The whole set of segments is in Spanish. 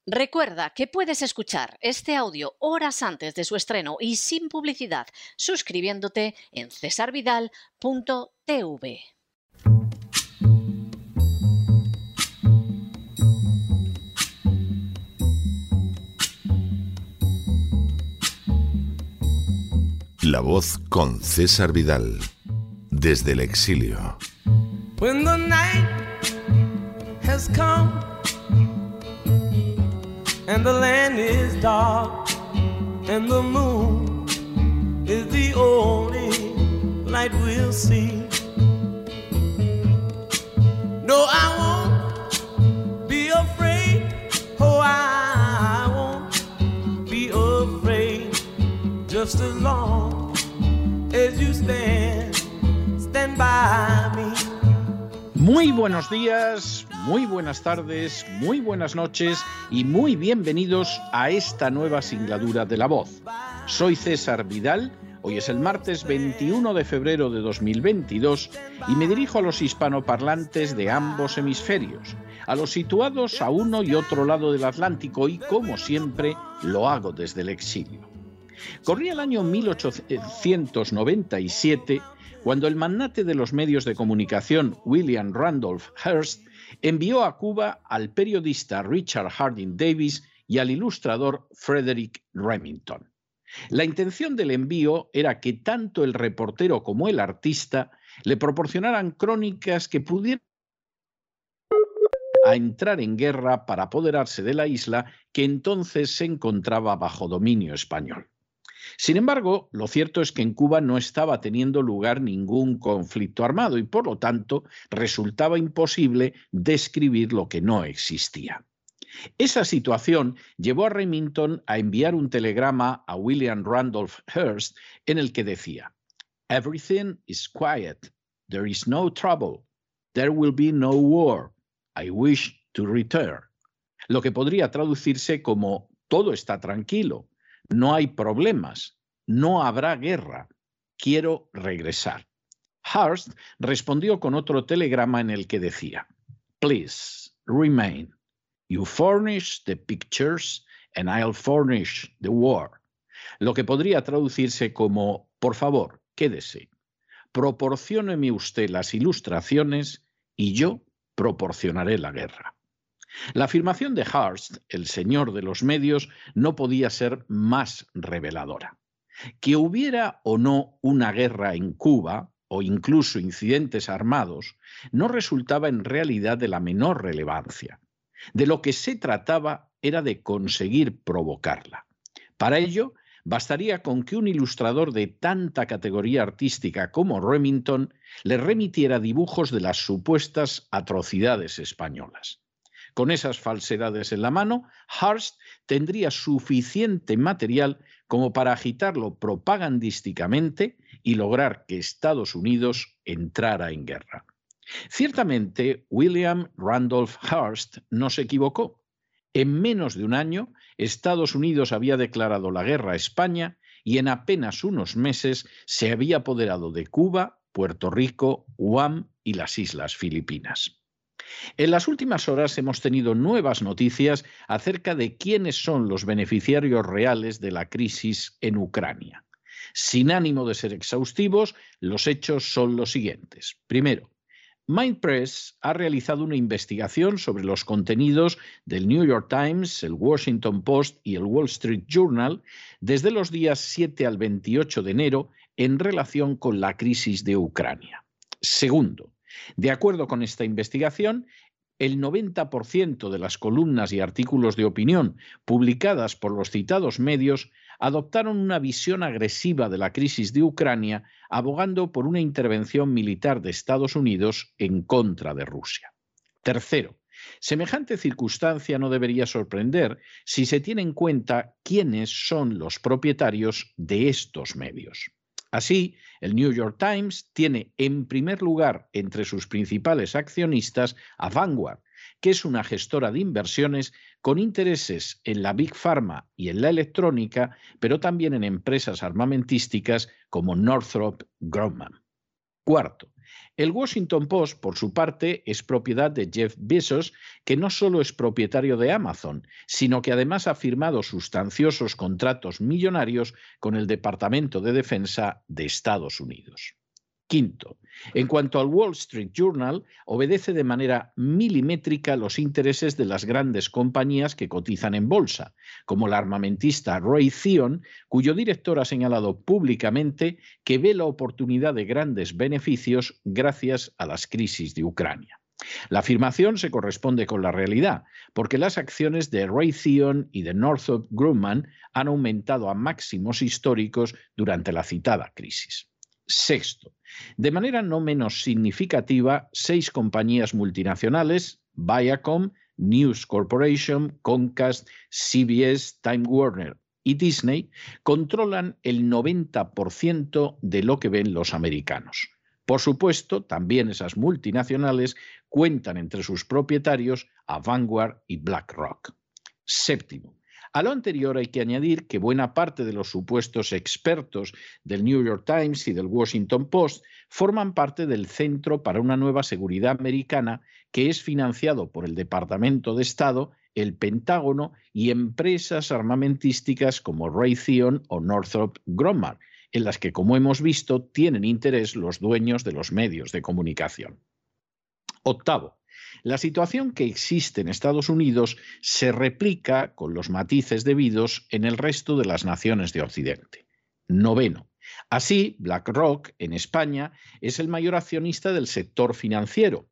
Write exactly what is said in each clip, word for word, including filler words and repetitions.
Recuerda que puedes escuchar este audio horas antes de su estreno y sin publicidad suscribiéndote en cesar vidal punto t v. La Voz con César Vidal, desde el exilio. When the night has come and the land is dark and the moon is the only light we'll see. No, I won't be afraid. Oh, I won't be afraid. Just as long as you stand, stand by me. Muy buenos días, muy buenas tardes, muy buenas noches y muy bienvenidos a esta nueva singladura de La Voz. Soy César Vidal, hoy es el martes veintiuno de febrero de dos mil veintidós y me dirijo a los hispanoparlantes de ambos hemisferios, a los situados a uno y otro lado del Atlántico y, como siempre, lo hago desde el exilio. Corría el año mil ochocientos noventa y siete cuando el magnate de los medios de comunicación William Randolph Hearst envió a Cuba al periodista Richard Harding Davis y al ilustrador Frederick Remington. La intención del envío era que tanto el reportero como el artista le proporcionaran crónicas que pudieran a entrar en guerra para apoderarse de la isla que entonces se encontraba bajo dominio español. Sin embargo, lo cierto es que en Cuba no estaba teniendo lugar ningún conflicto armado y, por lo tanto, resultaba imposible describir lo que no existía. Esa situación llevó a Remington a enviar un telegrama a William Randolph Hearst en el que decía: "Everything is quiet. There is no trouble. There will be no war. I wish to return". Lo que podría traducirse como: todo está tranquilo. No hay problemas, no habrá guerra, quiero regresar. Hearst respondió con otro telegrama en el que decía: "Please remain. You furnish the pictures and I'll furnish the war". Lo que podría traducirse como: por favor, quédese. Proporcióneme usted las ilustraciones y yo proporcionaré la guerra. La afirmación de Hearst, el señor de los medios, no podía ser más reveladora. Que hubiera o no una guerra en Cuba, o incluso incidentes armados, no resultaba en realidad de la menor relevancia. De lo que se trataba era de conseguir provocarla. Para ello, bastaría con que un ilustrador de tanta categoría artística como Remington le remitiera dibujos de las supuestas atrocidades españolas. Con esas falsedades en la mano, Hearst tendría suficiente material como para agitarlo propagandísticamente y lograr que Estados Unidos entrara en guerra. Ciertamente, William Randolph Hearst no se equivocó. En menos de un año, Estados Unidos había declarado la guerra a España y en apenas unos meses se había apoderado de Cuba, Puerto Rico, Guam y las Islas Filipinas. En las últimas horas hemos tenido nuevas noticias acerca de quiénes son los beneficiarios reales de la crisis en Ucrania. Sin ánimo de ser exhaustivos, los hechos son los siguientes. Primero, Mindpress ha realizado una investigación sobre los contenidos del New York Times, el Washington Post y el Wall Street Journal desde los días siete al veintiocho de enero en relación con la crisis de Ucrania. Segundo, de acuerdo con esta investigación, el noventa por ciento de las columnas y artículos de opinión publicadas por los citados medios adoptaron una visión agresiva de la crisis de Ucrania, abogando por una intervención militar de Estados Unidos en contra de Rusia. Tercero, semejante circunstancia no debería sorprender si se tiene en cuenta quiénes son los propietarios de estos medios. Así, el New York Times tiene en primer lugar entre sus principales accionistas a Vanguard, que es una gestora de inversiones con intereses en la Big Pharma y en la electrónica, pero también en empresas armamentísticas como Northrop Grumman. Cuarto, El Washington Post, por su parte, es propiedad de Jeff Bezos, que no solo es propietario de Amazon, sino que además ha firmado sustanciosos contratos millonarios con el Departamento de Defensa de Estados Unidos. Quinto, en cuanto al Wall Street Journal, obedece de manera milimétrica los intereses de las grandes compañías que cotizan en bolsa, como la armamentista Raytheon, cuyo director ha señalado públicamente que ve la oportunidad de grandes beneficios gracias a las crisis de Ucrania. La afirmación se corresponde con la realidad, porque las acciones de Raytheon y de Northrop Grumman han aumentado a máximos históricos durante la citada crisis. Sexto, de manera no menos significativa, seis compañías multinacionales, Viacom, News Corporation, Comcast, C B S, Time Warner y Disney, controlan el noventa por ciento de lo que ven los americanos. Por supuesto, también esas multinacionales cuentan entre sus propietarios a Vanguard y BlackRock. Séptimo, a lo anterior hay que añadir que buena parte de los supuestos expertos del New York Times y del Washington Post forman parte del Centro para una Nueva Seguridad Americana, que es financiado por el Departamento de Estado, el Pentágono y empresas armamentísticas como Raytheon o Northrop Grumman, en las que, como hemos visto, tienen interés los dueños de los medios de comunicación. Octavo, la situación que existe en Estados Unidos se replica, con los matices debidos, en el resto de las naciones de Occidente. Noveno. Así, BlackRock, en España, es el mayor accionista del sector financiero,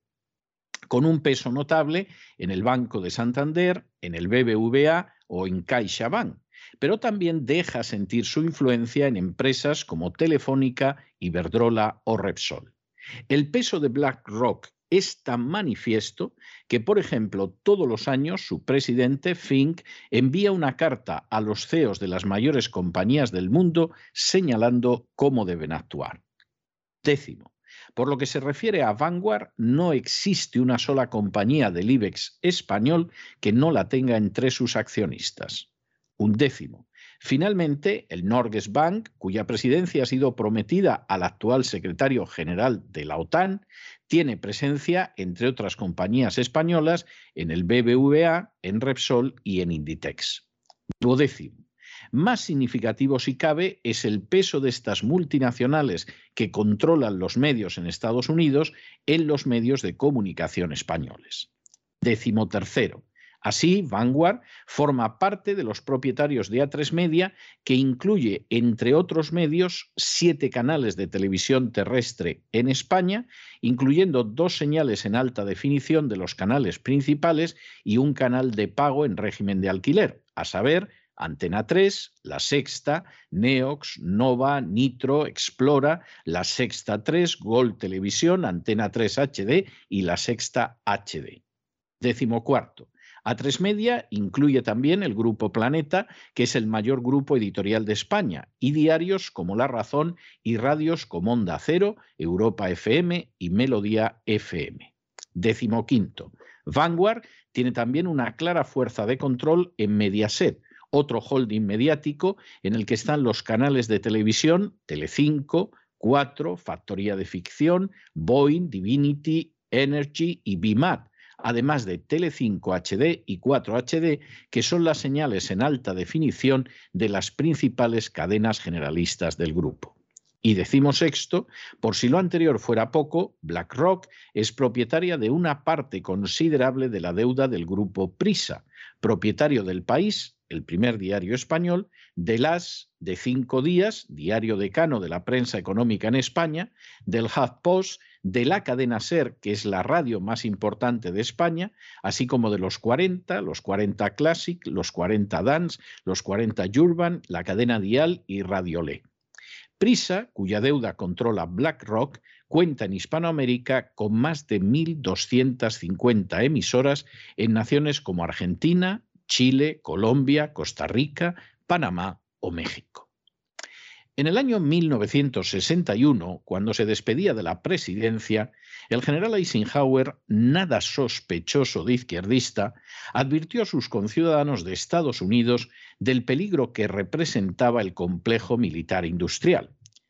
con un peso notable en el Banco de Santander, en el B B V A o en CaixaBank, pero también deja sentir su influencia en empresas como Telefónica, Iberdrola o Repsol. El peso de BlackRock es tan manifiesto que, por ejemplo, todos los años su presidente, Fink, envía una carta a los C E Os de las mayores compañías del mundo señalando cómo deben actuar. Décimo, por lo que se refiere a Vanguard, no existe una sola compañía del IBEX español que no la tenga entre sus accionistas. Undécimo. Finalmente, el Norges Bank, cuya presidencia ha sido prometida al actual secretario general de la OTAN, tiene presencia, entre otras compañías españolas, en el B B V A, en Repsol y en Inditex. Duodécimo. Más significativo, si cabe, es el peso de estas multinacionales que controlan los medios en Estados Unidos en los medios de comunicación españoles. Décimo tercero. Así, Vanguard forma parte de los propietarios de A tres Media, que incluye, entre otros medios, siete canales de televisión terrestre en España, incluyendo dos señales en alta definición de los canales principales y un canal de pago en régimen de alquiler, a saber, Antena tres, La Sexta, Neox, Nova, Nitro, Explora, La Sexta tres, Gol Televisión, Antena tres H D y La Sexta H D. Décimo cuarto. A tres Media incluye también el Grupo Planeta, que es el mayor grupo editorial de España, y diarios como La Razón y radios como Onda Cero, Europa F M y Melodía F M. Décimo quinto. Vanguard tiene también una clara fuerza de control en Mediaset, otro holding mediático en el que están los canales de televisión Telecinco, Cuatro, Factoría de Ficción, Boeing, Divinity, Energy y B M A T, además de Telecinco H D y cuatro H D, que son las señales en alta definición de las principales cadenas generalistas del grupo. Y decimosexto, por si lo anterior fuera poco, BlackRock es propietaria de una parte considerable de la deuda del grupo Prisa, propietario del País, el primer diario español, de Las, de Cinco Días, diario decano de la prensa económica en España, del HuffPost, de la cadena SER, que es la radio más importante de España, así como de los cuarenta, los cuarenta Classic, los cuarenta Dance, los cuarenta Urban, la cadena Dial y Radiolé. Prisa, cuya deuda controla BlackRock, cuenta en Hispanoamérica con más de mil doscientas cincuenta emisoras en naciones como Argentina, Chile, Colombia, Costa Rica, Panamá o México. En el año mil novecientos sesenta y uno, cuando se despedía de la presidencia, el general Eisenhower, nada sospechoso de izquierdista, advirtió a sus conciudadanos de Estados Unidos del peligro que representaba el complejo militar industrial.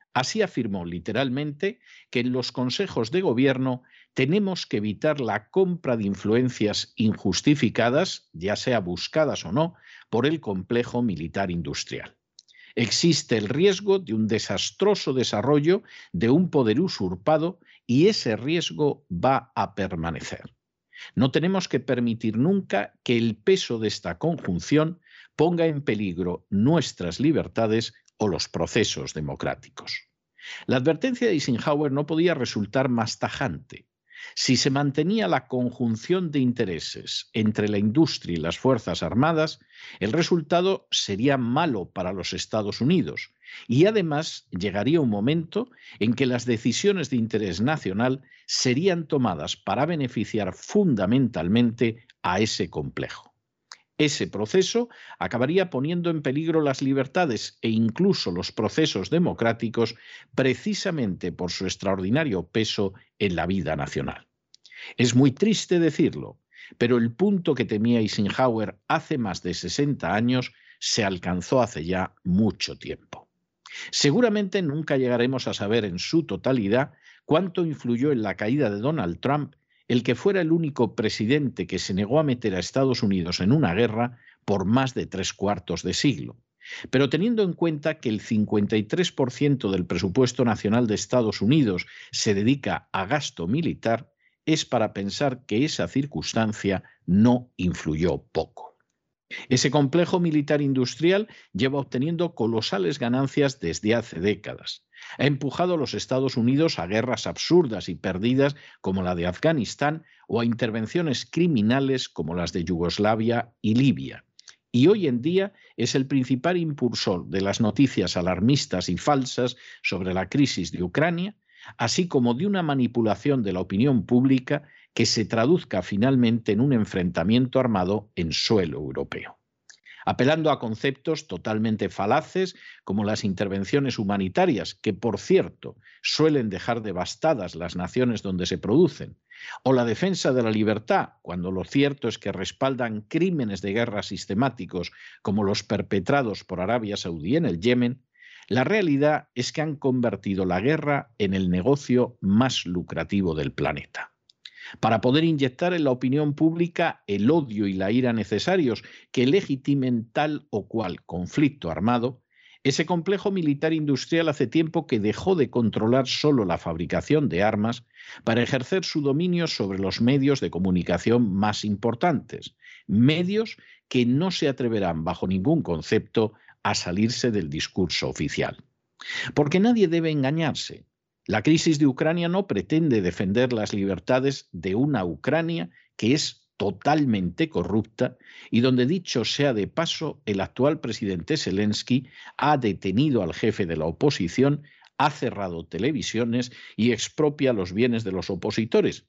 Así afirmó literalmente que en los consejos de gobierno tenemos que evitar la compra de influencias injustificadas, ya sea buscadas o no, por el complejo militar industrial. Existe el riesgo de un desastroso desarrollo de un poder usurpado y ese riesgo va a permanecer. No tenemos que permitir nunca que el peso de esta conjunción ponga en peligro nuestras libertades o los procesos democráticos. La advertencia de Eisenhower no podía resultar más tajante. Si se mantenía la conjunción de intereses entre la industria y las Fuerzas Armadas, el resultado sería malo para los Estados Unidos y además llegaría un momento en que las decisiones de interés nacional serían tomadas para beneficiar fundamentalmente a ese complejo. Ese proceso acabaría poniendo en peligro las libertades e incluso los procesos democráticos precisamente por su extraordinario peso en la vida nacional. Es muy triste decirlo, pero el punto que temía Eisenhower hace más de sesenta años se alcanzó hace ya mucho tiempo. Seguramente nunca llegaremos a saber en su totalidad cuánto influyó en la caída de Donald Trump el que fuera el único presidente que se negó a meter a Estados Unidos en una guerra por más de tres cuartos de siglo. Pero teniendo en cuenta que el cincuenta y tres por ciento del presupuesto nacional de Estados Unidos se dedica a gasto militar, es para pensar que esa circunstancia no influyó poco. Ese complejo militar industrial lleva obteniendo colosales ganancias desde hace décadas. Ha empujado a los Estados Unidos a guerras absurdas y perdidas como la de Afganistán o a intervenciones criminales como las de Yugoslavia y Libia. Y hoy en día es el principal impulsor de las noticias alarmistas y falsas sobre la crisis de Ucrania, así como de una manipulación de la opinión pública que se traduzca finalmente en un enfrentamiento armado en suelo europeo. Apelando a conceptos totalmente falaces como las intervenciones humanitarias, que por cierto suelen dejar devastadas las naciones donde se producen, o la defensa de la libertad, cuando lo cierto es que respaldan crímenes de guerra sistemáticos como los perpetrados por Arabia Saudí en el Yemen, la realidad es que han convertido la guerra en el negocio más lucrativo del planeta. Para poder inyectar en la opinión pública el odio y la ira necesarios que legitimen tal o cual conflicto armado, ese complejo militar industrial hace tiempo que dejó de controlar solo la fabricación de armas para ejercer su dominio sobre los medios de comunicación más importantes, medios que no se atreverán bajo ningún concepto a salirse del discurso oficial. Porque nadie debe engañarse. La crisis de Ucrania no pretende defender las libertades de una Ucrania que es totalmente corrupta y donde, dicho sea de paso, el actual presidente Zelensky ha detenido al jefe de la oposición, ha cerrado televisiones y expropia los bienes de los opositores,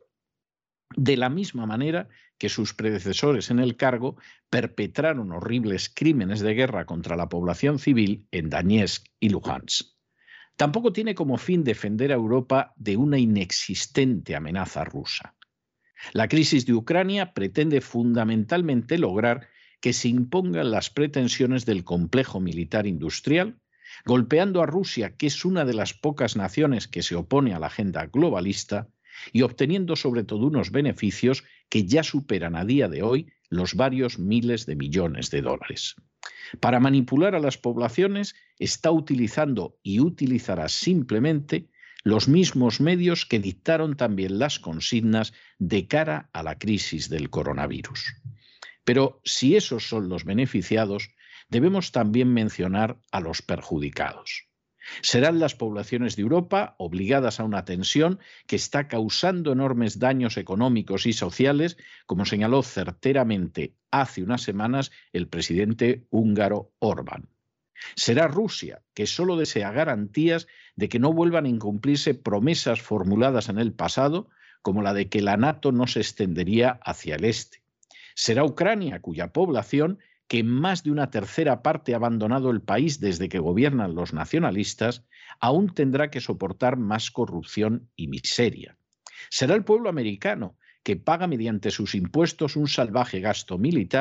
de la misma manera que sus predecesores en el cargo perpetraron horribles crímenes de guerra contra la población civil en Donetsk y Luhansk. Tampoco tiene como fin defender a Europa de una inexistente amenaza rusa. La crisis de Ucrania pretende fundamentalmente lograr que se impongan las pretensiones del complejo militar industrial, golpeando a Rusia, que es una de las pocas naciones que se opone a la agenda globalista, y obteniendo sobre todo unos beneficios que ya superan a día de hoy los varios miles de millones de dólares. Para manipular a las poblaciones está utilizando y utilizará simplemente los mismos medios que dictaron también las consignas de cara a la crisis del coronavirus. Pero si esos son los beneficiados, debemos también mencionar a los perjudicados. Serán las poblaciones de Europa obligadas a una tensión que está causando enormes daños económicos y sociales, como señaló certeramente hace unas semanas el presidente húngaro Orbán. Será Rusia, que solo desea garantías de que no vuelvan a incumplirse promesas formuladas en el pasado, como la de que la NATO no se extendería hacia el este. Será Ucrania, cuya población, que en más de una tercera parte ha abandonado el país desde que gobiernan los nacionalistas, aún tendrá que soportar más corrupción y miseria. Será el pueblo americano, que paga mediante sus impuestos un salvaje gasto militar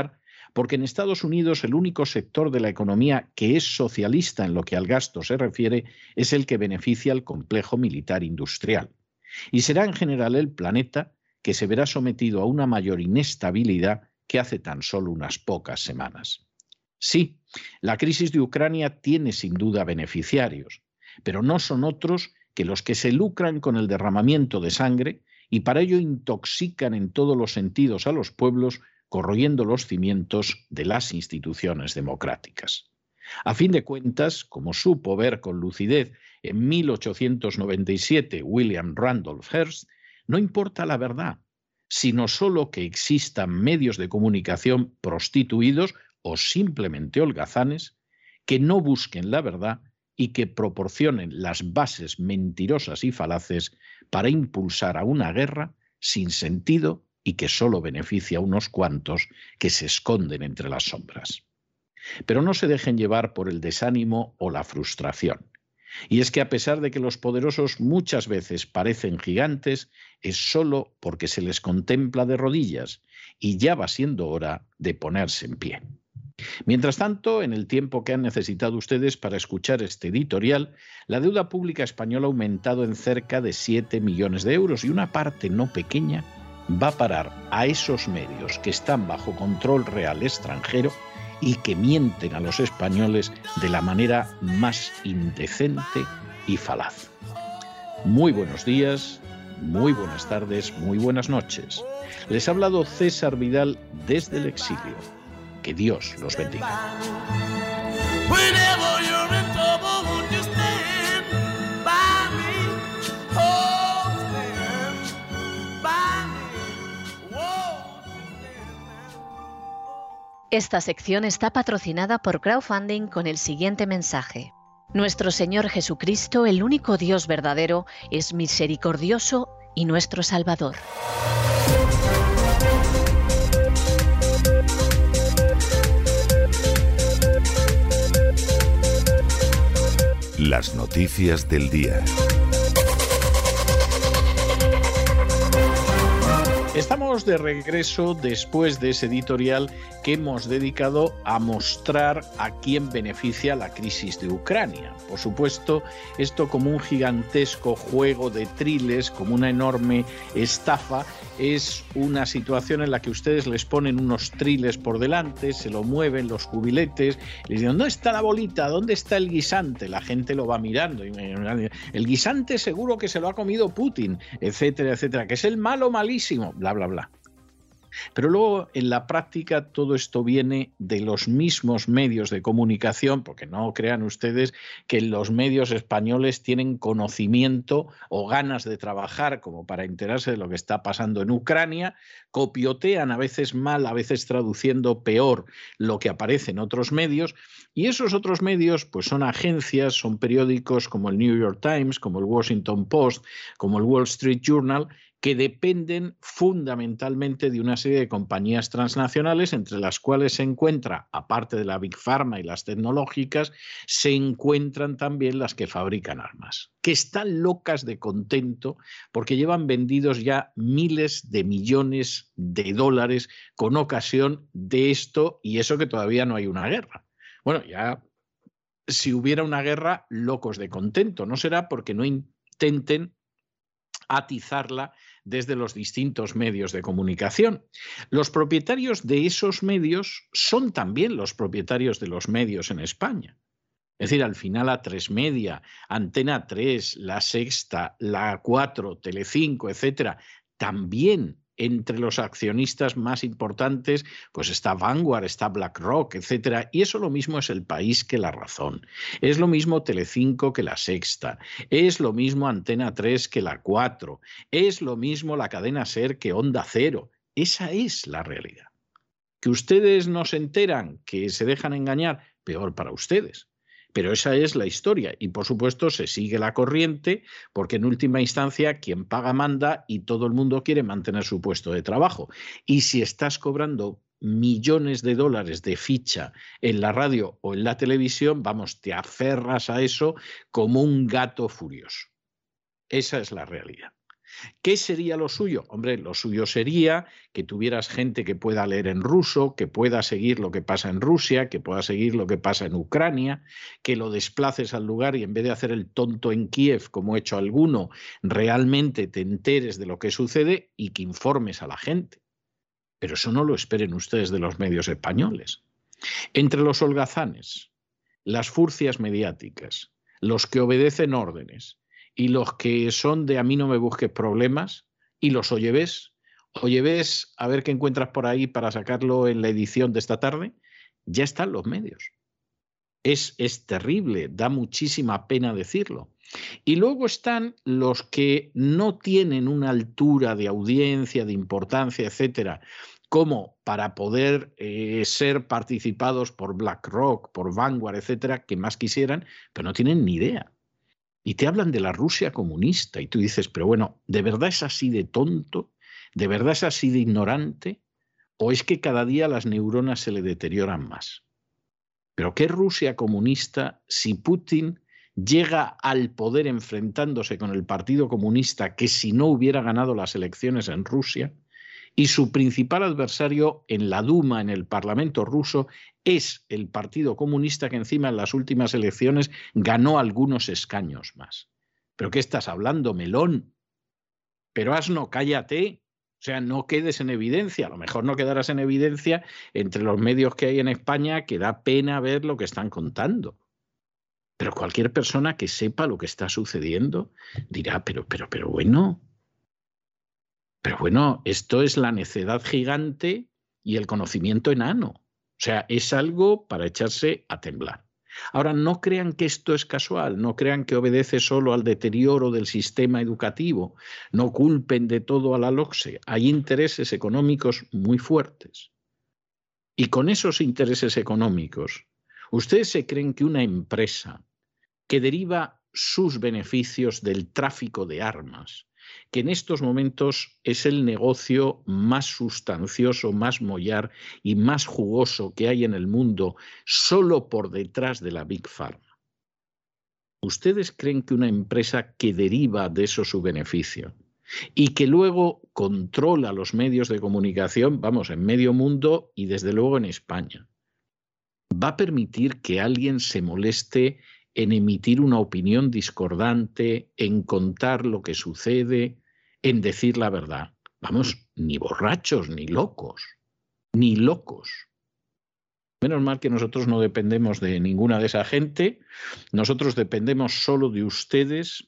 porque en Estados Unidos el único sector de la economía que es socialista en lo que al gasto se refiere es el que beneficia al complejo militar industrial. Y será en general el planeta que se verá sometido a una mayor inestabilidad que hace tan solo unas pocas semanas. Sí, la crisis de Ucrania tiene sin duda beneficiarios, pero no son otros que los que se lucran con el derramamiento de sangre y para ello intoxican en todos los sentidos a los pueblos, corroyendo los cimientos de las instituciones democráticas. A fin de cuentas, como supo ver con lucidez en mil ochocientos noventa y siete William Randolph Hearst, no importa la verdad, sino solo que existan medios de comunicación prostituidos o simplemente holgazanes que no busquen la verdad y que proporcionen las bases mentirosas y falaces para impulsar a una guerra sin sentido y que solo beneficia a unos cuantos que se esconden entre las sombras. Pero no se dejen llevar por el desánimo o la frustración. Y es que a pesar de que los poderosos muchas veces parecen gigantes, es solo porque se les contempla de rodillas y ya va siendo hora de ponerse en pie. Mientras tanto, en el tiempo que han necesitado ustedes para escuchar este editorial, la deuda pública española ha aumentado en cerca de siete millones de euros y una parte no pequeña va a parar a esos medios que están bajo control real extranjero y que mienten a los españoles de la manera más indecente y falaz. Muy buenos días, muy buenas tardes, muy buenas noches. Les ha hablado César Vidal desde el exilio. Que Dios los bendiga. Esta sección está patrocinada por crowdfunding con el siguiente mensaje. Nuestro Señor Jesucristo, el único Dios verdadero, es misericordioso y nuestro Salvador. Las noticias del día. Estamos de regreso después de ese editorial que hemos dedicado a mostrar a quién beneficia la crisis de Ucrania. Por supuesto, esto como un gigantesco juego de triles, como una enorme estafa, es una situación en la que ustedes les ponen unos triles por delante, se lo mueven los cubiletes, les dicen, ¿dónde está la bolita? ¿Dónde está el guisante? La gente lo va mirando. Y el guisante seguro que se lo ha comido Putin, etcétera, etcétera, que es el malo malísimo, bla, bla, bla. Pero luego en la práctica todo esto viene de los mismos medios de comunicación, porque no crean ustedes que los medios españoles tienen conocimiento o ganas de trabajar como para enterarse de lo que está pasando en Ucrania, copiotean a veces mal, a veces traduciendo peor lo que aparece en otros medios, y esos otros medios pues son agencias, son periódicos como el New York Times, como el Washington Post, como el Wall Street Journal, que dependen fundamentalmente de una serie de compañías transnacionales, entre las cuales se encuentra, aparte de la Big Pharma y las tecnológicas, se encuentran también las que fabrican armas, que están locas de contento porque llevan vendidos ya miles de millones de dólares con ocasión de esto, y eso que todavía no hay una guerra. Bueno, ya si hubiera una guerra, locos de contento. No será porque no intenten atizarla desde los distintos medios de comunicación. Los propietarios de esos medios son también los propietarios de los medios en España. Es decir, al final A tres Media, Antena tres, La Sexta, La cuatro, Telecinco, etcétera, también entre los accionistas más importantes pues está Vanguard, está BlackRock, etcétera. Y eso lo mismo es El País que La Razón. Es lo mismo Telecinco que La Sexta. Es lo mismo Antena tres que La cuatro. Es lo mismo la cadena SER que Onda Cero. Esa es la realidad. Que ustedes no se enteran, que se dejan engañar, peor para ustedes. Pero esa es la historia y, por supuesto, se sigue la corriente porque, en última instancia, quien paga manda y todo el mundo quiere mantener su puesto de trabajo. Y si estás cobrando millones de dólares de ficha en la radio o en la televisión, vamos, te aferras a eso como un gato furioso. Esa es la realidad. ¿Qué sería lo suyo? Hombre, lo suyo sería que tuvieras gente que pueda leer en ruso, que pueda seguir lo que pasa en Rusia, que pueda seguir lo que pasa en Ucrania, que lo desplaces al lugar y en vez de hacer el tonto en Kiev, como ha hecho alguno, realmente te enteres de lo que sucede y que informes a la gente. Pero eso no lo esperen ustedes de los medios españoles. Entre los holgazanes, las furcias mediáticas, los que obedecen órdenes y los que son de a mí no me busques problemas, y los oyevés, oyevés a ver qué encuentras por ahí para sacarlo en la edición de esta tarde, ya están los medios. Es, es terrible, da muchísima pena decirlo. Y luego están los que no tienen una altura de audiencia, de importancia, etcétera, como para poder eh, ser participados por BlackRock, por Vanguard, etcétera, que más quisieran, pero no tienen ni idea. Y te hablan de la Rusia comunista y tú dices, pero bueno, ¿de verdad es así de tonto? ¿De verdad es así de ignorante? ¿O es que cada día las neuronas se le deterioran más? ¿Pero qué Rusia comunista si Putin llega al poder enfrentándose con el Partido Comunista que si no hubiera ganado las elecciones en Rusia y su principal adversario en la Duma, en el Parlamento ruso, es el Partido Comunista que encima en las últimas elecciones ganó algunos escaños más? ¿Pero qué estás hablando, melón? Pero asno, cállate. O sea, no quedes en evidencia. A lo mejor no quedarás en evidencia entre los medios que hay en España, que da pena ver lo que están contando. Pero cualquier persona que sepa lo que está sucediendo dirá, pero, pero, pero bueno... Pero bueno, esto es la necedad gigante y el conocimiento enano. O sea, es algo para echarse a temblar. Ahora, no crean que esto es casual, no crean que obedece solo al deterioro del sistema educativo, no culpen de todo a la LOCSE. Hay intereses económicos muy fuertes. Y con esos intereses económicos, ¿ustedes se creen que una empresa que deriva sus beneficios del tráfico de armas, que en estos momentos es el negocio más sustancioso, más mollar y más jugoso que hay en el mundo, solo por detrás de la Big Pharma? ¿Ustedes creen que una empresa que deriva de eso su beneficio y que luego controla los medios de comunicación, vamos, en medio mundo y desde luego en España, va a permitir que alguien se moleste en emitir una opinión discordante, en contar lo que sucede, en decir la verdad? Vamos, ni borrachos, ni locos, ni locos. Menos mal que nosotros no dependemos de ninguna de esa gente, nosotros dependemos solo de ustedes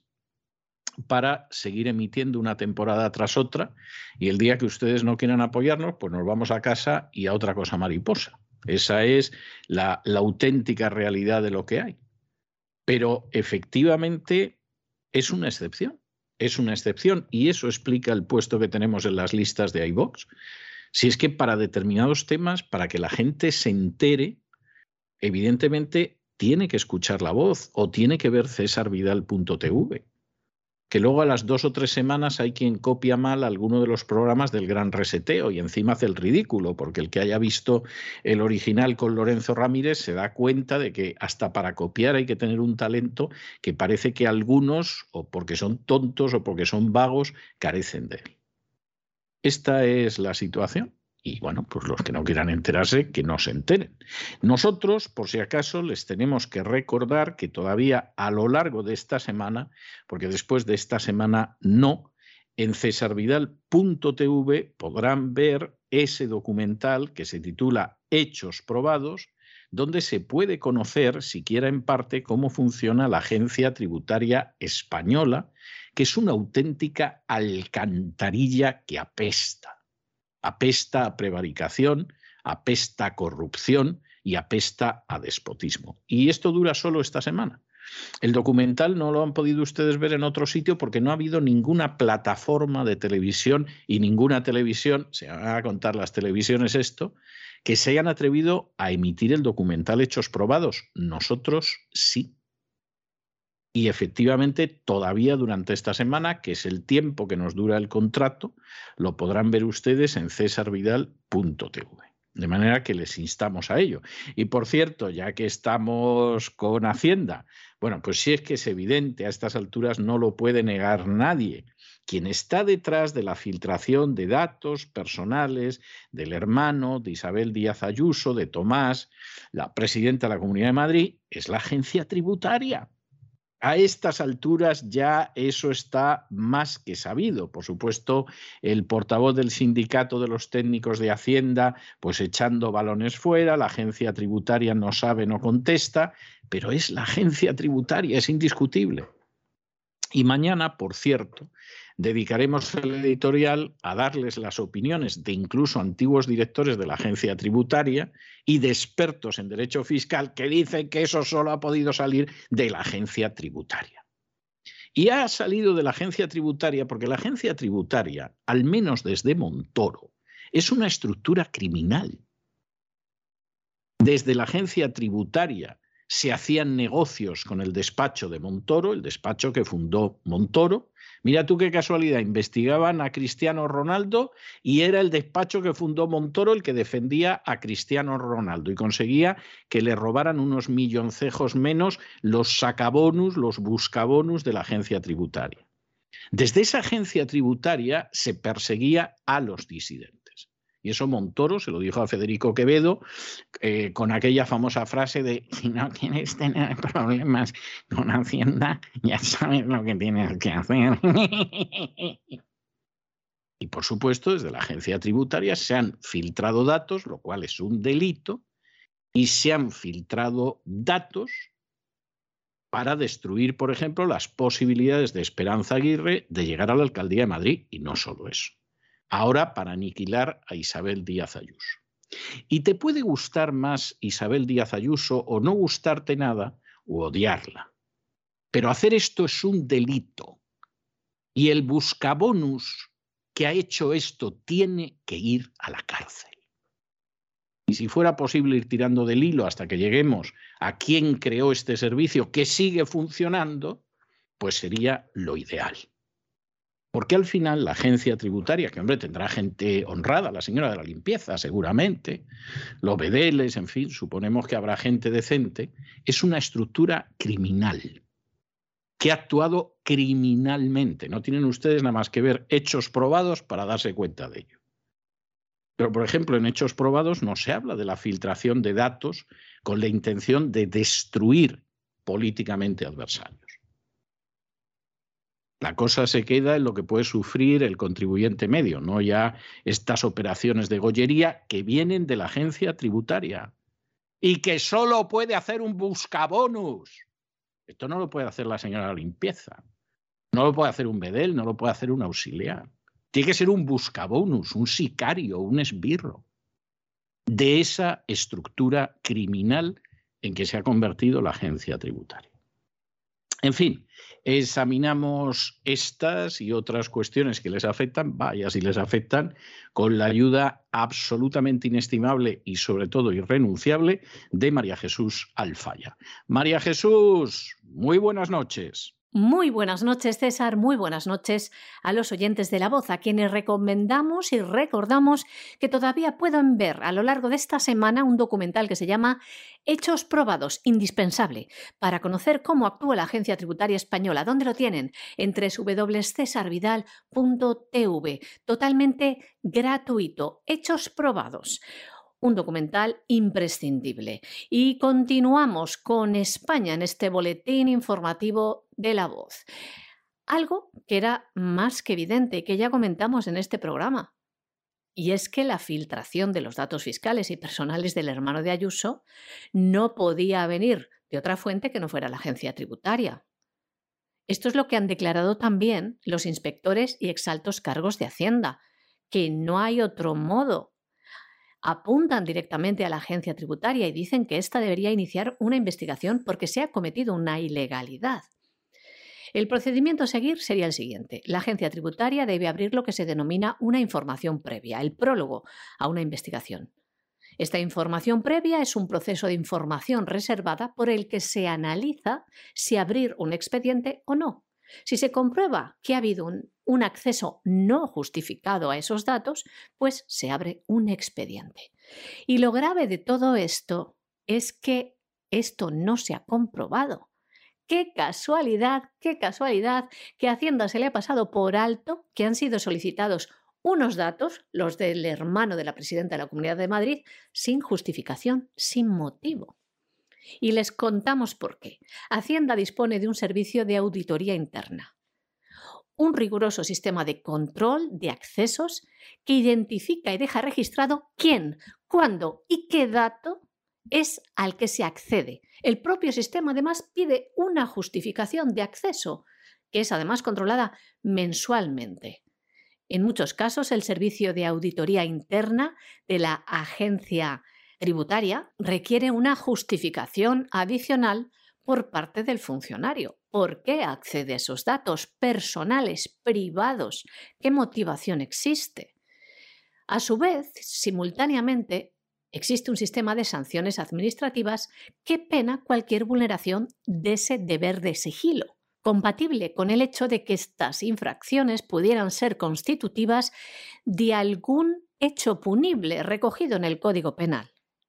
para seguir emitiendo una temporada tras otra, y el día que ustedes no quieran apoyarnos, pues nos vamos a casa y a otra cosa mariposa. Esa es la, la auténtica realidad de lo que hay. Pero efectivamente es una excepción, es una excepción y eso explica el puesto que tenemos en las listas de iVox. Si es que para determinados temas, para que la gente se entere, evidentemente tiene que escuchar la voz o tiene que ver cesar vidal punto t v. Que luego a las dos o tres semanas hay quien copia mal alguno de los programas del Gran Reseteo y encima hace el ridículo, porque el que haya visto el original con Lorenzo Ramírez se da cuenta de que hasta para copiar hay que tener un talento que parece que algunos, o porque son tontos o porque son vagos, carecen de él. Esta es la situación. Y bueno, pues los que no quieran enterarse, que no se enteren. Nosotros, por si acaso, les tenemos que recordar que todavía a lo largo de esta semana, porque después de esta semana no, en cesar vidal punto t v podrán ver ese documental que se titula Hechos probados, donde se puede conocer, siquiera en parte, cómo funciona la Agencia Tributaria Española, que es una auténtica alcantarilla que apesta. Apesta a prevaricación, apesta a corrupción y apesta a despotismo. Y esto dura solo esta semana. El documental no lo han podido ustedes ver en otro sitio porque no ha habido ninguna plataforma de televisión y ninguna televisión, se van a contar las televisiones esto, que se hayan atrevido a emitir el documental Hechos probados. Nosotros sí. Y efectivamente, todavía durante esta semana, que es el tiempo que nos dura el contrato, lo podrán ver ustedes en cesar vidal punto t v. De manera que les instamos a ello. Y por cierto, ya que estamos con Hacienda, bueno, pues sí es que es evidente, a estas alturas no lo puede negar nadie, quien está detrás de la filtración de datos personales del hermano de Isabel Díaz Ayuso, de Tomás, la presidenta de la Comunidad de Madrid, es la agencia tributaria. A estas alturas ya eso está más que sabido. Por supuesto, el portavoz del sindicato de los técnicos de Hacienda, pues echando balones fuera, la agencia tributaria no sabe, no contesta, pero es la agencia tributaria, es indiscutible. Y mañana, por cierto, dedicaremos el editorial a darles las opiniones de incluso antiguos directores de la agencia tributaria y de expertos en derecho fiscal que dicen que eso solo ha podido salir de la agencia tributaria. Y ha salido de la agencia tributaria porque la agencia tributaria, al menos desde Montoro, es una estructura criminal. Desde la agencia tributaria se hacían negocios con el despacho de Montoro, el despacho que fundó Montoro. Mira tú qué casualidad, investigaban a Cristiano Ronaldo y era el despacho que fundó Montoro el que defendía a Cristiano Ronaldo y conseguía que le robaran unos milloncejos menos los sacabonus, los buscabonus de la agencia tributaria. Desde esa agencia tributaria se perseguía a los disidentes. Y eso Montoro se lo dijo a Federico Quevedo eh, con aquella famosa frase de si no quieres tener problemas con Hacienda, ya sabes lo que tienes que hacer. Y por supuesto, desde la agencia tributaria se han filtrado datos, lo cual es un delito, y se han filtrado datos para destruir, por ejemplo, las posibilidades de Esperanza Aguirre de llegar a la alcaldía de Madrid, y no solo eso. Ahora para aniquilar a Isabel Díaz Ayuso. Y te puede gustar más Isabel Díaz Ayuso o no gustarte nada o odiarla. Pero hacer esto es un delito. Y el buscabonus que ha hecho esto tiene que ir a la cárcel. Y si fuera posible ir tirando del hilo hasta que lleguemos a quién creó este servicio que sigue funcionando, pues sería lo ideal. Porque al final la agencia tributaria, que hombre tendrá gente honrada, la señora de la limpieza seguramente, los bedeles, en fin, suponemos que habrá gente decente, es una estructura criminal que ha actuado criminalmente. No tienen ustedes nada más que ver hechos probados para darse cuenta de ello. Pero, por ejemplo, en hechos probados no se habla de la filtración de datos con la intención de destruir políticamente adversarios. La cosa se queda en lo que puede sufrir el contribuyente medio, no ya estas operaciones de gollería que vienen de la agencia tributaria y que solo puede hacer un buscabonus. Esto no lo puede hacer la señora de la limpieza, no lo puede hacer un bedel, no lo puede hacer un auxiliar. Tiene que ser un buscabonus, un sicario, un esbirro de esa estructura criminal en que se ha convertido la agencia tributaria. En fin, examinamos estas y otras cuestiones que les afectan, vaya si les afectan, con la ayuda absolutamente inestimable y sobre todo irrenunciable de María Jesús Alfaya. María Jesús, muy buenas noches. Muy buenas noches, César, muy buenas noches a los oyentes de La Voz, a quienes recomendamos y recordamos que todavía pueden ver a lo largo de esta semana un documental que se llama Hechos probados, indispensable, para conocer cómo actúa la Agencia Tributaria Española. ¿Dónde lo tienen? En doble u doble u doble u punto cesar vidal punto t v, totalmente gratuito. Hechos probados. Un documental imprescindible. Y continuamos con España en este boletín informativo de La Voz. Algo que era más que evidente y que ya comentamos en este programa. Y es que la filtración de los datos fiscales y personales del hermano de Ayuso no podía venir de otra fuente que no fuera la agencia tributaria. Esto es lo que han declarado también los inspectores y exaltos cargos de Hacienda, que no hay otro modo. Apuntan directamente a la agencia tributaria y dicen que ésta debería iniciar una investigación porque se ha cometido una ilegalidad. El procedimiento a seguir sería el siguiente. La agencia tributaria debe abrir lo que se denomina una información previa, el prólogo a una investigación. Esta información previa es un proceso de información reservada por el que se analiza si abrir un expediente o no. Si se comprueba que ha habido un, un acceso no justificado a esos datos, pues se abre un expediente. Y lo grave de todo esto es que esto no se ha comprobado, Qué casualidad, qué casualidad que a Hacienda se le ha pasado por alto que han sido solicitados unos datos, los del hermano de la presidenta de la Comunidad de Madrid, sin justificación, sin motivo. Y les contamos por qué. Hacienda dispone de un servicio de auditoría interna, un riguroso sistema de control de accesos que identifica y deja registrado quién, cuándo y qué dato es al que se accede. El propio sistema además pide una justificación de acceso, que es además controlada mensualmente. En muchos casos, el servicio de auditoría interna de la agencia tributaria requiere una justificación adicional por parte del funcionario. ¿Por qué accede a esos datos personales, privados? ¿Qué motivación existe? A su vez, simultáneamente, existe un sistema de sanciones administrativas que pena cualquier vulneración de ese deber de sigilo, compatible con el hecho de que estas infracciones pudieran ser constitutivas de algún hecho punible recogido en el Código Penal.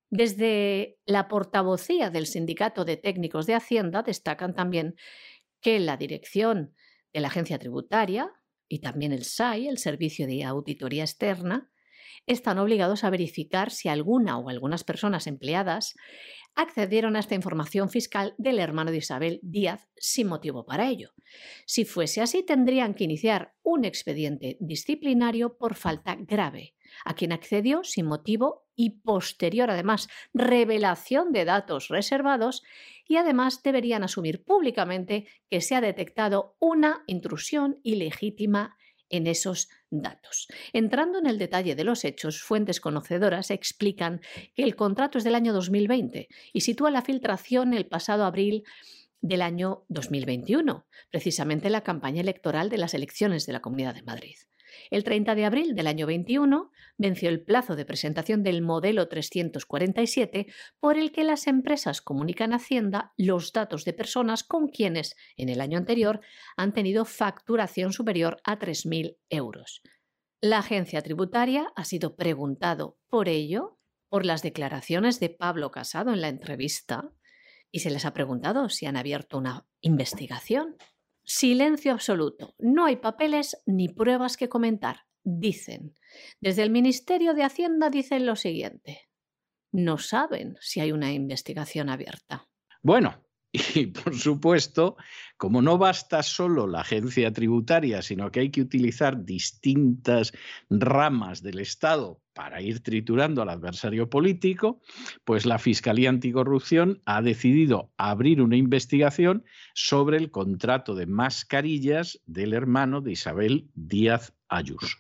Desde la portavocía del Sindicato de Técnicos de Hacienda destacan también que la dirección de la agencia tributaria y también el S A I, el Servicio de Auditoría Externa, están obligados a verificar si alguna o algunas personas empleadas accedieron a esta información fiscal del hermano de Isabel Díaz sin motivo para ello. Si fuese así, tendrían que iniciar un expediente disciplinario por falta grave a quien accedió sin motivo y posterior, además, revelación de datos reservados, y además deberían asumir públicamente que se ha detectado una intrusión ilegítima en esos datos. Entrando en el detalle de los hechos, fuentes conocedoras explican que el contrato es del año dos mil veinte y sitúa la filtración el pasado abril del año dos mil veintiuno, precisamente la campaña electoral de las elecciones de la Comunidad de Madrid. El treinta de abril del año veintiuno venció el plazo de presentación del modelo trescientos cuarenta y siete por el que las empresas comunican a Hacienda los datos de personas con quienes en el año anterior han tenido facturación superior a tres mil euros. La agencia tributaria ha sido preguntado por ello, por las declaraciones de Pablo Casado en la entrevista, y se les ha preguntado si han abierto una investigación. Silencio absoluto. No hay papeles ni pruebas que comentar, dicen. Desde el Ministerio de Hacienda dicen lo siguiente: no saben si hay una investigación abierta. Bueno, y por supuesto, como no basta solo la agencia tributaria, sino que hay que utilizar distintas ramas del Estado para ir triturando al adversario político, pues la Fiscalía Anticorrupción ha decidido abrir una investigación sobre el contrato de mascarillas del hermano de Isabel Díaz Ayuso.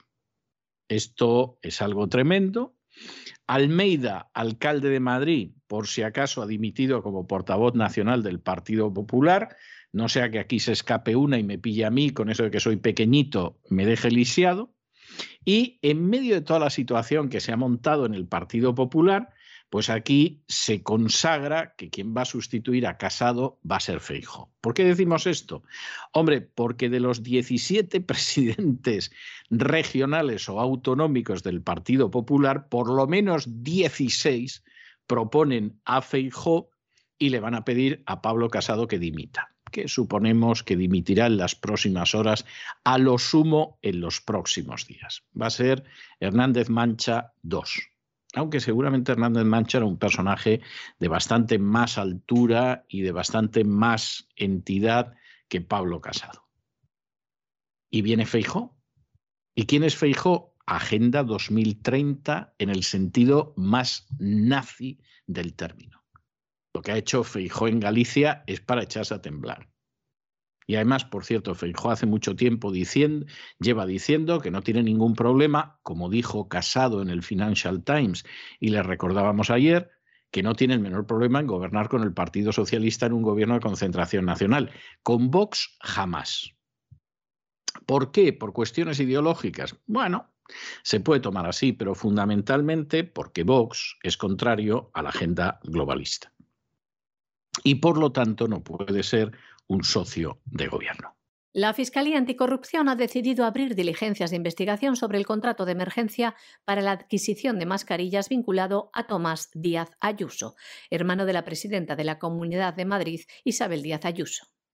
Esto es algo tremendo. Almeida, alcalde de Madrid, por si acaso ha dimitido como portavoz nacional del Partido Popular, no sea que aquí se escape una y me pille a mí con eso de que soy pequeñito, me deje lisiado. Y en medio de toda la situación que se ha montado en el Partido Popular, pues aquí se consagra que quien va a sustituir a Casado va a ser Feijóo. ¿Por qué decimos esto? Hombre, porque de los diecisiete presidentes regionales o autonómicos del Partido Popular, por lo menos dieciséis proponen a Feijóo y le van a pedir a Pablo Casado que dimita, que suponemos que dimitirá en las próximas horas, a lo sumo en los próximos días. Va a ser Hernández Mancha dos. Aunque seguramente Hernández Mancha era un personaje de bastante más altura y de bastante más entidad que Pablo Casado. Y viene Feijóo. ¿Y quién es Feijóo? Agenda dos mil treinta en el sentido más nazi del término. Lo que ha hecho Feijóo en Galicia es para echarse a temblar. Y además, por cierto, Feijóo hace mucho tiempo diciendo, lleva diciendo que no tiene ningún problema, como dijo Casado en el Financial Times, y le recordábamos ayer, que no tiene el menor problema en gobernar con el Partido Socialista en un gobierno de concentración nacional. Con Vox, jamás. ¿Por qué? ¿Por cuestiones ideológicas? Bueno, se puede tomar así, pero fundamentalmente porque Vox es contrario a la agenda globalista. Y por lo tanto no puede ser un socio de gobierno. La Fiscalía Anticorrupción ha decidido abrir diligencias de investigación sobre el contrato de emergencia para la adquisición de mascarillas vinculado a Tomás Díaz Ayuso, hermano de la presidenta de la Comunidad de Madrid, Isabel Díaz Ayuso.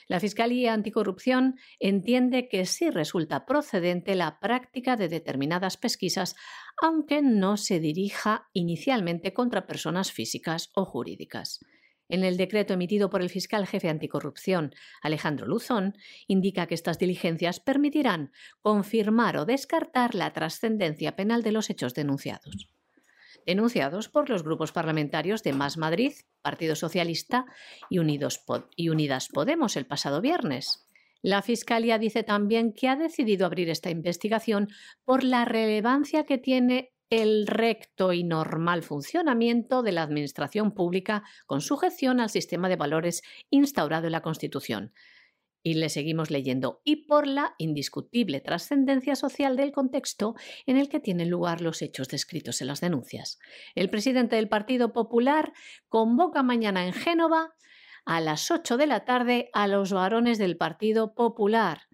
La Fiscalía Anticorrupción entiende que sí resulta procedente la práctica de determinadas pesquisas, aunque no se dirija inicialmente contra personas físicas o jurídicas. En el decreto emitido por el fiscal jefe anticorrupción, Alejandro Luzón, indica que estas diligencias permitirán confirmar o descartar la trascendencia penal de los hechos denunciados. Denunciados por los grupos parlamentarios de Más Madrid, Partido Socialista y, Unidos Pod- y Unidas Podemos el pasado viernes. La Fiscalía dice también que ha decidido abrir esta investigación por la relevancia que tiene el recto y normal funcionamiento de la Administración pública con sujeción al sistema de valores instaurado en la Constitución. Y le seguimos leyendo, y por la indiscutible trascendencia social del contexto en el que tienen lugar los hechos descritos en las denuncias. El presidente del Partido Popular convoca mañana en Génova a las ocho de la tarde a los varones del Partido Popular.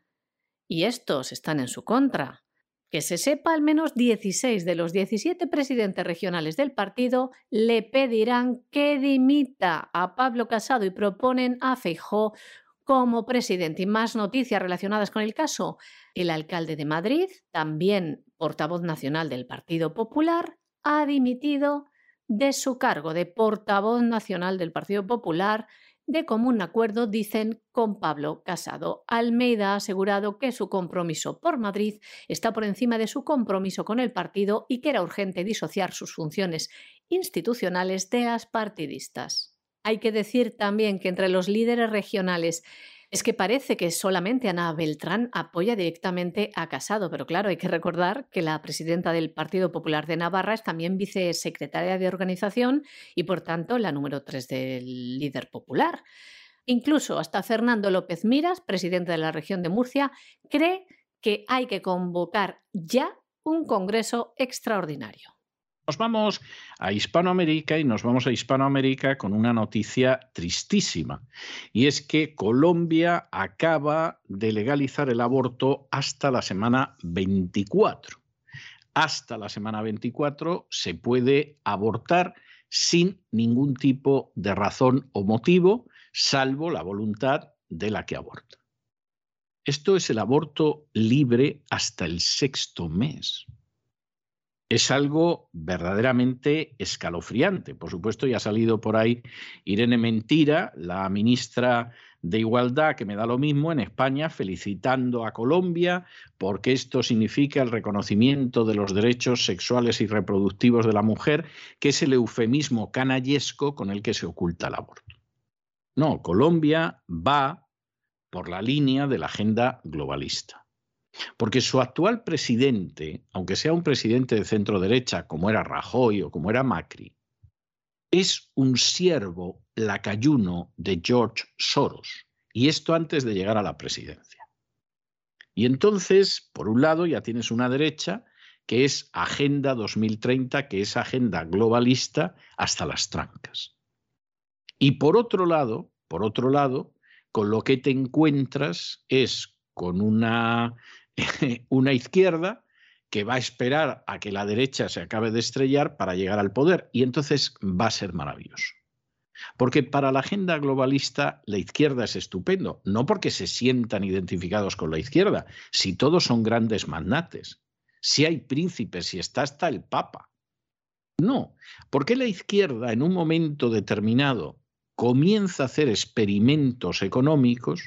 Y estos están en su contra. Que se sepa, al menos dieciséis de los diecisiete presidentes regionales del partido le pedirán que dimita a Pablo Casado y proponen a Feijóo como presidente. Y más noticias relacionadas con el caso. El alcalde de Madrid, también portavoz nacional del Partido Popular, ha dimitido de su cargo de portavoz nacional del Partido Popular de común acuerdo, dicen, con Pablo Casado. Almeida ha asegurado que su compromiso por Madrid está por encima de su compromiso con el partido y que era urgente disociar sus funciones institucionales de las partidistas. Hay que decir también que entre los líderes regionales es que parece que solamente Ana Beltrán apoya directamente a Casado, pero claro, hay que recordar que la presidenta del Partido Popular de Navarra es también vicesecretaria de organización y, por tanto, la número tres del líder popular. Incluso hasta Fernando López Miras, presidente de la región de Murcia, cree que hay que convocar ya un congreso extraordinario. Nos vamos a Hispanoamérica y nos vamos a Hispanoamérica con una noticia tristísima, y es que Colombia acaba de legalizar el aborto hasta la semana veinticuatro. Hasta la semana veinticuatro se puede abortar sin ningún tipo de razón o motivo, salvo la voluntad de la que aborta. Esto es el aborto libre hasta el sexto mes. Es algo verdaderamente escalofriante. Por supuesto, ya ha salido por ahí Irene Mentira, la ministra de Igualdad, que me da lo mismo, en España, felicitando a Colombia porque esto significa el reconocimiento de los derechos sexuales y reproductivos de la mujer, que es el eufemismo canallesco con el que se oculta el aborto. No, Colombia va por la línea de la agenda globalista. Porque su actual presidente, aunque sea un presidente de centro derecha como era Rajoy o como era Macri, es un siervo lacayuno de George Soros, y esto antes de llegar a la presidencia. Y entonces, por un lado, ya tienes una derecha que es Agenda dos mil treinta, que es agenda globalista hasta las trancas. Y por otro lado, por otro lado, con lo que te encuentras es con una, una izquierda que va a esperar a que la derecha se acabe de estrellar para llegar al poder, y entonces va a ser maravilloso. Porque para la agenda globalista la izquierda es estupendo, no porque se sientan identificados con la izquierda, si todos son grandes magnates, si hay príncipes, si está hasta el Papa. No, porque la izquierda en un momento determinado comienza a hacer experimentos económicos,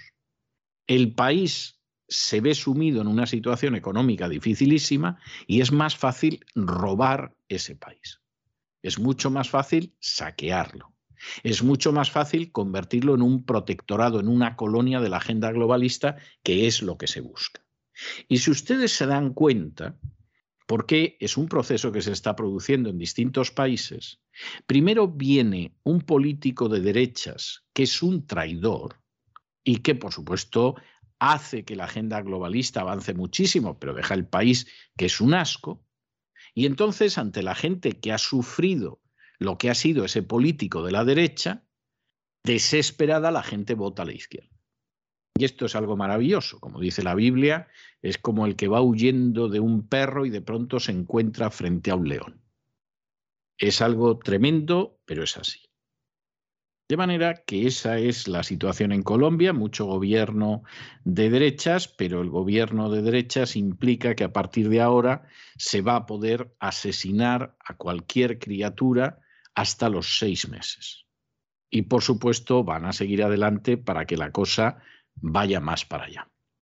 el país se ve sumido en una situación económica dificilísima y es más fácil robar ese país. Es mucho más fácil saquearlo. Es mucho más fácil convertirlo en un protectorado, en una colonia de la agenda globalista, que es lo que se busca. Y si ustedes se dan cuenta, porque es un proceso que se está produciendo en distintos países, primero viene un político de derechas que es un traidor y que, por supuesto, hace que la agenda globalista avance muchísimo, pero deja el país que es un asco. Y entonces, ante la gente que ha sufrido lo que ha sido ese político de la derecha, desesperada la gente vota a la izquierda. Y esto es algo maravilloso. Como dice la Biblia, es como el que va huyendo de un perro y de pronto se encuentra frente a un león. Es algo tremendo, pero es así. De manera que esa es la situación en Colombia, mucho gobierno de derechas, pero el gobierno de derechas implica que a partir de ahora se va a poder asesinar a cualquier criatura hasta los seis meses. Y por supuesto van a seguir adelante para que la cosa vaya más para allá.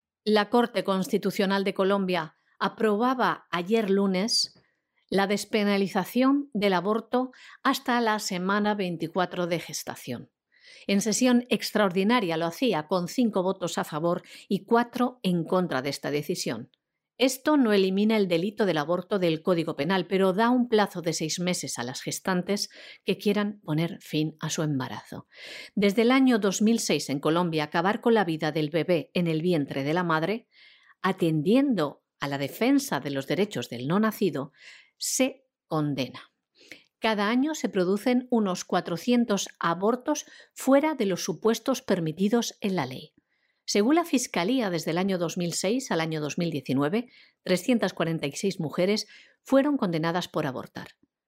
La Corte Constitucional de Colombia aprobaba ayer lunes la despenalización del aborto hasta la semana veinticuatro de gestación. En sesión extraordinaria lo hacía con cinco votos a favor y cuatro en contra de esta decisión. Esto no elimina el delito del aborto del Código Penal, pero da un plazo de seis meses a las gestantes que quieran poner fin a su embarazo. Desde el año dos mil seis en Colombia, acabar con la vida del bebé en el vientre de la madre, atendiendo a la defensa de los derechos del no nacido, se condena. Cada año se producen unos cuatrocientos abortos fuera de los supuestos permitidos en la ley. Según la Fiscalía, desde el año dos mil seis al año dos mil diecinueve, trescientas cuarenta y seis mujeres fueron condenadas por abortar.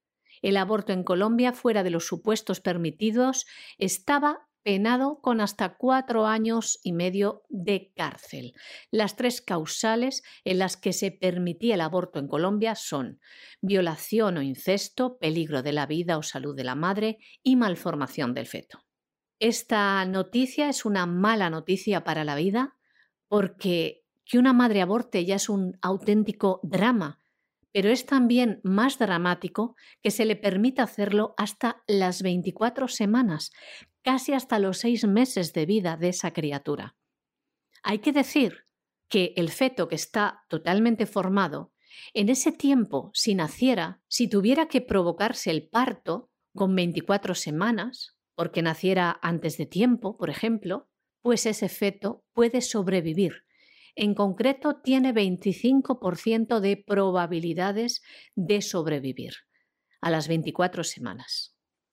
El aborto en Colombia, fuera de los supuestos permitidos, estaba penado con hasta cuatro años y medio de cárcel. Las tres causales en las que se permitía el aborto en Colombia son violación o incesto, peligro de la vida o salud de la madre y malformación del feto. Esta noticia es una mala noticia para la vida porque que una madre aborte ya es un auténtico drama, pero es también más dramático que se le permita hacerlo hasta las veinticuatro semanas, casi hasta los seis meses de vida de esa criatura. Hay que decir que el feto que está totalmente formado, en ese tiempo, si naciera, si tuviera que provocarse el parto con veinticuatro semanas, porque naciera antes de tiempo, por ejemplo, pues ese feto puede sobrevivir. En concreto, tiene veinticinco por ciento de probabilidades de sobrevivir a las veinticuatro semanas.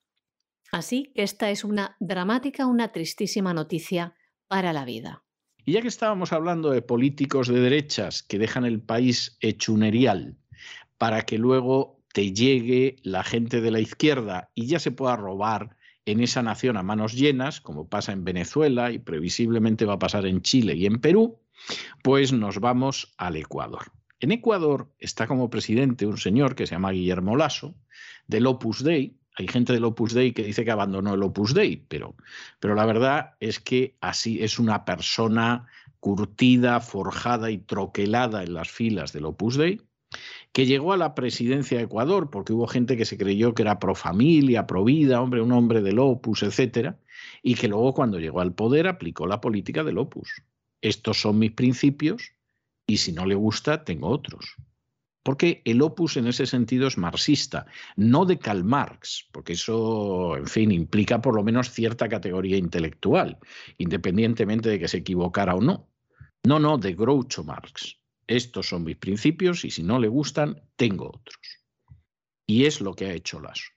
Así que esta es una dramática, una tristísima noticia para la vida. Y ya que estábamos hablando de políticos de derechas que dejan el país hecho un erial para que luego te llegue la gente de la izquierda y ya se pueda robar en esa nación a manos llenas, como pasa en Venezuela y previsiblemente va a pasar en Chile y en Perú, pues nos vamos al Ecuador. En Ecuador está como presidente un señor que se llama Guillermo Lasso, del Opus Dei. Hay gente del Opus Dei que dice que abandonó el Opus Dei, pero, pero la verdad es que así es una persona curtida, forjada y troquelada en las filas del Opus Dei, que llegó a la presidencia de Ecuador porque hubo gente que se creyó que era pro familia, pro vida, hombre, un hombre del Opus, etcétera, y que luego cuando llegó al poder aplicó la política del Opus. Estos son mis principios y si no le gusta tengo otros. Porque el Opus en ese sentido es marxista, no de Karl Marx, porque eso, en fin, implica por lo menos cierta categoría intelectual, independientemente de que se equivocara o no. No, no, de Groucho Marx. Estos son mis principios y si no le gustan, tengo otros. Y es lo que ha hecho Lasso.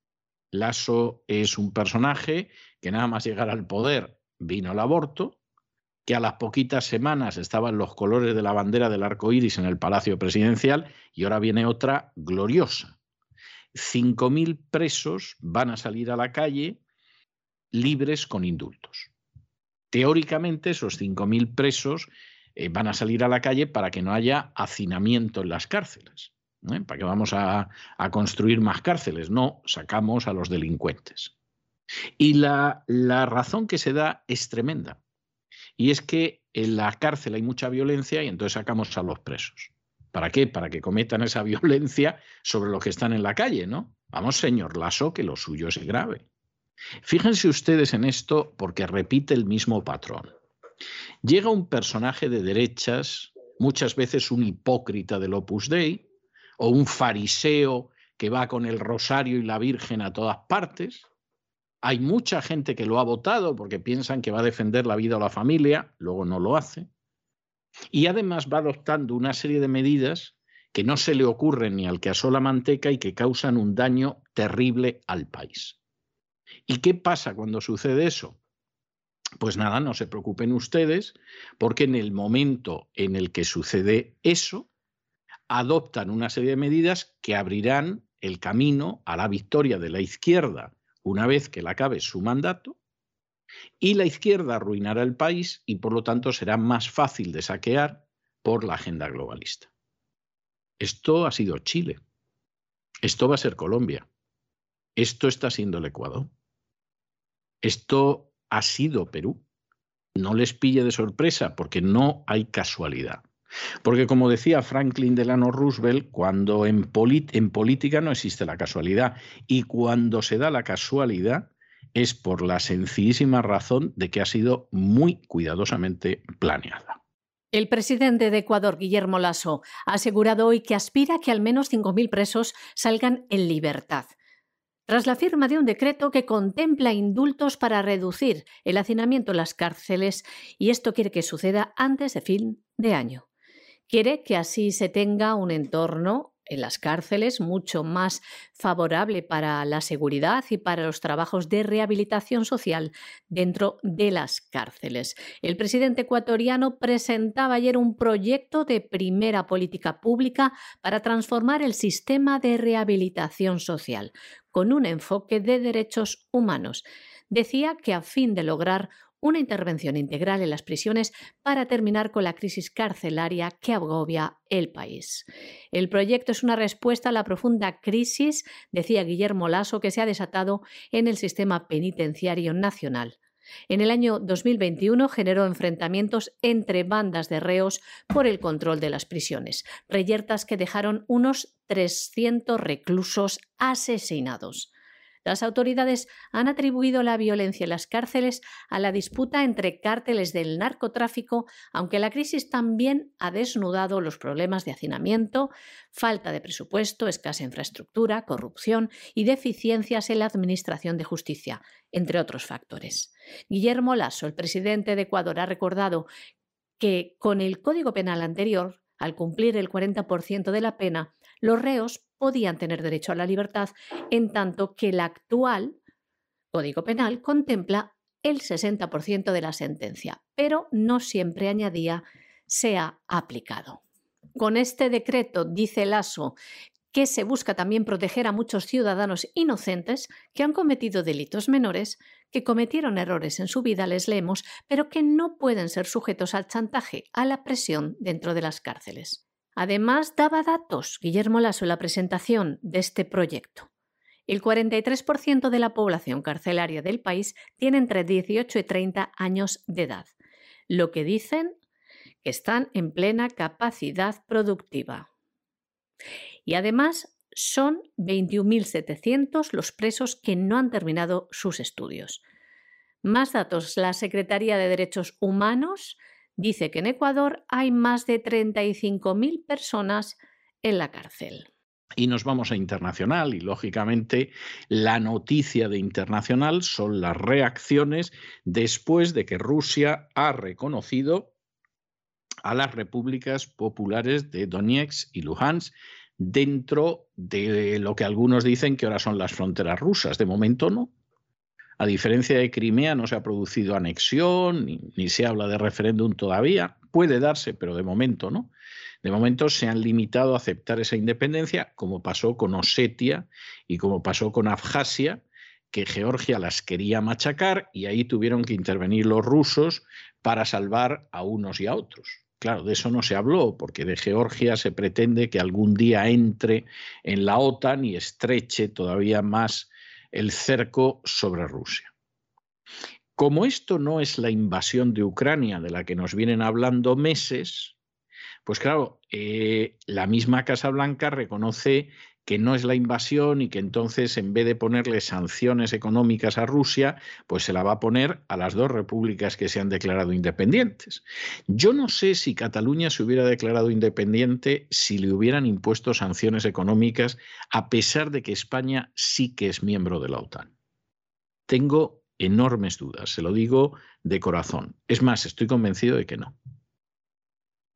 Lasso es un personaje que nada más llegar al poder vino el aborto, que a las poquitas semanas estaban los colores de la bandera del arco iris en el Palacio Presidencial y ahora viene otra gloriosa. cinco mil presos van a salir a la calle libres con indultos. Teóricamente esos cinco mil presos eh, van a salir a la calle para que no haya hacinamiento en las cárceles. ¿eh? ¿Para qué vamos a, a construir más cárceles? No, sacamos a los delincuentes. Y la, la razón que se da es tremenda. Y es que en la cárcel hay mucha violencia y entonces sacamos a los presos. ¿Para qué? Para que cometan esa violencia sobre los que están en la calle, ¿no? Vamos, señor Lasso, que lo suyo es grave. Fíjense ustedes en esto porque repite el mismo patrón. Llega un personaje de derechas, muchas veces un hipócrita del Opus Dei, o un fariseo que va con el rosario y la Virgen a todas partes. Hay mucha gente que lo ha votado porque piensan que va a defender la vida o la familia, luego no lo hace. Y además va adoptando una serie de medidas que no se le ocurren ni al que asó la manteca y que causan un daño terrible al país. ¿Y qué pasa cuando sucede eso? Pues nada, no se preocupen ustedes, porque en el momento en el que sucede eso, adoptan una serie de medidas que abrirán el camino a la victoria de la izquierda una vez que le acabe su mandato, y la izquierda arruinará el país y por lo tanto será más fácil de saquear por la agenda globalista. Esto ha sido Chile. Esto va a ser Colombia. Esto está siendo el Ecuador. Esto ha sido Perú. No les pille de sorpresa porque no hay casualidad. Porque como decía Franklin Delano Roosevelt, cuando en, en política no existe la casualidad y cuando se da la casualidad es por la sencillísima razón de que ha sido muy cuidadosamente planeada. El presidente de Ecuador, Guillermo Lasso, ha asegurado hoy que aspira a que al menos cinco mil presos salgan en libertad, tras la firma de un decreto que contempla indultos para reducir el hacinamiento en las cárceles, y esto quiere que suceda antes de fin de año. Quiere que así se tenga un entorno en las cárceles mucho más favorable para la seguridad y para los trabajos de rehabilitación social dentro de las cárceles. El presidente ecuatoriano presentaba ayer un proyecto de primera política pública para transformar el sistema de rehabilitación social con un enfoque de derechos humanos. Decía que a fin de lograr una intervención integral en las prisiones para terminar con la crisis carcelaria que agobia el país. El proyecto es una respuesta a la profunda crisis, decía Guillermo Lasso, que se ha desatado en el sistema penitenciario nacional. En el año dos mil veintiuno generó enfrentamientos entre bandas de reos por el control de las prisiones, reyertas que dejaron unos trescientos reclusos asesinados. Las autoridades han atribuido la violencia en las cárceles a la disputa entre cárteles del narcotráfico, aunque la crisis también ha desnudado los problemas de hacinamiento, falta de presupuesto, escasa infraestructura, corrupción y deficiencias en la administración de justicia, entre otros factores. Guillermo Lasso, el presidente de Ecuador, ha recordado que con el Código Penal anterior, al cumplir el cuarenta por ciento de la pena, los reos podían tener derecho a la libertad, en tanto que el actual Código Penal contempla el sesenta por ciento de la sentencia, pero no siempre, añadía, se ha aplicado. Con este decreto, dice Lasso, que se busca también proteger a muchos ciudadanos inocentes que han cometido delitos menores, que cometieron errores en su vida, les leemos, pero que no pueden ser sujetos al chantaje, a la presión dentro de las cárceles. Además, daba datos Guillermo Lasso en la presentación de este proyecto. El cuarenta y tres por ciento de la población carcelaria del país tiene entre dieciocho y treinta años de edad, lo que dicen que están en plena capacidad productiva. Y además son veintiún mil setecientos los presos que no han terminado sus estudios. Más datos, la Secretaría de Derechos Humanos dice que en Ecuador hay más de treinta y cinco mil personas en la cárcel. Y nos vamos a internacional y, lógicamente, la noticia de internacional son las reacciones después de que Rusia ha reconocido a las repúblicas populares de Donetsk y Luhansk dentro de lo que algunos dicen que ahora son las fronteras rusas. De momento no. A diferencia de Crimea, no se ha producido anexión ni, ni se habla de referéndum todavía. Puede darse, pero de momento no. De momento se han limitado a aceptar esa independencia, como pasó con Osetia y como pasó con Abjasia, que Georgia las quería machacar y ahí tuvieron que intervenir los rusos para salvar a unos y a otros. Claro, de eso no se habló, porque de Georgia se pretende que algún día entre en la OTAN y estreche todavía más el cerco sobre Rusia. Como esto no es la invasión de Ucrania de la que nos vienen hablando meses, pues claro, eh, la misma Casa Blanca reconoce que no es la invasión y que entonces en vez de ponerle sanciones económicas a Rusia, pues se la va a poner a las dos repúblicas que se han declarado independientes. Yo no sé si Cataluña se hubiera declarado independiente si le hubieran impuesto sanciones económicas, a pesar de que España sí que es miembro de la OTAN. Tengo enormes dudas, se lo digo de corazón. Es más, estoy convencido de que no.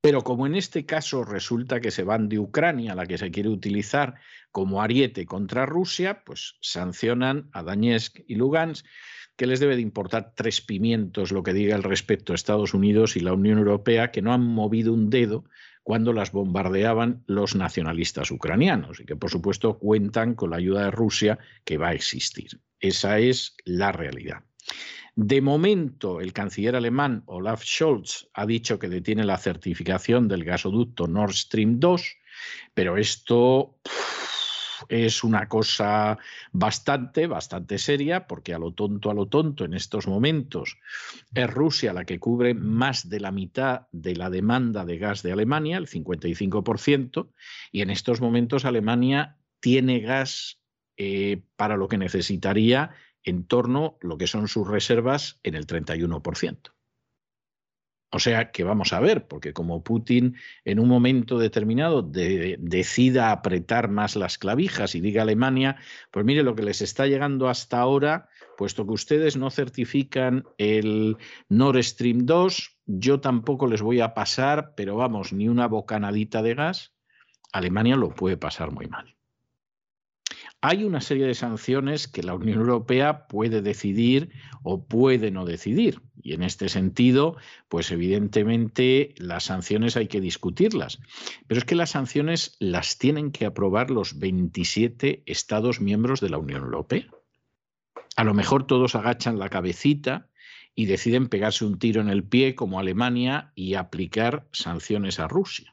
Pero como en este caso resulta que se van de Ucrania, la que se quiere utilizar como ariete contra Rusia, pues sancionan a Donetsk y Lugansk, que les debe de importar tres pimientos lo que diga al respecto a Estados Unidos y la Unión Europea, que no han movido un dedo cuando las bombardeaban los nacionalistas ucranianos y que por supuesto cuentan con la ayuda de Rusia que va a existir. Esa es la realidad. De momento, el canciller alemán Olaf Scholz ha dicho que detiene la certificación del gasoducto Nord Stream dos, pero esto pff, es una cosa bastante, bastante seria, porque a lo tonto, a lo tonto, en estos momentos es Rusia la que cubre más de la mitad de la demanda de gas de Alemania, el cincuenta y cinco por ciento, y en estos momentos Alemania tiene gas eh, para lo que necesitaría en torno a lo que son sus reservas en el treinta y uno por ciento. O sea que vamos a ver, porque como Putin en un momento determinado de, decida apretar más las clavijas y diga a Alemania, pues mire lo que les está llegando hasta ahora, puesto que ustedes no certifican el Nord Stream dos, yo tampoco les voy a pasar, pero vamos, ni una bocanadita de gas, Alemania lo puede pasar muy mal. Hay una serie de sanciones que la Unión Europea puede decidir o puede no decidir. Y en este sentido, pues evidentemente las sanciones hay que discutirlas. Pero es que las sanciones las tienen que aprobar los veintisiete Estados miembros de la Unión Europea. A lo mejor todos agachan la cabecita y deciden pegarse un tiro en el pie como Alemania y aplicar sanciones a Rusia.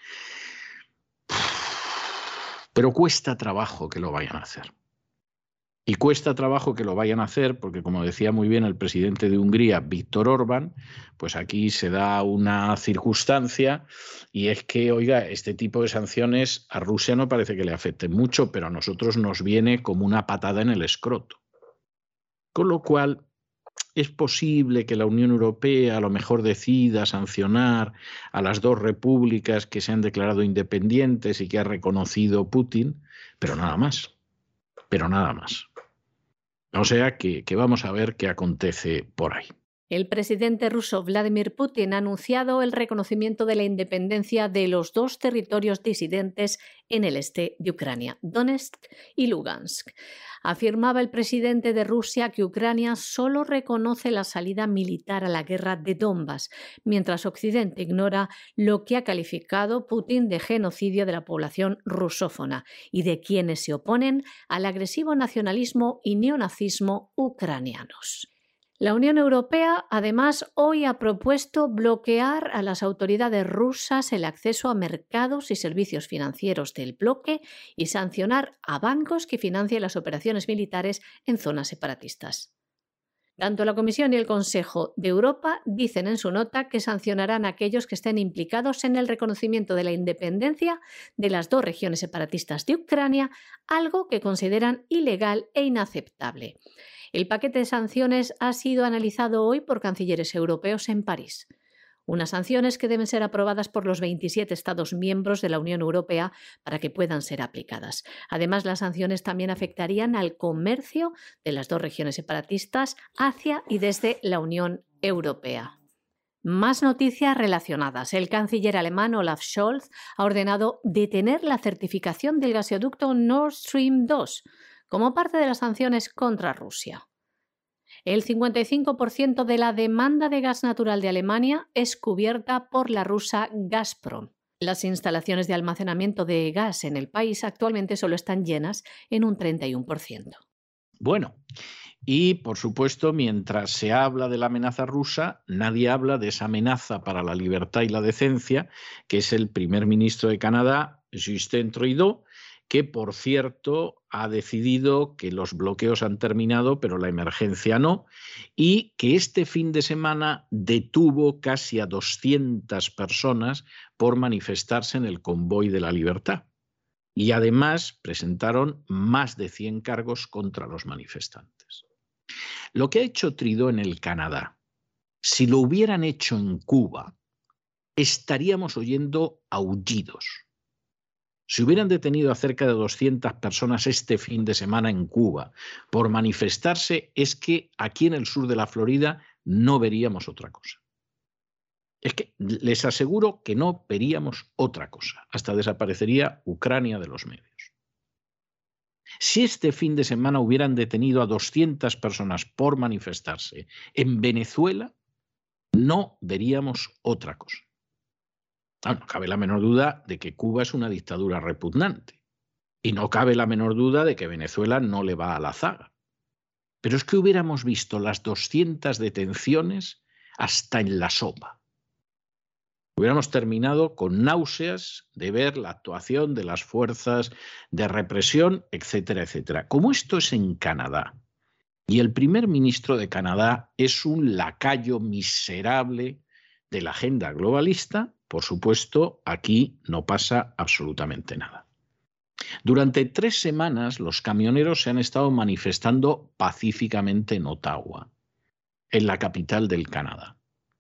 Pero cuesta trabajo que lo vayan a hacer. Y cuesta trabajo que lo vayan a hacer porque, como decía muy bien el presidente de Hungría, Viktor Orbán, pues aquí se da una circunstancia y es que, oiga, este tipo de sanciones a Rusia no parece que le afecten mucho, pero a nosotros nos viene como una patada en el escroto. Con lo cual, es posible que la Unión Europea a lo mejor decida sancionar a las dos repúblicas que se han declarado independientes y que ha reconocido Putin, pero nada más, pero nada más. O sea que, que vamos a ver qué acontece por ahí. El presidente ruso Vladimir Putin ha anunciado el reconocimiento de la independencia de los dos territorios disidentes en el este de Ucrania, Donetsk y Lugansk. Afirmaba el presidente de Rusia que Ucrania solo reconoce la salida militar a la guerra de Donbass, mientras Occidente ignora lo que ha calificado Putin de genocidio de la población rusófona y de quienes se oponen al agresivo nacionalismo y neonazismo ucranianos. La Unión Europea, además, hoy ha propuesto bloquear a las autoridades rusas el acceso a mercados y servicios financieros del bloque y sancionar a bancos que financien las operaciones militares en zonas separatistas. Tanto la Comisión y el Consejo de Europa dicen en su nota que sancionarán a aquellos que estén implicados en el reconocimiento de la independencia de las dos regiones separatistas de Ucrania, algo que consideran ilegal e inaceptable. El paquete de sanciones ha sido analizado hoy por cancilleres europeos en París. Unas sanciones que deben ser aprobadas por los veintisiete Estados miembros de la Unión Europea para que puedan ser aplicadas. Además, las sanciones también afectarían al comercio de las dos regiones separatistas hacia y desde la Unión Europea. Más noticias relacionadas. El canciller alemán Olaf Scholz ha ordenado detener la certificación del gasoducto Nord Stream dos como parte de las sanciones contra Rusia. El cincuenta y cinco por ciento de la demanda de gas natural de Alemania es cubierta por la rusa Gazprom. Las instalaciones de almacenamiento de gas en el país actualmente solo están llenas en un treinta y uno por ciento. Bueno, y por supuesto, mientras se habla de la amenaza rusa, nadie habla de esa amenaza para la libertad y la decencia, que es el primer ministro de Canadá, Justin Trudeau, que, por cierto, ha decidido que los bloqueos han terminado, pero la emergencia no, y que este fin de semana detuvo casi a doscientas personas por manifestarse en el Convoy de la Libertad. Y además presentaron más de cien cargos contra los manifestantes. Lo que ha hecho Trudeau en el Canadá, si lo hubieran hecho en Cuba, estaríamos oyendo aullidos. Si hubieran detenido a cerca de doscientas personas este fin de semana en Cuba por manifestarse, es que aquí en el sur de la Florida no veríamos otra cosa. Es que les aseguro que no veríamos otra cosa. Hasta desaparecería Ucrania de los medios. Si este fin de semana hubieran detenido a doscientas personas por manifestarse en Venezuela, no veríamos otra cosa. Ah, no cabe la menor duda de que Cuba es una dictadura repugnante. Y no cabe la menor duda de que Venezuela no le va a la zaga. Pero es que hubiéramos visto las doscientas detenciones hasta en la sopa. Hubiéramos terminado con náuseas de ver la actuación de las fuerzas de represión, etcétera, etcétera. Como esto es en Canadá, y el primer ministro de Canadá es un lacayo miserable de la agenda globalista, por supuesto, aquí no pasa absolutamente nada. Durante tres semanas los camioneros se han estado manifestando pacíficamente en Ottawa, en la capital del Canadá.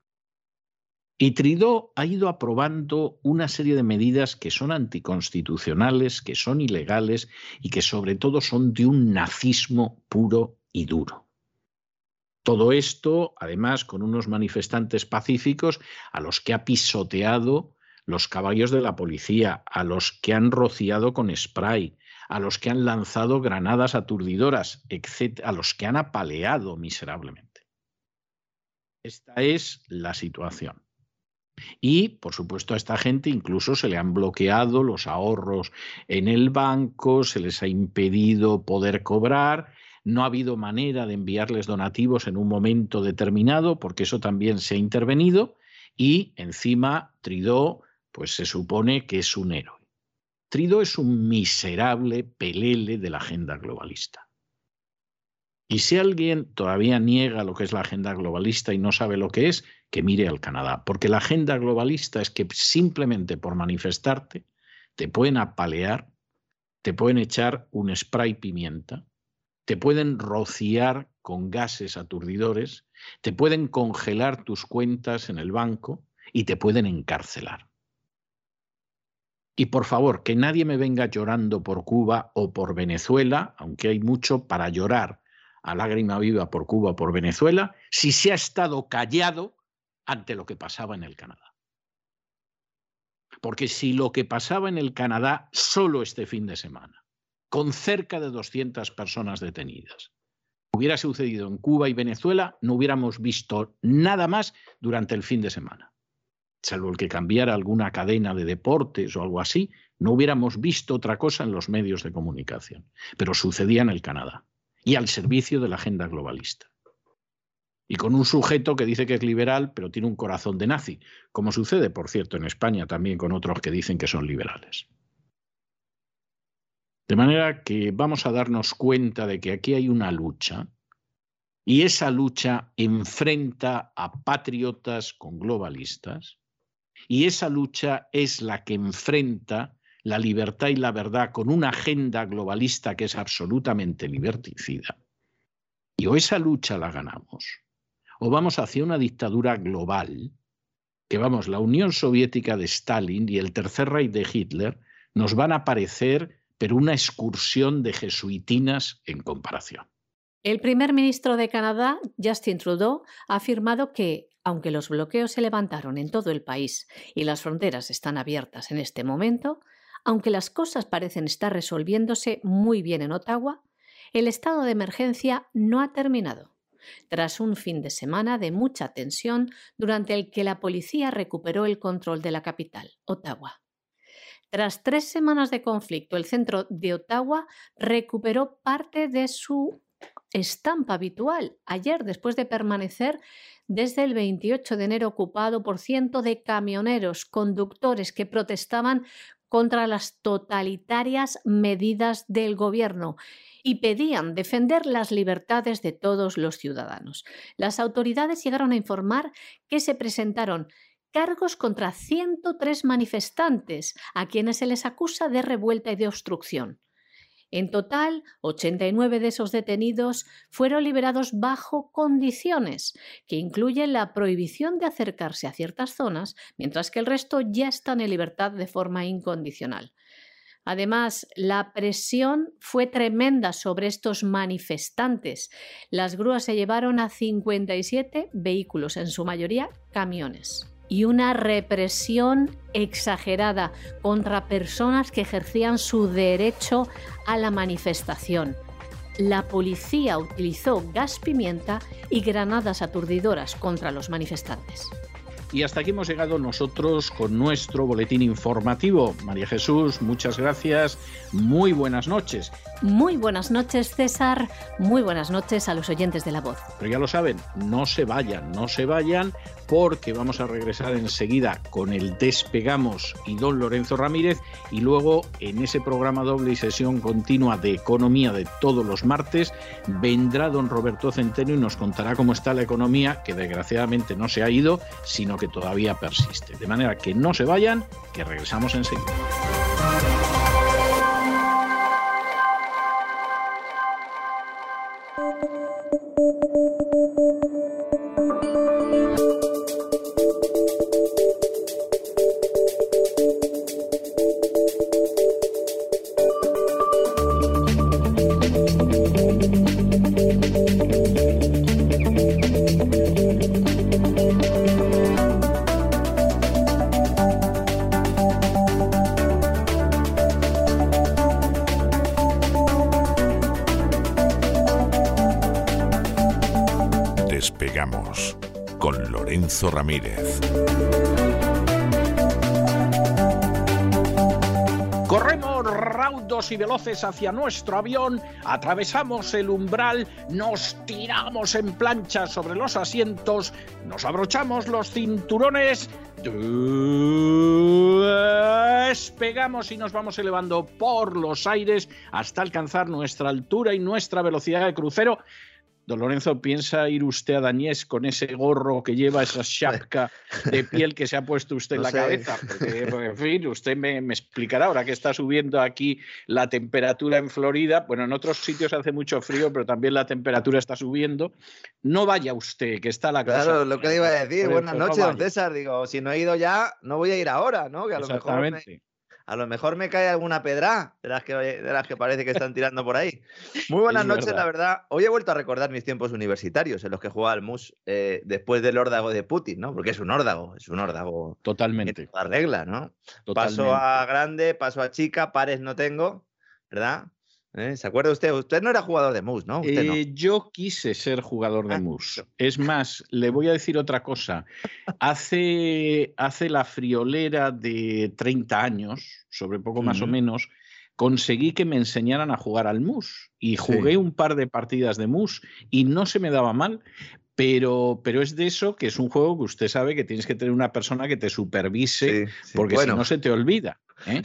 Y Trudeau ha ido aprobando una serie de medidas que son anticonstitucionales, que son ilegales y que sobre todo son de un nazismo puro y duro. Todo esto, además, con unos manifestantes pacíficos a los que ha pisoteado los caballos de la policía, a los que han rociado con spray, a los que han lanzado granadas aturdidoras, etcétera, a los que han apaleado miserablemente. Esta es la situación. Y, por supuesto, a esta gente incluso se le han bloqueado los ahorros en el banco, se les ha impedido poder cobrar, no ha habido manera de enviarles donativos en un momento determinado, porque eso también se ha intervenido, y encima Trudeau, pues se supone que es un héroe. Trudeau es un miserable pelele de la agenda globalista. Y si alguien todavía niega lo que es la agenda globalista y no sabe lo que es, que mire al Canadá. Porque la agenda globalista es que simplemente por manifestarte te pueden apalear, te pueden echar un spray pimienta, te pueden rociar con gases aturdidores, te pueden congelar tus cuentas en el banco y te pueden encarcelar. Y por favor, que nadie me venga llorando por Cuba o por Venezuela, aunque hay mucho para llorar a lágrima viva por Cuba o por Venezuela, si se ha estado callado ante lo que pasaba en el Canadá. Porque si lo que pasaba en el Canadá solo este fin de semana, con cerca de doscientas personas detenidas, hubiera sucedido en Cuba y Venezuela, no hubiéramos visto nada más durante el fin de semana. Salvo el que cambiara alguna cadena de deportes o algo así, no hubiéramos visto otra cosa en los medios de comunicación. Pero sucedía en el Canadá y al servicio de la agenda globalista. Y con un sujeto que dice que es liberal, pero tiene un corazón de nazi, como sucede, por cierto, en España también con otros que dicen que son liberales. De manera que vamos a darnos cuenta de que aquí hay una lucha, y esa lucha enfrenta a patriotas con globalistas, y esa lucha es la que enfrenta la libertad y la verdad con una agenda globalista que es absolutamente liberticida. Y o esa lucha la ganamos, o vamos hacia una dictadura global, que vamos, la Unión Soviética de Stalin y el Tercer Reich de Hitler nos van a parecer, pero una excursión de jesuitinas en comparación. El primer ministro de Canadá, Justin Trudeau, ha afirmado que, aunque los bloqueos se levantaron en todo el país y las fronteras están abiertas en este momento, aunque las cosas parecen estar resolviéndose muy bien en Ottawa, el estado de emergencia no ha terminado, tras un fin de semana de mucha tensión durante el que la policía recuperó el control de la capital, Ottawa. Tras tres semanas de conflicto, el centro de Ottawa recuperó parte de su estampa habitual ayer, después de permanecer desde el veintiocho de enero ocupado por cientos de camioneros, conductores que protestaban contra las totalitarias medidas del gobierno y pedían defender las libertades de todos los ciudadanos. Las autoridades llegaron a informar que se presentaron cargos contra ciento tres manifestantes, a quienes se les acusa de revuelta y de obstrucción. En total, ochenta y nueve de esos detenidos fueron liberados bajo condiciones, que incluyen la prohibición de acercarse a ciertas zonas, mientras que el resto ya están en libertad de forma incondicional. Además, la presión fue tremenda sobre estos manifestantes. Las grúas se llevaron a cincuenta y siete vehículos, en su mayoría camiones. y una represión exagerada contra personas que ejercían su derecho a la manifestación. La policía utilizó gas pimienta y granadas aturdidoras contra los manifestantes. Y hasta aquí hemos llegado nosotros con nuestro boletín informativo. María Jesús, muchas gracias. Muy buenas noches. Muy buenas noches, César. Muy buenas noches a los oyentes de La Voz. Pero ya lo saben, no se vayan, no se vayan, porque vamos a regresar enseguida con el Despegamos y don Lorenzo Ramírez, y luego en ese programa doble y sesión continua de economía de todos los martes vendrá don Roberto Centeno y nos contará cómo está la economía, que desgraciadamente no se ha ido, sino que todavía persiste. De manera que no se vayan, que regresamos enseguida. Despegamos con Lorenzo Ramírez. Corremos raudos y veloces hacia nuestro avión, atravesamos el umbral, nos tiramos en plancha sobre los asientos, nos abrochamos los cinturones, despegamos y nos vamos elevando por los aires hasta alcanzar nuestra altura y nuestra velocidad de crucero. Don Lorenzo, ¿piensa ir usted a Dañés con ese gorro que lleva, esa chapca de piel que se ha puesto usted no en la sé. cabeza? Porque, en fin, usted me, me explicará ahora que está subiendo aquí la temperatura en Florida. Bueno, en otros sitios hace mucho frío, pero también la temperatura está subiendo. No vaya usted, que está la cosa. Claro, lo que le iba a decir. Buenas noches, no don César. Digo, si no he ido ya, no voy a ir ahora, ¿no? Que a lo mejor me... A lo mejor me cae alguna pedra de las que, de las que parece que están tirando por ahí. Muy buenas noches, verdad. La verdad. Hoy he vuelto a recordar mis tiempos universitarios en los que jugaba al mus eh, después del órdago de Putin, ¿no? Porque es un órdago, es un órdago. Totalmente. La regla, ¿no? Totalmente. Paso a grande, paso a chica, pares no tengo, ¿verdad? ¿Eh? ¿Se acuerda usted? Usted no era jugador de mus, ¿no? Usted eh, no. Yo quise ser jugador de ah, mus. Es más, le voy a decir otra cosa. Hace, hace la friolera de treinta años, sobre poco uh-huh. más o menos, conseguí que me enseñaran a jugar al mus. Y jugué sí. un par de partidas de mus y no se me daba mal. Pero, pero es de eso que es un juego que usted sabe que tienes que tener una persona que te supervise, sí, sí. porque bueno. si no se te olvida. ¿eh?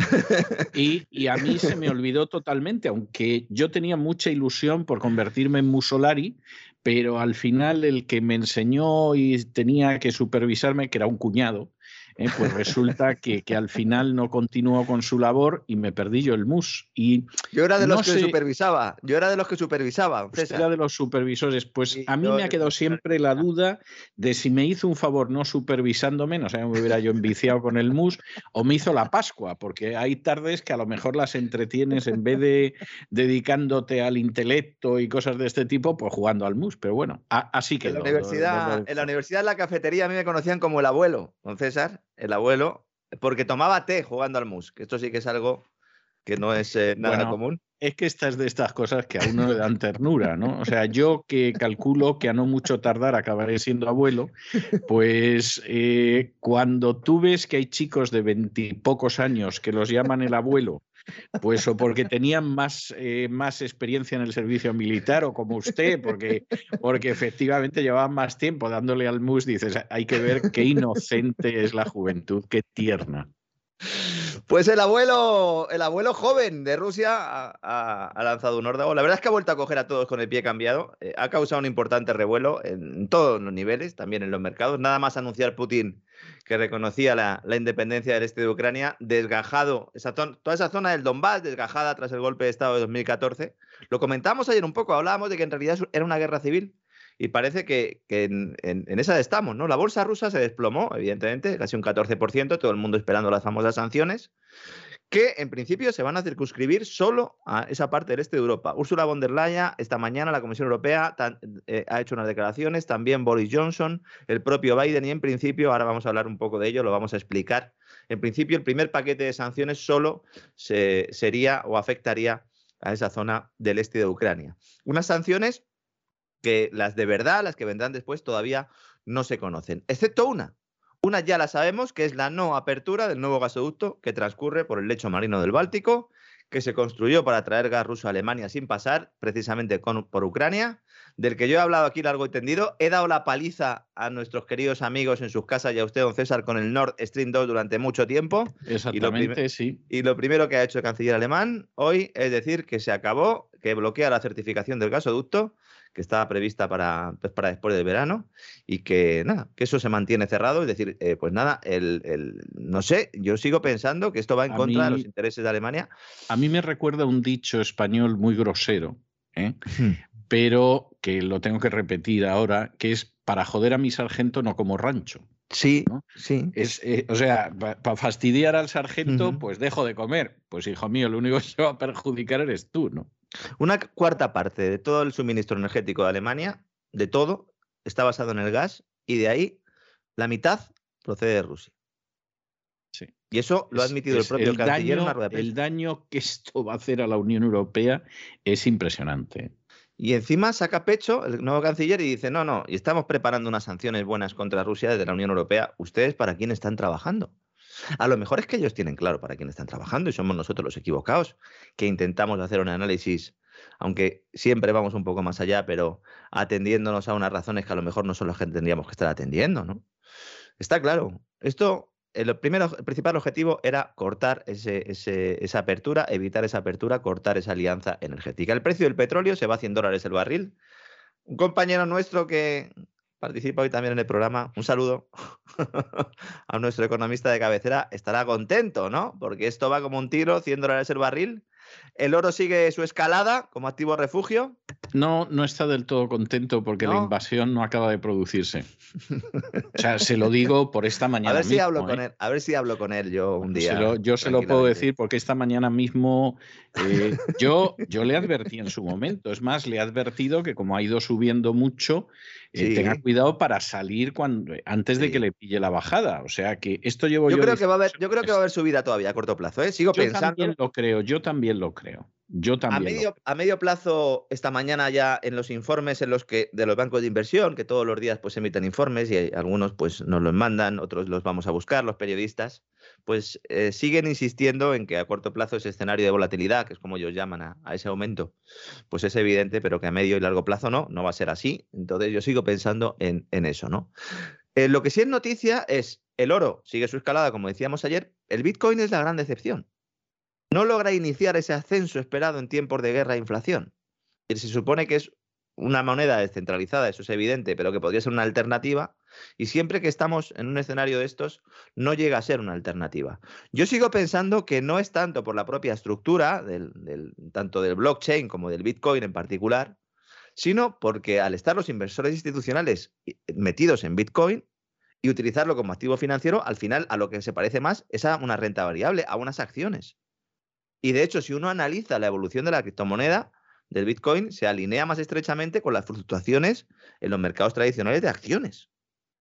y, y a mí se me olvidó totalmente, aunque yo tenía mucha ilusión por convertirme en Mussolari, pero al final el que me enseñó y tenía que supervisarme, que era un cuñado, ¿eh? pues resulta que, que al final no continuó con su labor y me perdí yo el mus. Y yo era de los no que sé, supervisaba, yo era de los que supervisaba. Usted era de los supervisores. Pues sí, a mí yo, me ha quedado siempre la duda de si me hizo un favor no supervisándome, no sé, me hubiera yo enviciado con el mus, o me hizo la Pascua, porque hay tardes que a lo mejor las entretienes en vez de dedicándote al intelecto y cosas de este tipo, pues jugando al mus. Pero bueno, a, así quedó. En la universidad, en la universidad, en la cafetería, a mí me conocían como el abuelo, don César. El abuelo, porque tomaba té jugando al mus, que esto sí que es algo que no es eh, nada bueno, común. Es que estas de estas cosas que a uno le dan ternura, ¿no? O sea, yo que calculo que a no mucho tardar acabaré siendo abuelo, pues eh, cuando tú ves que hay chicos de veintipocos años que los llaman el abuelo, pues o porque tenían más, eh, más experiencia en el servicio militar o como usted, porque, porque efectivamente llevaban más tiempo dándole al mus, dices, hay que ver qué inocente es la juventud, qué tierna. Pues el abuelo, el abuelo joven de Rusia ha, ha, ha lanzado un órdago. La verdad es que ha vuelto a coger a todos con el pie cambiado. Eh, ha causado un importante revuelo en todos los niveles, también en los mercados. Nada más anunciar Putin que reconocía la, la independencia del este de Ucrania, desgajado, esa toda esa zona del Donbass, desgajada tras el golpe de Estado de dos mil catorce. Lo comentamos ayer un poco, hablábamos de que en realidad era una guerra civil. Y parece que, que en, en, en esa estamos, ¿no? La bolsa rusa se desplomó, evidentemente, casi un catorce por ciento, todo el mundo esperando las famosas sanciones, que en principio se van a circunscribir solo a esa parte del este de Europa. Ursula von der Leyen, esta mañana la Comisión Europea tan, eh, ha hecho unas declaraciones, también Boris Johnson, el propio Biden, y en principio, ahora vamos a hablar un poco de ello, lo vamos a explicar. En principio, el primer paquete de sanciones solo se, sería o afectaría a esa zona del este de Ucrania. Unas sanciones que las de verdad, las que vendrán después, todavía no se conocen, excepto una. Una ya la sabemos, que es la no apertura del nuevo gasoducto que transcurre por el lecho marino del Báltico, que se construyó para traer gas ruso a Alemania sin pasar, precisamente con, por Ucrania, del que yo he hablado aquí largo y tendido. He dado la paliza a nuestros queridos amigos en sus casas y a usted, don César, con el Nord Stream dos durante mucho tiempo. Exactamente, y lo sí. Y lo primero que ha hecho el canciller alemán hoy es decir que se acabó, que bloquea la certificación del gasoducto, que estaba prevista para, pues para después del verano, y que nada, que eso se mantiene cerrado. Es decir, eh, pues nada, el, el, no sé, yo sigo pensando que esto va en a contra mí, de los intereses de Alemania. A mí me recuerda un dicho español muy grosero, ¿eh? pero que lo tengo que repetir ahora, que es: para joder a mi sargento no como rancho. Sí, ¿no? sí. Es, eh, o sea, para pa fastidiar al sargento, uh-huh. pues dejo de comer. Pues hijo mío, lo único que se va a perjudicar eres tú, ¿no? Una cuarta parte de todo el suministro energético de Alemania, de todo, está basado en el gas, y de ahí la mitad procede de Rusia. Sí. Y eso lo ha admitido es, es el propio el canciller daño, en una rueda de prensa. El daño que esto va a hacer a la Unión Europea es impresionante. Y encima saca pecho el nuevo canciller y dice, no, no, y estamos preparando unas sanciones buenas contra Rusia desde la Unión Europea. ¿Ustedes para quién están trabajando? A lo mejor es que ellos tienen claro para quién están trabajando y somos nosotros los equivocados, que intentamos hacer un análisis, aunque siempre vamos un poco más allá, pero atendiéndonos a unas razones que a lo mejor no son las que tendríamos que estar atendiendo, ¿no? Está claro. Esto, el, primero, el principal objetivo era cortar ese, ese, esa apertura, evitar esa apertura, cortar esa alianza energética. El precio del petróleo se va a cien dólares el barril. Un compañero nuestro que participa hoy también en el programa, un saludo a nuestro economista de cabecera, estará contento, ¿no? Porque esto va como un tiro, cien dólares el barril. El oro sigue su escalada como activo refugio. No, no está del todo contento porque ¿no? la invasión no acaba de producirse. O sea, se lo digo por esta mañana. A ver si mismo, hablo ¿eh? con él. A ver si hablo con él yo un día. Se lo, yo se lo puedo decir porque esta mañana mismo eh, yo, yo le advertí en su momento. Es más, le he advertido que como ha ido subiendo mucho, eh, sí. tenga cuidado para salir cuando antes de sí. que le pille la bajada. O sea que esto llevo yo. Yo, creo que va a haber, yo creo que va a haber subida todavía a corto plazo. ¿eh? Sigo yo pensando. También lo creo. Yo también lo creo. Yo también. A medio, a medio plazo, esta mañana ya en los informes en los que, de los bancos de inversión, que todos los días pues emiten informes y hay, algunos pues nos los mandan, otros los vamos a buscar, los periodistas, pues eh, siguen insistiendo en que a corto plazo ese escenario de volatilidad, que es como ellos llaman a, a ese aumento, pues es evidente, pero que a medio y largo plazo no, no va a ser así. Entonces yo sigo pensando en, en eso, ¿no? Eh, lo que sí es noticia es el oro sigue su escalada, como decíamos ayer, el Bitcoin es la gran decepción. No logra iniciar ese ascenso esperado en tiempos de guerra e inflación. Se supone que es una moneda descentralizada, eso es evidente, pero que podría ser una alternativa, y siempre que estamos en un escenario de estos, no llega a ser una alternativa. Yo sigo pensando que no es tanto por la propia estructura, del, del, tanto del blockchain como del Bitcoin en particular, sino porque al estar los inversores institucionales metidos en Bitcoin y utilizarlo como activo financiero, al final a lo que se parece más es a una renta variable, a unas acciones. Y de hecho, si uno analiza la evolución de la criptomoneda, del Bitcoin, se alinea más estrechamente con las fluctuaciones en los mercados tradicionales de acciones,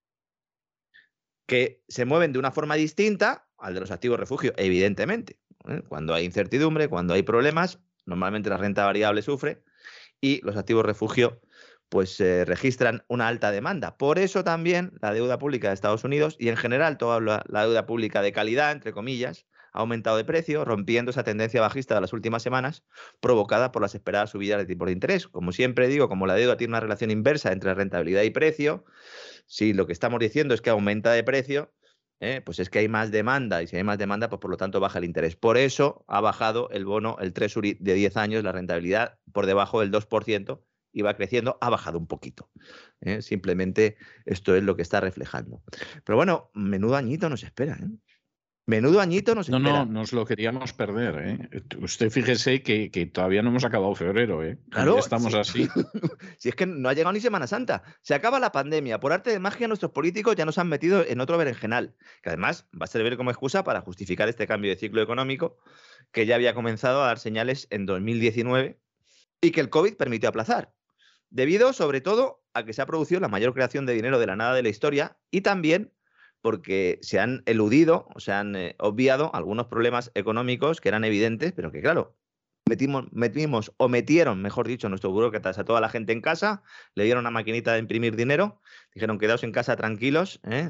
que se mueven de una forma distinta al de los activos refugio, evidentemente. ¿eh? Cuando hay incertidumbre, cuando hay problemas, normalmente la renta variable sufre y los activos refugio pues eh, registran una alta demanda. Por eso también la deuda pública de Estados Unidos y en general toda la, la deuda pública de calidad, entre comillas, ha aumentado de precio, rompiendo esa tendencia bajista de las últimas semanas provocada por las esperadas subidas de tipos de interés. Como siempre digo, como la deuda tiene una relación inversa entre rentabilidad y precio, si lo que estamos diciendo es que aumenta de precio, eh, pues es que hay más demanda, y si hay más demanda, pues por lo tanto baja el interés. Por eso ha bajado el bono, el Treasury de diez años, la rentabilidad por debajo del dos por ciento, y va creciendo, ha bajado un poquito. ¿eh? Simplemente esto es lo que está reflejando. Pero bueno, menudo añito nos espera, ¿eh? Menudo añito nos No, espera. no, nos lo queríamos perder, ¿eh? Usted fíjese que, que todavía no hemos acabado febrero, ¿eh? Claro, Ya estamos sí. así. Si es que no ha llegado ni Semana Santa. Se acaba la pandemia. Por arte de magia, nuestros políticos ya nos han metido en otro berenjenal, que además va a servir como excusa para justificar este cambio de ciclo económico que ya había comenzado a dar señales en dos mil diecinueve y que el COVID permitió aplazar, debido sobre todo a que se ha producido la mayor creación de dinero de la nada de la historia y también porque se han eludido o se han eh, obviado algunos problemas económicos que eran evidentes, pero que claro, metimos, metimos o metieron, mejor dicho, nuestros burócratas a toda la gente en casa, le dieron una maquinita de imprimir dinero, dijeron quedaos en casa tranquilos, ¿eh?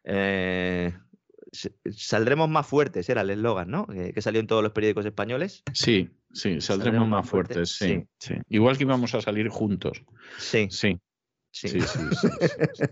Eh, saldremos más fuertes, era el eslogan, ¿no? Que, que salió en todos los periódicos españoles. Sí, sí, saldremos, saldremos más fuertes, fuertes sí, sí, sí. Igual que íbamos a salir juntos. Sí. Sí. Sí. Sí, sí, sí, sí, sí.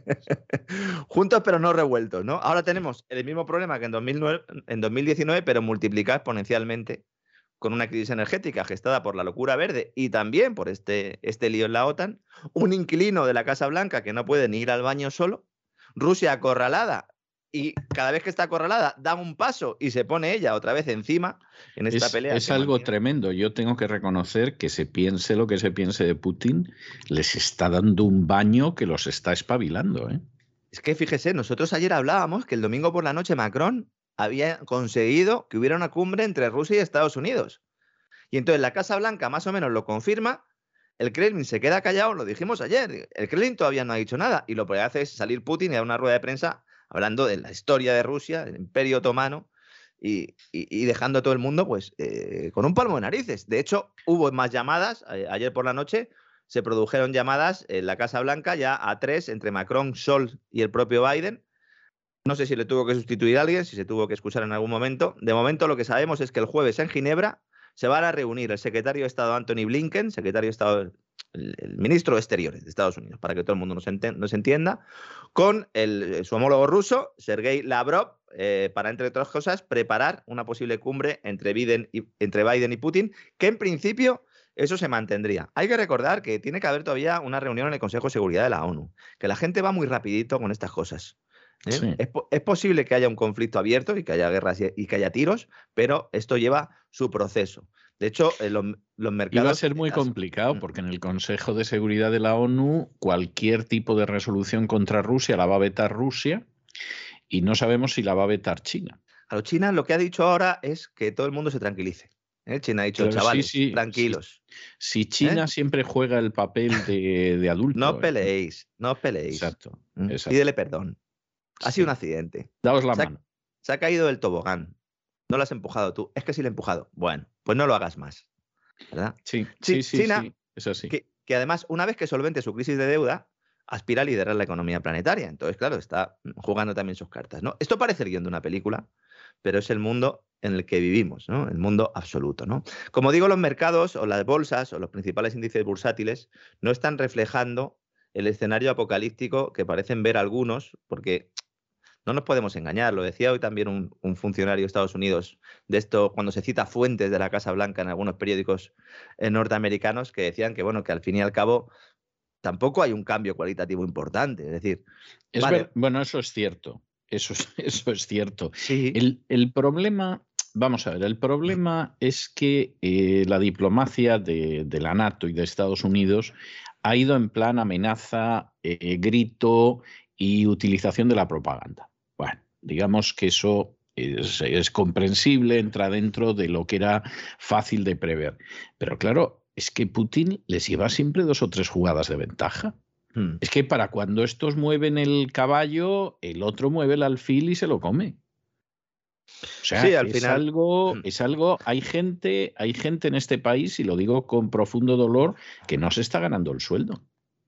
Juntos pero no revueltos, ¿no? Ahora tenemos el mismo problema que en, dos mil nueve, en dos mil diecinueve, pero multiplicado exponencialmente con una crisis energética gestada por la locura verde y también por este, este lío en la OTAN, un inquilino de la Casa Blanca que no puede ni ir al baño solo, Rusia acorralada y cada vez que está acorralada da un paso y se pone ella otra vez encima en esta es, pelea. Es algo mantiene. tremendo. Yo tengo que reconocer que se piense lo que se piense de Putin, les está dando un baño que los está espabilando, ¿eh? Es que fíjese, nosotros ayer hablábamos que el domingo por la noche Macron había conseguido que hubiera una cumbre entre Rusia y Estados Unidos. Y entonces la Casa Blanca más o menos lo confirma, el Kremlin se queda callado, lo dijimos ayer, el Kremlin todavía no ha dicho nada y lo que hace es salir Putin y dar una rueda de prensa hablando de la historia de Rusia, del Imperio Otomano, y, y, y dejando a todo el mundo pues eh, con un palmo de narices. De hecho, hubo más llamadas. Eh, ayer por la noche se produjeron llamadas en la Casa Blanca ya a tres, entre Macron, Scholz y el propio Biden. No sé si le tuvo que sustituir a alguien, si se tuvo que excusar en algún momento. De momento lo que sabemos es que el jueves en Ginebra se van a reunir el secretario de Estado Anthony Blinken, secretario de Estado, el, el ministro de Exteriores de Estados Unidos, para que todo el mundo nos, ent nos entienda, con el, su homólogo ruso, Sergei Lavrov, eh, para, entre otras cosas, preparar una posible cumbre entre Biden, y, entre Biden y Putin, que en principio eso se mantendría. Hay que recordar que tiene que haber todavía una reunión en el Consejo de Seguridad de la ONU, que la gente va muy rapidito con estas cosas. ¿Eh? Sí. Es, es posible que haya un conflicto abierto y que haya guerras y, y que haya tiros, pero esto lleva su proceso. De hecho, eh, los, los mercados... Iba a ser muy complicado porque en el Consejo de Seguridad de la ONU cualquier tipo de resolución contra Rusia la va a vetar Rusia y no sabemos si la va a vetar China. A lo China lo que ha dicho ahora es que todo el mundo se tranquilice. ¿Eh? China ha dicho, claro, chavales, sí, sí, Sí. tranquilos. Si China ¿Eh? siempre juega el papel de, de adulto... No peleéis, ¿eh? no peleéis. Exacto, ¿Mm? exacto. Pídele perdón. Ha sí. sido un accidente. Daos la se mano. Ha, se ha caído del tobogán. No lo has empujado tú. Es que sí lo he empujado. Bueno, pues no lo hagas más. ¿Verdad? Sí, sí, sí. China, sí, es así. Que, que además, una vez que solvente su crisis de deuda, aspira a liderar la economía planetaria. Entonces, claro, está jugando también sus cartas, ¿no? Esto parece el guión de una película, pero es el mundo en el que vivimos, ¿no? El mundo absoluto, ¿no? Como digo, los mercados o las bolsas o los principales índices bursátiles no están reflejando el escenario apocalíptico que parecen ver algunos, porque no nos podemos engañar, lo decía hoy también un, un funcionario de Estados Unidos, de esto cuando se cita fuentes de la Casa Blanca en algunos periódicos eh, norteamericanos que decían que, bueno, que al fin y al cabo tampoco hay un cambio cualitativo importante, es decir... Es vale. ver, bueno, eso es cierto, eso es, eso es cierto. Sí. El, el problema, vamos a ver, el problema es que eh, la diplomacia de, de la NATO y de Estados Unidos ha ido en plan amenaza, eh, grito y utilización de la propaganda. Bueno, digamos que eso es, es comprensible, entra dentro de lo que era fácil de prever. Pero claro, es que Putin les lleva siempre dos o tres jugadas de ventaja. Hmm. Es que para cuando estos mueven el caballo, el otro mueve el alfil y se lo come. O sea, sí, al es, final... algo, es algo, hay gente, hay gente en este país, y lo digo con profundo dolor, que no se está ganando el sueldo.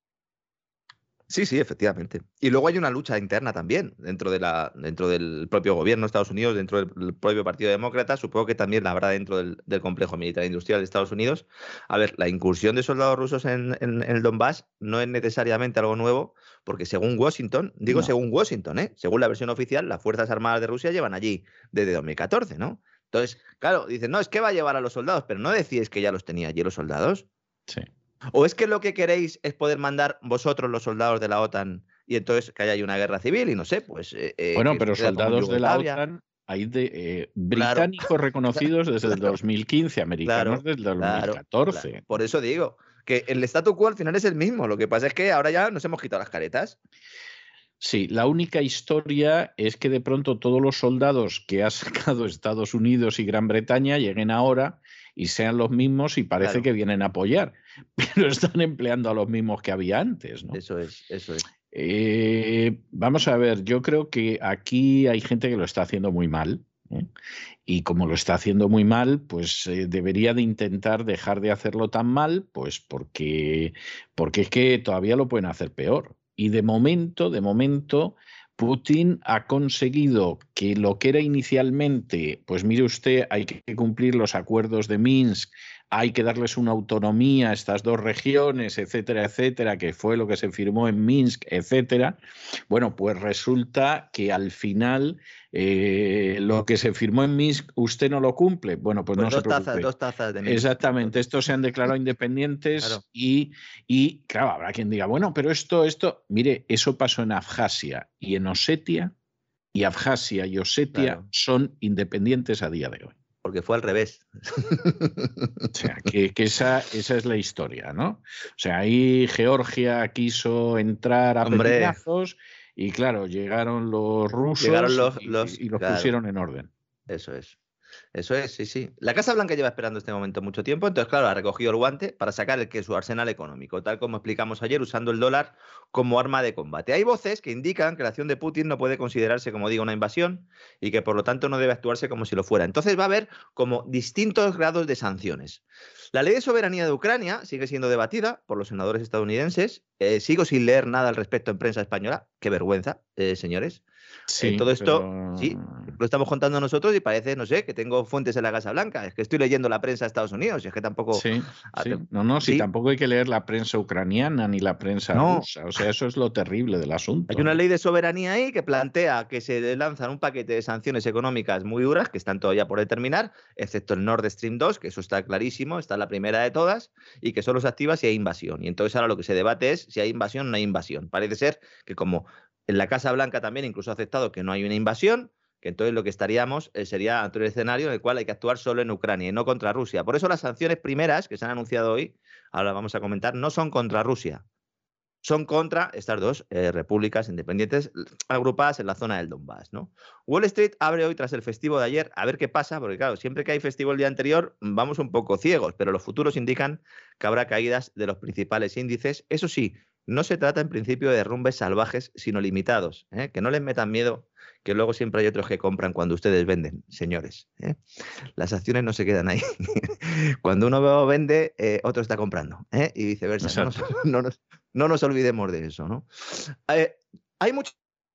Sí, sí, efectivamente. Y luego hay una lucha interna también dentro, de la, dentro del propio gobierno de Estados Unidos, dentro del propio Partido Demócrata, supongo que también la habrá dentro del, del complejo militar industrial de Estados Unidos. A ver, la incursión de soldados rusos en, en, en el Donbass no es necesariamente algo nuevo, porque según Washington, digo no. según Washington, ¿eh? según la versión oficial, las Fuerzas Armadas de Rusia llevan allí desde dos mil catorce, ¿no? Entonces, claro, dicen, no, es que va a llevar a los soldados, pero no decís que ya los tenía allí los soldados. Sí. ¿O es que lo que queréis es poder mandar vosotros los soldados de la OTAN y entonces que haya una guerra civil y no sé, pues... Eh, bueno, pero soldados de la OTAN, hay de eh, británicos claro. reconocidos desde claro. el dos mil quince, americanos claro. desde el dos mil catorce. Claro. Por eso digo que el statu quo al final es el mismo. Lo que pasa es que ahora ya nos hemos quitado las caretas. Sí, la única historia es que de pronto todos los soldados que ha sacado Estados Unidos y Gran Bretaña lleguen ahora y sean los mismos y parece claro. que vienen a apoyar, pero están empleando a los mismos que había antes, ¿no? Eso es, eso es. Eh, vamos a ver, yo creo que aquí hay gente que lo está haciendo muy mal, ¿eh? Y como lo está haciendo muy mal, pues eh, debería de intentar dejar de hacerlo tan mal, pues porque, porque es que todavía lo pueden hacer peor. Y de momento, de momento, Putin ha conseguido que lo que era inicialmente, pues mire usted, hay que cumplir los acuerdos de Minsk, hay que darles una autonomía a estas dos regiones, etcétera, etcétera, que fue lo que se firmó en Minsk, etcétera. Bueno, pues resulta que al final eh, lo que se firmó en Minsk usted no lo cumple. Bueno, pues, pues no dos se preocupe. Tazas, dos tazas de Minsk. Exactamente, estos se han declarado independientes claro. y, y, claro, habrá quien diga, bueno, pero esto, esto, mire, eso pasó en Abjasia y en Osetia, y Abjasia y Osetia claro. son independientes a día de hoy. Porque fue al revés. O sea, que, que esa, esa es la historia, ¿no? O sea, ahí Georgia quiso entrar a petinazos y, claro, llegaron los rusos llegaron los, y, los, y los claro. pusieron en orden. Eso es. Eso es, sí, sí. La Casa Blanca lleva esperando este momento mucho tiempo, entonces, claro, ha recogido el guante para sacar el que su arsenal económico, tal como explicamos ayer, usando el dólar como arma de combate. Hay voces que indican que la acción de Putin no puede considerarse, como digo, una invasión y que, por lo tanto, no debe actuarse como si lo fuera. Entonces va a haber como distintos grados de sanciones. La ley de soberanía de Ucrania sigue siendo debatida por los senadores estadounidenses. Eh, sigo sin leer nada al respecto en prensa española. Qué vergüenza, eh, señores. Sí, eh, todo esto, pero... sí, lo estamos contando nosotros y parece, no sé, que tengo fuentes en la Casa Blanca. Es que estoy leyendo la prensa de Estados Unidos y es que tampoco... Sí, sí. No, no, sí, sí, tampoco hay que leer la prensa ucraniana ni la prensa no. rusa. O sea, eso es lo terrible del asunto. Hay una ley de soberanía ahí que plantea que se lanzan un paquete de sanciones económicas muy duras que están todavía por determinar, excepto el Nord Stream dos, que eso está clarísimo, está la primera de todas, y que solo se activa si hay invasión. Y entonces ahora lo que se debate es si hay invasión o no hay invasión. Parece ser que como en la Casa Blanca también incluso ha aceptado que no hay una invasión, que entonces lo que estaríamos eh, sería ante un escenario en el cual hay que actuar solo en Ucrania y no contra Rusia. Por eso las sanciones primeras que se han anunciado hoy, ahora vamos a comentar, no son contra Rusia, son contra estas dos eh, repúblicas independientes agrupadas en la zona del Donbass, ¿no? Wall Street abre hoy tras el festivo de ayer, a ver qué pasa, porque claro, siempre que hay festivo el día anterior vamos un poco ciegos, pero los futuros indican que habrá caídas de los principales índices. Eso sí, no se trata en principio de derrumbes salvajes, sino limitados, ¿eh? Que no les metan miedo, que luego siempre hay otros que compran cuando ustedes venden, señores, ¿eh? Las acciones no se quedan ahí. Cuando uno vende, eh, otro está comprando, ¿eh? Y viceversa. No nos, no, nos, no nos olvidemos de eso, ¿no? Eh, hay mucho...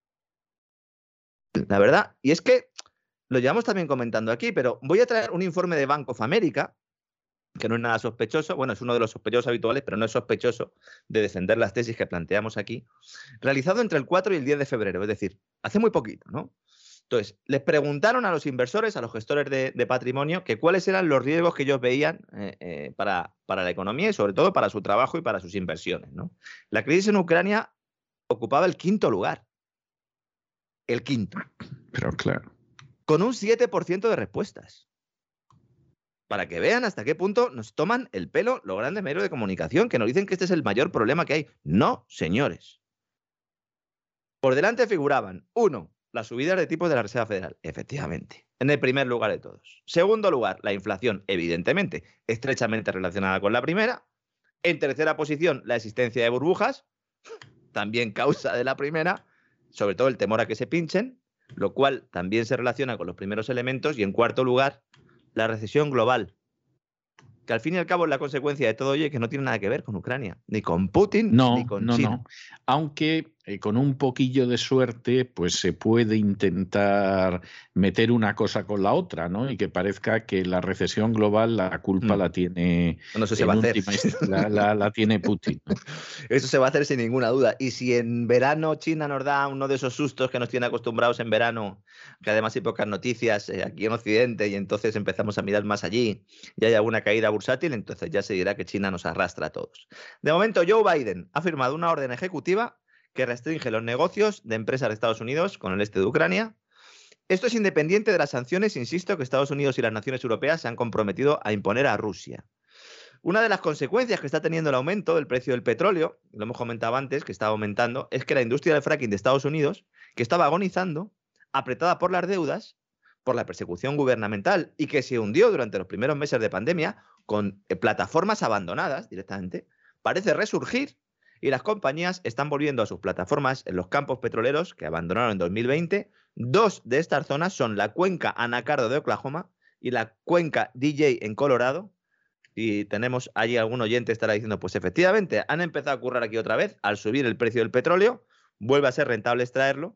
La verdad, y es que lo llevamos también comentando aquí, pero voy a traer un informe de Bank of America, que no es nada sospechoso, bueno, es uno de los sospechosos habituales, pero no es sospechoso de defender las tesis que planteamos aquí, realizado entre el cuatro y el diez de febrero, es decir, hace muy poquito, ¿no? Entonces, les preguntaron a los inversores, a los gestores de, de patrimonio, que cuáles eran los riesgos que ellos veían eh, eh, para, para la economía y sobre todo para su trabajo y para sus inversiones, ¿no? La crisis en Ucrania ocupaba el quinto lugar. El quinto. Pero claro. Con un siete por ciento de respuestas. Para que vean hasta qué punto nos toman el pelo los grandes medios de comunicación, que nos dicen que este es el mayor problema que hay. No, señores. Por delante figuraban, uno, las subidas de tipos de la Reserva Federal, efectivamente, en el primer lugar de todos. Segundo lugar, la inflación, evidentemente, estrechamente relacionada con la primera. En tercera posición, la existencia de burbujas, también causa de la primera, sobre todo el temor a que se pinchen, lo cual también se relaciona con los primeros elementos. Y en cuarto lugar, la recesión global, que al fin y al cabo es la consecuencia de todo ello y que no tiene nada que ver con Ucrania, ni con Putin, no, ni con no, China. No. Aunque eh, con un poquillo de suerte, pues se puede intentar meter una cosa con la otra, ¿no? Y que parezca que la recesión global, la culpa mm. la tiene... No sé si se va a hacer. La, la, la tiene Putin. Eso se va a hacer sin ninguna duda. Y si en verano China nos da uno de esos sustos que nos tiene acostumbrados en verano, que además hay pocas noticias eh, aquí en Occidente, y entonces empezamos a mirar más allí y hay alguna caída bursátil, entonces ya se dirá que China nos arrastra a todos. De momento, Joe Biden ha firmado una orden ejecutiva que restringe los negocios de empresas de Estados Unidos con el este de Ucrania Esto es independiente de las sanciones, insisto, que Estados Unidos y las naciones europeas se han comprometido a imponer a Rusia. Una de las consecuencias que está teniendo el aumento del precio del petróleo, lo hemos comentado antes, que estaba aumentando, es que la industria del fracking de Estados Unidos, que estaba agonizando, apretada por las deudas, por la persecución gubernamental y que se hundió durante los primeros meses de pandemia con eh, plataformas abandonadas directamente, parece resurgir y las compañías están volviendo a sus plataformas en los campos petroleros que abandonaron en dos mil veinte. Dos de estas zonas son la cuenca Anacardo de Oklahoma y la cuenca D J en Colorado. Y tenemos allí algún oyente estará diciendo, pues efectivamente, han empezado a currar aquí otra vez, al subir el precio del petróleo, vuelve a ser rentable extraerlo.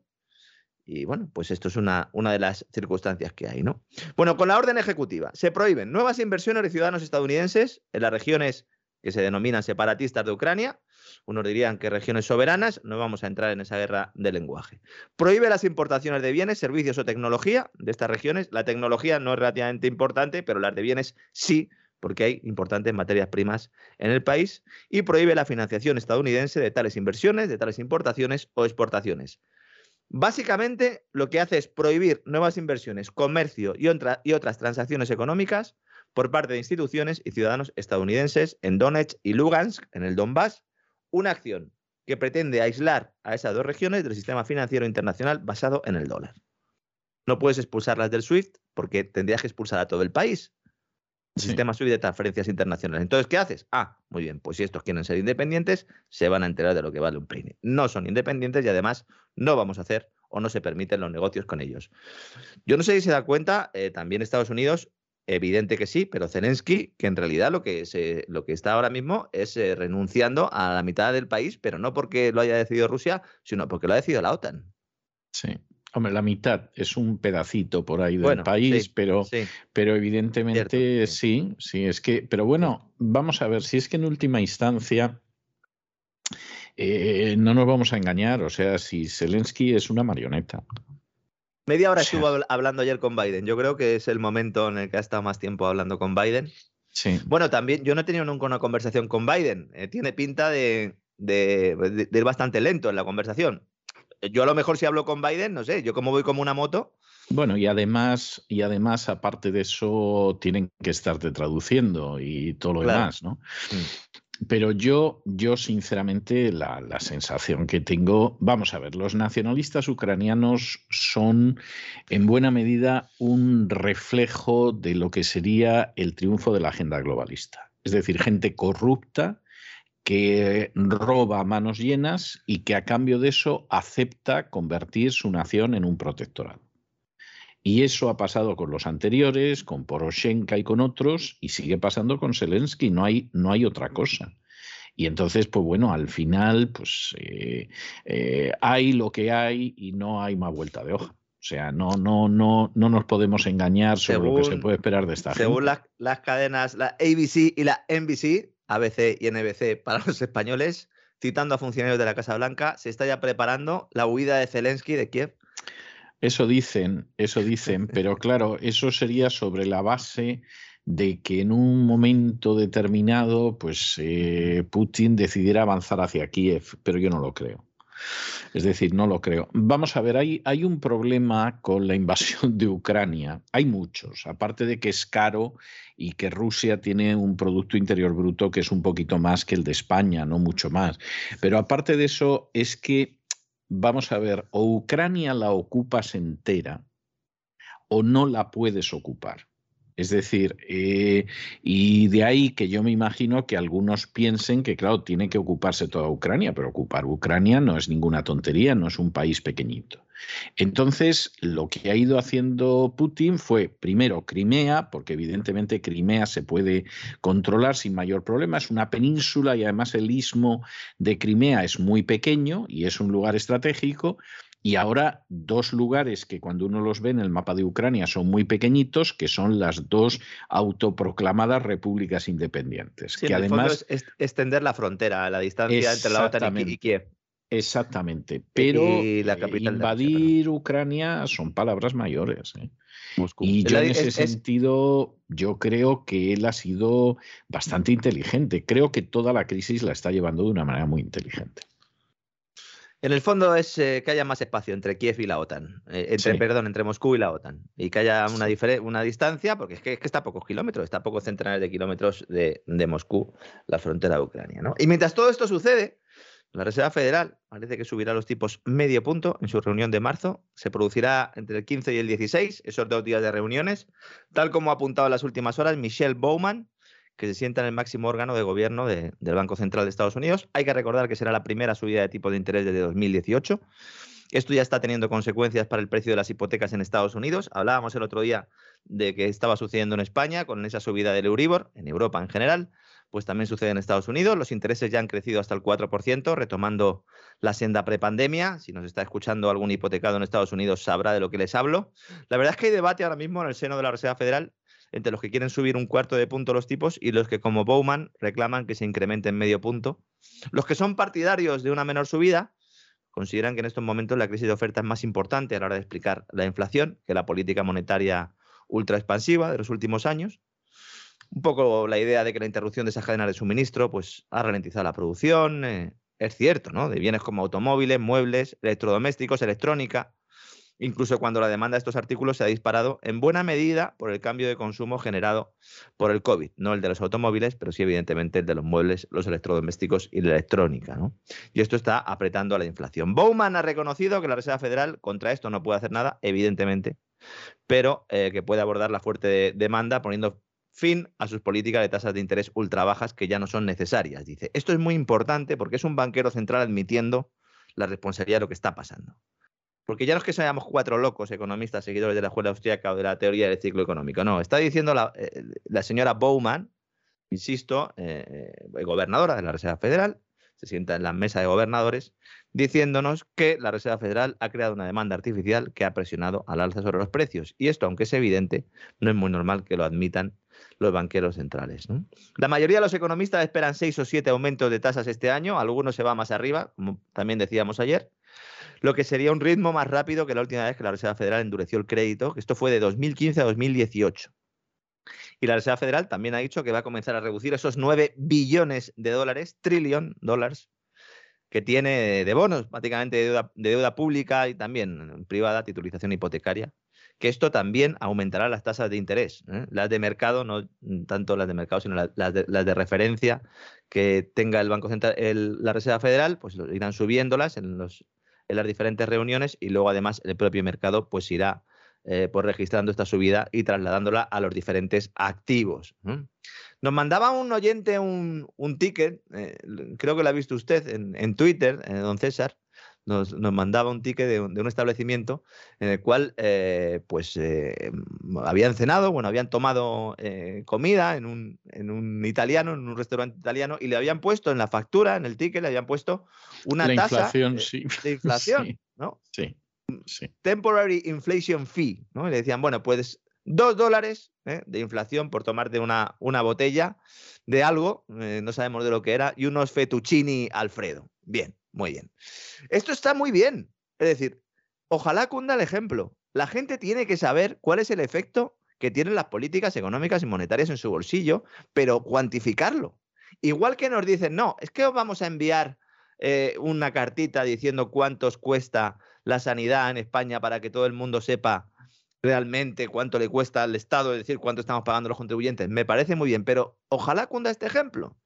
Y bueno, pues esto es una, una de las circunstancias que hay, ¿no? Bueno, con la orden ejecutiva se prohíben nuevas inversiones de ciudadanos estadounidenses en las regiones que se denominan separatistas de Ucrania. Unos dirían que regiones soberanas, no vamos a entrar en esa guerra de lenguaje. Prohíbe las importaciones de bienes, servicios o tecnología de estas regiones. La tecnología no es relativamente importante, pero las de bienes sí, porque hay importantes materias primas en el país. Y prohíbe la financiación estadounidense de tales inversiones, de tales importaciones o exportaciones. Básicamente, lo que hace es prohibir nuevas inversiones, comercio y, otra, y otras transacciones económicas por parte de instituciones y ciudadanos estadounidenses en Donetsk y Lugansk, en el Donbass, una acción que pretende aislar a esas dos regiones del sistema financiero internacional basado en el dólar. No puedes expulsarlas del SWIFT porque tendrías que expulsar a todo el país. El sí. Sistema SWIFT de transferencias internacionales. Entonces, ¿qué haces? Ah, muy bien, pues si estos quieren ser independientes, se van a enterar de lo que vale un peine. No son independientes y además no vamos a hacer o no se permiten los negocios con ellos. Yo no sé si se da cuenta, eh, también Estados Unidos, evidente que sí, pero Zelensky, que en realidad lo que, se, lo que está ahora mismo es eh, renunciando a la mitad del país, pero no porque lo haya decidido Rusia, sino porque lo ha decidido la OTAN. Sí. Hombre, la mitad es un pedacito por ahí del bueno, país, sí, pero, sí. pero evidentemente Cierto, sí. sí, sí, es que, pero bueno, vamos a ver, si es que en última instancia eh, no nos vamos a engañar, o sea, si Zelensky es una marioneta. Media hora o sea, estuvo hablando ayer con Biden, yo creo que es el momento en el que ha estado más tiempo hablando con Biden. Sí. Bueno, también yo no he tenido nunca una conversación con Biden, eh, tiene pinta de, de, de, de ir bastante lento en la conversación. Yo a lo mejor si hablo con Biden, no sé, yo como voy como una moto. Bueno, y además, y además, aparte de eso, tienen que estarte traduciendo y todo lo claro. demás, ¿no? Mm. Pero yo, yo sinceramente, la, la sensación que tengo, vamos a ver, los nacionalistas ucranianos son en buena medida un reflejo de lo que sería el triunfo de la agenda globalista. Es decir, gente corrupta que roba a manos llenas y que a cambio de eso acepta convertir su nación en un protectorado. Y eso ha pasado con los anteriores, con Poroshenko y con otros, y sigue pasando con Zelensky, no hay, no hay otra cosa. Y entonces, pues bueno, al final pues eh, eh, hay lo que hay y no hay más vuelta de hoja. O sea, no, no, no, no nos podemos engañar sobre según, lo que se puede esperar de esta gente. Según las, las cadenas, la A B C y la N B C, A B C y N B C para los españoles, citando a funcionarios de la Casa Blanca, se está ya preparando la huida de Zelensky de Kiev. Eso dicen, eso dicen, pero claro, eso sería sobre la base de que en un momento determinado, pues eh, Putin decidiera avanzar hacia Kiev, pero yo no lo creo. Es decir, no lo creo. Vamos a ver, hay, hay un problema con la invasión de Ucrania. Hay muchos, aparte de que es caro y que Rusia tiene un Producto Interior Bruto que es un poquito más que el de España, no mucho más. Pero aparte de eso, es que, vamos a ver, o Ucrania la ocupas entera o no la puedes ocupar. Es decir, eh, y de ahí que yo me imagino que algunos piensen que, claro, tiene que ocuparse toda Ucrania, pero ocupar Ucrania no es ninguna tontería, no es un país pequeñito. Entonces, lo que ha ido haciendo Putin fue, primero, Crimea, porque evidentemente Crimea se puede controlar sin mayor problema, es una península y además el istmo de Crimea es muy pequeño y es un lugar estratégico. Y ahora dos lugares que cuando uno los ve en el mapa de Ucrania son muy pequeñitos, que son las dos autoproclamadas repúblicas independientes. Sí, que en además el fondo es extender la frontera, la distancia entre la OTAN y Kiev. Exactamente, pero y la capital invadir Ucrania son palabras mayores. ¿eh? Y yo en ese es, sentido, yo creo que él ha sido bastante inteligente. Creo que toda la crisis la está llevando de una manera muy inteligente. En el fondo es eh, que haya más espacio entre Kiev y la OTAN, eh, entre, Sí. perdón, entre Moscú y la OTAN, y que haya una, difere- una distancia, porque es que, es que está a pocos kilómetros, está a pocos centenares de kilómetros de, de Moscú, la frontera de Ucrania, ¿no? Y mientras todo esto sucede, la Reserva Federal parece que subirá los tipos medio punto en su reunión de marzo. Se producirá entre el quince y el dieciséis, esos dos días de reuniones, tal como ha apuntado en las últimas horas Michelle Bowman, que se sienta en el máximo órgano de gobierno de, del Banco Central de Estados Unidos. Hay que recordar que será la primera subida de tipo de interés desde dos mil dieciocho. Esto ya está teniendo consecuencias para el precio de las hipotecas en Estados Unidos. Hablábamos el otro día de que estaba sucediendo en España con esa subida del Euribor, en Europa en general, pues también sucede en Estados Unidos. Los intereses ya han crecido hasta el cuatro por ciento, retomando la senda prepandemia. Si nos está escuchando algún hipotecado en Estados Unidos sabrá de lo que les hablo. La verdad es que hay debate ahora mismo en el seno de la Reserva Federal entre los que quieren subir un cuarto de punto los tipos y los que, como Bowman, reclaman que se incrementen medio punto. Los que son partidarios de una menor subida consideran que en estos momentos la crisis de oferta es más importante a la hora de explicar la inflación que la política monetaria ultra expansiva de los últimos años. Un poco la idea de que la interrupción de esas cadenas de suministro pues, ha ralentizado la producción. Eh, es cierto, ¿no? De bienes como automóviles, muebles, electrodomésticos, electrónica. Incluso cuando la demanda de estos artículos se ha disparado en buena medida por el cambio de consumo generado por el COVID. No el de los automóviles, pero sí evidentemente el de los muebles, los electrodomésticos y la electrónica, ¿no? Y esto está apretando a la inflación. Bowman ha reconocido que la Reserva Federal contra esto no puede hacer nada, evidentemente, pero eh, que puede abordar la fuerte de demanda poniendo fin a sus políticas de tasas de interés ultra bajas que ya no son necesarias. Dice, esto es muy importante porque es un banquero central admitiendo la responsabilidad de lo que está pasando. Porque ya no es que seamos cuatro locos economistas seguidores de la escuela austríaca o de la teoría del ciclo económico. No, está diciendo la, eh, la señora Bowman, insisto, eh, gobernadora de la Reserva Federal, se sienta en la mesa de gobernadores, diciéndonos que la Reserva Federal ha creado una demanda artificial que ha presionado al alza sobre los precios. Y esto, aunque es evidente, no es muy normal que lo admitan los banqueros centrales, ¿no? La mayoría de los economistas esperan seis o siete aumentos de tasas este año, algunos se va más arriba, como también decíamos ayer, lo que sería un ritmo más rápido que la última vez que la Reserva Federal endureció el crédito, que esto fue de dos mil quince a dos mil dieciocho. Y la Reserva Federal también ha dicho que va a comenzar a reducir esos nueve billones de dólares, trillion dólares, que tiene de bonos, prácticamente de deuda, de deuda pública y también privada, titulización hipotecaria, que esto también aumentará las tasas de interés, ¿eh? Las de mercado, no tanto las de mercado, sino las, las, de, las de referencia que tenga el Banco Central, el, la Reserva Federal, pues irán subiéndolas en los en las diferentes reuniones y luego además el propio mercado pues irá eh, pues registrando esta subida y trasladándola a los diferentes activos. ¿eh? Nos mandaba un oyente un, un ticket, eh, creo que lo ha visto usted en, en Twitter, eh, don César, nos, nos mandaba un ticket de un, de un establecimiento en el cual eh, pues eh, habían cenado, bueno, habían tomado eh, comida en un, en un italiano, en un restaurante italiano, y le habían puesto en la factura, en el ticket, le habían puesto una la tasa inflación, de, sí. de inflación, sí, ¿no? Sí, sí. Temporary inflation fee, ¿no? Y le decían, bueno, pues dos dólares ¿eh? de inflación por tomarte una, una botella de algo, eh, no sabemos de lo que era, y unos fettuccini Alfredo. Bien, muy bien. Esto está muy bien. Es decir, ojalá cunda el ejemplo. La gente tiene que saber cuál es el efecto que tienen las políticas económicas y monetarias en su bolsillo, pero cuantificarlo. Igual que nos dicen, no, es que os vamos a enviar eh, una cartita diciendo cuántos cuesta la sanidad en España para que todo el mundo sepa realmente cuánto le cuesta al Estado, es decir, cuánto estamos pagando los contribuyentes. Me parece muy bien, pero ojalá cunda este ejemplo.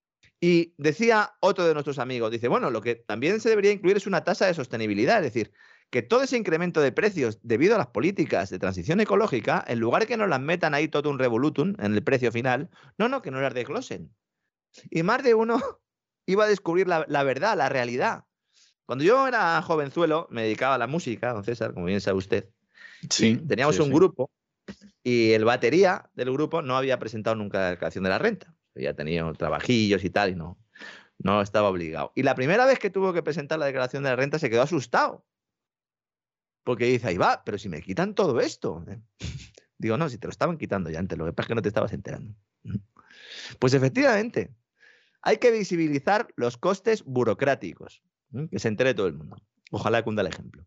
Y decía otro de nuestros amigos, dice, bueno, lo que también se debería incluir es una tasa de sostenibilidad, es decir, que todo ese incremento de precios debido a las políticas de transición ecológica, en lugar de que nos las metan ahí todo un revolutum en el precio final, no, no, que no las desglosen. Y más de uno iba a descubrir la, la verdad, la realidad. Cuando yo era jovenzuelo, me dedicaba a la música, don César, como bien sabe usted. Sí, teníamos sí, un sí. grupo y el batería del grupo no había presentado nunca la declaración de la renta. Había tenido trabajillos y tal y no, no estaba obligado. Y la primera vez que tuvo que presentar la declaración de la renta se quedó asustado. Porque dice, ahí va, pero si me quitan todo esto. Digo, no, si te lo estaban quitando ya antes, lo que pasa es que no te estabas enterando. Pues efectivamente, hay que visibilizar los costes burocráticos, que se entere todo el mundo. Ojalá cunda el ejemplo.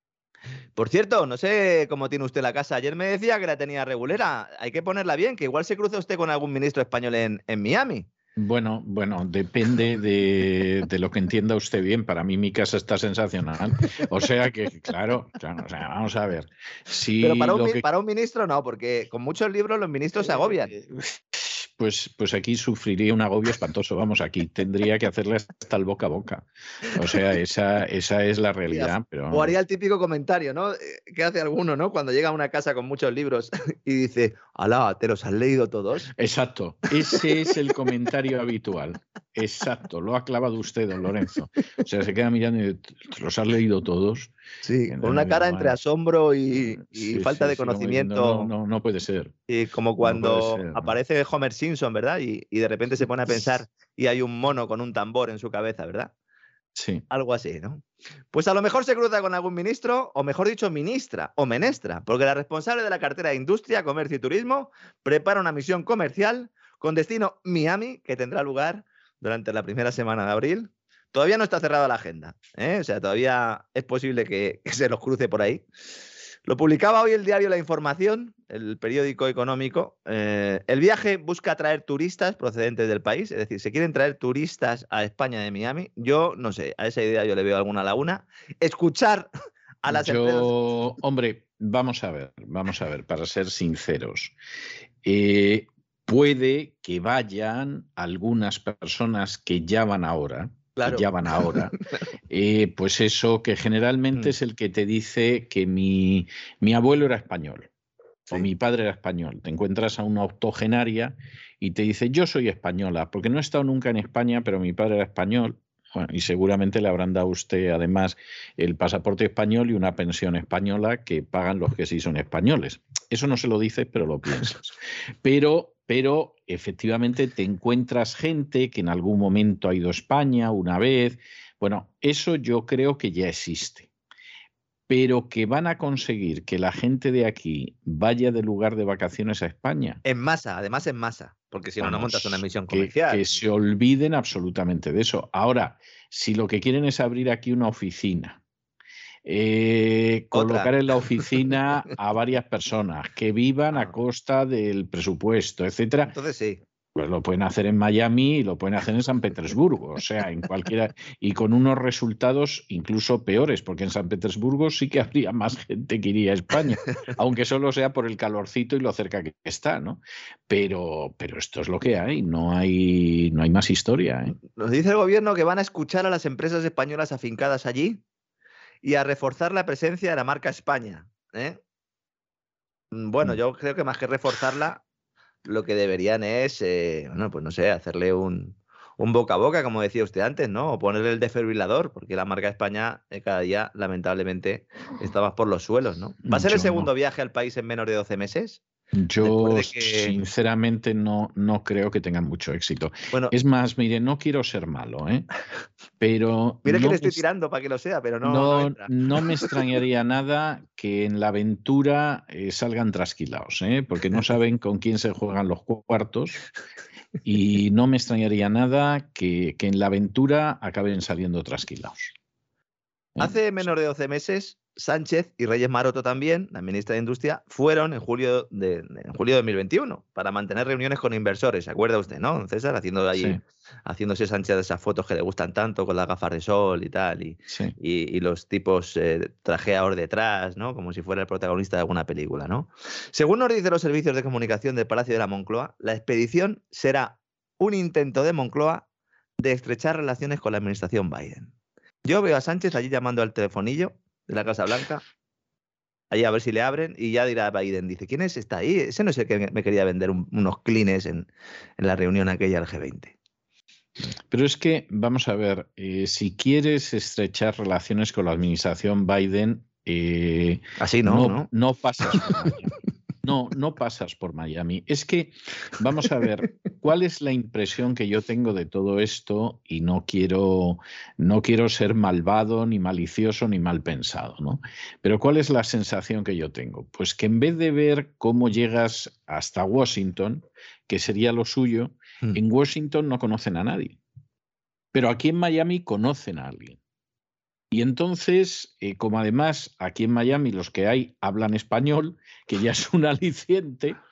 Por cierto, no sé cómo tiene usted la casa. Ayer me decía que la tenía regulera. Hay que ponerla bien, que igual se cruza usted con algún ministro español en, en Miami. Bueno, bueno, depende de, de lo que entienda usted bien. Para mí mi casa está sensacional. O sea que, claro, claro, o sea, vamos a ver. Si Pero para un, lo mi- que, para un ministro no, porque con muchos libros los ministros se agobian. eh, pues, pues aquí sufriría un agobio espantoso. Vamos, aquí tendría que hacerle hasta el boca a boca. O sea, esa, esa es la realidad. Pero O haría el típico comentario, ¿no? Eh, que hace alguno, ¿no? Cuando llega a una casa con muchos libros y dice, alá, ¿te los has leído todos? exacto, ese es el comentario habitual. Exacto, lo ha clavado usted, don Lorenzo. O sea, se queda mirando y dice, ¿los has leído todos? Sí, Que con no, una digo, cara entre "Bueno, asombro y, y sí, falta sí, de sí, como diciendo, conocimiento. no, no, no puede ser. Y como No puede cuando ser, ¿no? aparece Homer Simpson, ¿verdad? Y, y de repente se pone a pensar y hay un mono con un tambor en su cabeza, ¿verdad? Sí. Algo así, ¿no? Pues a lo mejor se cruza con algún ministro, o mejor dicho, ministra o menestra, porque la responsable de la cartera de Industria, Comercio y Turismo prepara una misión comercial con destino Miami, que tendrá lugar durante la primera semana de abril. Todavía no está cerrada la agenda, ¿eh? O sea, todavía es posible que, que se los cruce por ahí. Lo publicaba hoy el diario La Información, el periódico económico. Eh, el viaje busca atraer turistas procedentes del país, es decir, se quieren traer turistas a España de Miami. Yo no sé, a esa idea yo le veo alguna laguna. Escuchar a las Yo, empresas. hombre, vamos a ver, vamos a ver, para ser sinceros. Eh, puede que vayan algunas personas que ya van ahora, Claro. que ya van ahora, eh, pues eso que generalmente Mm. es el que te dice que mi, mi abuelo era español. O Sí. mi padre era español. Te encuentras a una octogenaria y te dice, yo soy española, porque no he estado nunca en España, pero mi padre era español. Bueno, y seguramente le habrán dado a usted además el pasaporte español y una pensión española que pagan los que sí son españoles. Eso no se lo dices, pero lo piensas. Pero, pero efectivamente te encuentras gente que en algún momento ha ido a España una vez. Bueno, eso yo creo que ya existe. Pero que van a conseguir que la gente de aquí vaya de lugar de vacaciones a España. En masa, además en masa, porque si no, no Vamos, montas una misión que, comercial. que se olviden absolutamente de eso. Ahora, si lo que quieren es abrir aquí una oficina, eh, colocar Otra. en la oficina a varias personas que vivan Ah. a costa del presupuesto, etcétera, Entonces sí. pues lo pueden hacer en Miami y lo pueden hacer en San Petersburgo, o sea, en cualquiera, y con unos resultados incluso peores, porque en San Petersburgo sí que habría más gente que iría a España, aunque solo sea por el calorcito y lo cerca que está, ¿no? Pero, pero esto es lo que hay, no hay, no hay más historia, ¿eh? Nos dice el gobierno que van a escuchar a las empresas españolas afincadas allí y a reforzar la presencia de la marca España, ¿eh? Bueno, Mm. yo creo que más que reforzarla, lo que deberían es, eh, bueno, pues no sé, hacerle un, un boca a boca, como decía usted antes, ¿no? O ponerle el desfibrilador, porque la marca España eh, cada día, lamentablemente, está más por los suelos, ¿no? ¿Va a ser el Yo segundo no. viaje al país en menos de doce meses? Yo Después de que- sinceramente no, no creo que tengan mucho éxito. Bueno, Es más, mire, no quiero ser malo, ¿eh? Pero mire que no le me estoy es- tirando para que lo sea, pero no, no No, entra. no me extrañaría nada que en la aventura eh, salgan trasquilados, ¿eh? Porque no saben con quién se juegan los cuartos y no me extrañaría nada que, que en la aventura acaben saliendo trasquilados. ¿eh? Hace menos de doce meses, Sánchez y Reyes Maroto también, la ministra de Industria, fueron en julio de, en julio de dos mil veintiuno para mantener reuniones con inversores. ¿Se acuerda usted, no, don César? Haciendo allí, Sí. haciéndose Sánchez de esas fotos que le gustan tanto con las gafas de sol y tal, y, Sí. y, y los tipos eh, trajeados detrás, ¿no? Como si fuera el protagonista de alguna película, ¿no? Según nos dicen los servicios de comunicación del Palacio de la Moncloa, la expedición será un intento de Moncloa de estrechar relaciones con la administración Biden. Yo veo a Sánchez allí llamando al telefonillo de la Casa Blanca, allí a ver si le abren, y ya dirá Biden, dice, ¿quién es? Está ahí, ese no es el que me quería vender un, unos clines en, en la reunión aquella del G veinte. Pero es que, vamos a ver, eh, si quieres estrechar relaciones con la administración Biden, eh, Así no, no, ¿no? no pasas por Miami. No, no pasas por Miami. Es que, vamos a ver, ¿cuál es la impresión que yo tengo de todo esto? Y no quiero, no quiero ser malvado, ni malicioso, ni mal pensado, ¿no? Pero ¿cuál es la sensación que yo tengo? Pues que en vez de ver cómo llegas hasta Washington, que sería lo suyo, Hmm. en Washington no conocen a nadie. Pero aquí en Miami conocen a alguien. Y entonces, eh, como además aquí en Miami los que hay hablan español, que ya es un aliciente,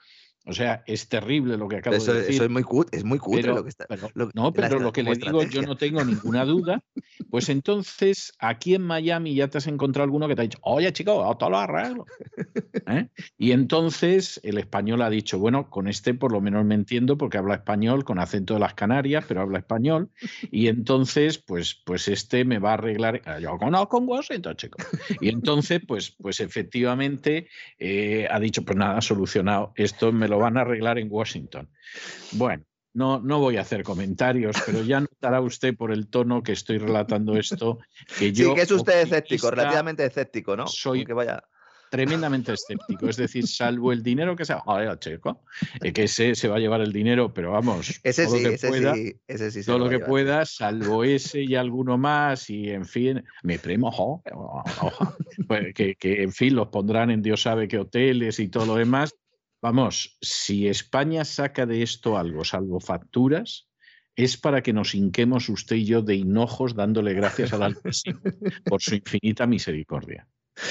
O sea, es terrible lo que acabo eso, de decir. Eso es muy cutre, es muy cutre pero, lo que está. Pero, lo, no, pero lo que le digo, yo no tengo ninguna duda. Pues entonces, aquí en Miami ya te has encontrado alguno que te ha dicho, oye, chico, todo lo arreglo. ¿Eh? Y entonces el español ha dicho, bueno, con este por lo menos me entiendo porque habla español, con acento de las Canarias, pero habla español. Y entonces, pues, pues este me va a arreglar. Yo conozco un Washington, chico. Y entonces, pues, pues efectivamente eh, ha dicho, pues nada, solucionado. Esto me lo van a arreglar en Washington. Bueno, no, no voy a hacer comentarios, pero ya notará usted por el tono que estoy relatando esto que yo... Sí, que es usted escéptico, relativamente escéptico, ¿no? Soy Aunque vaya... tremendamente escéptico, es decir, salvo el dinero que sea, joder, chico, eh, que ese se va a llevar el dinero, pero vamos, ese todo sí, lo que ese pueda, sí, ese sí se todo lo lo que llevar. pueda, salvo ese y alguno más, y en fin, mi primo, jo, jo, pues que, que en fin, los pondrán en Dios sabe qué hoteles y todo lo demás. Vamos, si España saca de esto algo, salvo facturas, es para que nos hinquemos usted y yo de hinojos dándole gracias al Altísimo por su infinita misericordia.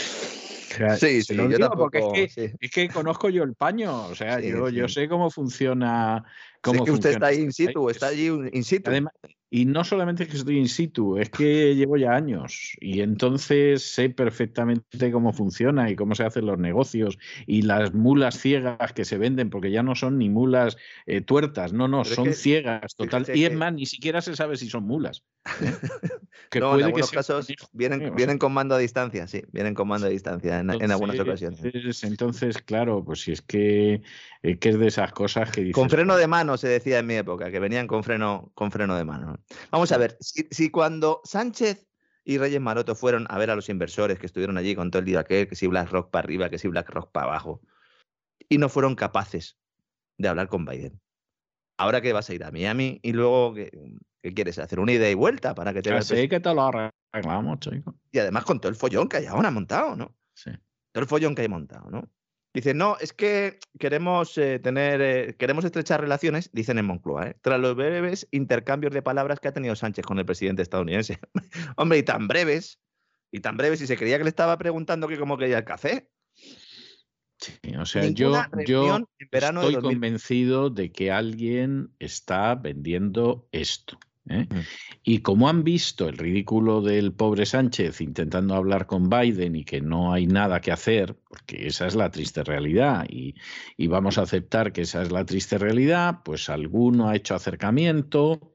O sea, sí, se sí, lo yo digo tampoco, porque es que, sí. es que conozco yo el paño, o sea, Sí, yo, sí. yo sé cómo funciona. Cómo sí, que usted funciona. está ahí in situ, está allí in situ. Además, y no solamente es que estoy in situ, es que llevo ya años y entonces sé perfectamente cómo funciona y cómo se hacen los negocios y las mulas ciegas que se venden, porque ya no son ni mulas eh, tuertas, no, no, Pero son es que, ciegas, total. fíjese Y es que- más, ni siquiera se sabe si son mulas. ¿eh? Que no, en puede que algunos sea un casos conejo. vienen, Sí, o sea, vienen con mando a distancia, sí, vienen con mando a distancia en, en algunas ocasiones. Entonces, entonces, claro, pues si es que, eh, que es de esas cosas que dices... Con freno de mano se decía en mi época, que venían con freno, con freno de mano. Vamos a ver, si, si cuando Sánchez y Reyes Maroto fueron a ver a los inversores que estuvieron allí con todo el día aquel, que si BlackRock para arriba, que si BlackRock para abajo, y no fueron capaces de hablar con Biden. Ahora que vas a ir a Miami y luego, ¿qué, qué quieres? ¿Hacer una ida y vuelta para que te vea el Así que te lo arreglamos, chico. Y además con todo el follón que hay ahora montado, ¿no? Sí. Todo el follón que hay montado, ¿no? Dice, no, es que queremos eh, tener, eh, queremos estrechar relaciones, dicen en Moncloa, ¿eh? Tras los breves intercambios de palabras que ha tenido Sánchez con el presidente estadounidense. Hombre, y tan breves, y tan breves, y se creía que le estaba preguntando que cómo quería el café. Sí, o sea, Ninguna yo, yo reunión en verano de estoy dos mil. convencido de que alguien está vendiendo esto. ¿eh? Mm. Y como han visto el ridículo del pobre Sánchez intentando hablar con Biden y que no hay nada que hacer, porque esa es la triste realidad, y, y vamos a aceptar que esa es la triste realidad, pues alguno ha hecho acercamiento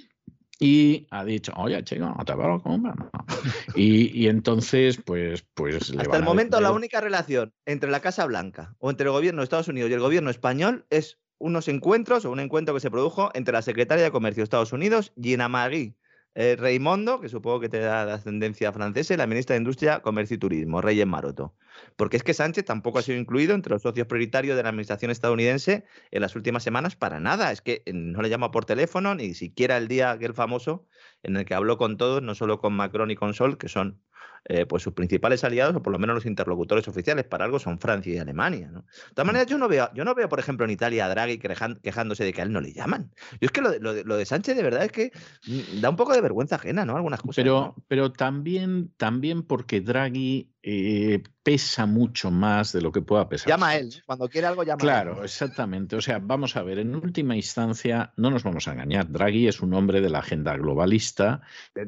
y ha dicho, oye, chico, no te veo como no. Y, y entonces, pues, pues le Hasta van el a momento, la defender. única relación entre la Casa Blanca o entre el gobierno de Estados Unidos y el gobierno español es unos encuentros o un encuentro que se produjo entre la secretaria de Comercio de Estados Unidos, Gina Marie eh, Raimondo, que supongo que te da de ascendencia francesa, y la ministra de Industria, Comercio y Turismo, Reyes Maroto. Porque es que Sánchez tampoco ha sido incluido entre los socios prioritarios de la administración estadounidense en las últimas semanas para nada. Es que no le llama por teléfono, ni siquiera el día aquel famoso en el que habló con todos, no solo con Macron y con Scholz, que son eh, pues sus principales aliados, o por lo menos los interlocutores oficiales. Para algo son Francia y Alemania, ¿no? De todas maneras, yo no veo, yo no veo, por ejemplo, en Italia a Draghi quejan, quejándose de que a él no le llaman. Yo es que lo de, lo de, lo de Sánchez de verdad es que da un poco de vergüenza ajena, ¿no? Algunas cosas. Pero, ¿no? pero también, también porque Draghi eh, pesa mucho más de lo que pueda pesar. Llama a él, cuando quiere algo llama Claro, a él. exactamente. O sea, vamos a ver, en última instancia, no nos vamos a engañar, Draghi es un hombre de la agenda globalista,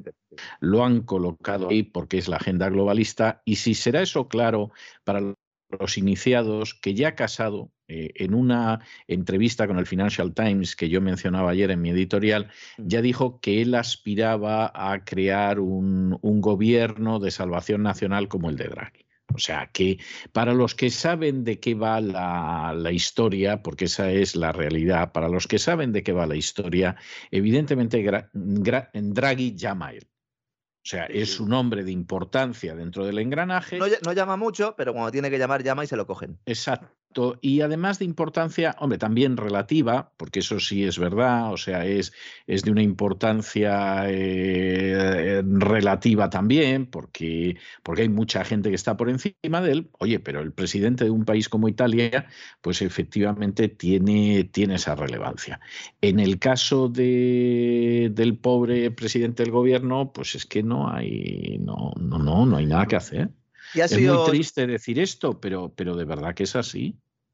lo han colocado ahí porque es la agenda globalista, y si será eso claro para los iniciados, que ya Casado, eh, en una entrevista con el Financial Times que yo mencionaba ayer en mi editorial, ya dijo que él aspiraba a crear un, un gobierno de salvación nacional como el de Draghi. O sea, que para los que saben de qué va la, la historia, porque esa es la realidad, para los que saben de qué va la historia, evidentemente Gra, Gra, Draghi llama a él. O sea, es un hombre de importancia dentro del engranaje. No, no llama mucho, pero cuando tiene que llamar, llama y se lo cogen. Exacto. Y además de importancia, hombre, también relativa, porque eso sí es verdad, o sea, es, es de una importancia eh, relativa también, porque, porque hay mucha gente que está por encima de él. Oye, pero el presidente de un país como Italia, pues efectivamente tiene, tiene esa relevancia. En el caso de, del pobre presidente del gobierno, pues es que no hay, no, no, no, no hay nada que hacer. Y ha es sido... muy triste decir esto, pero, pero de verdad que es así.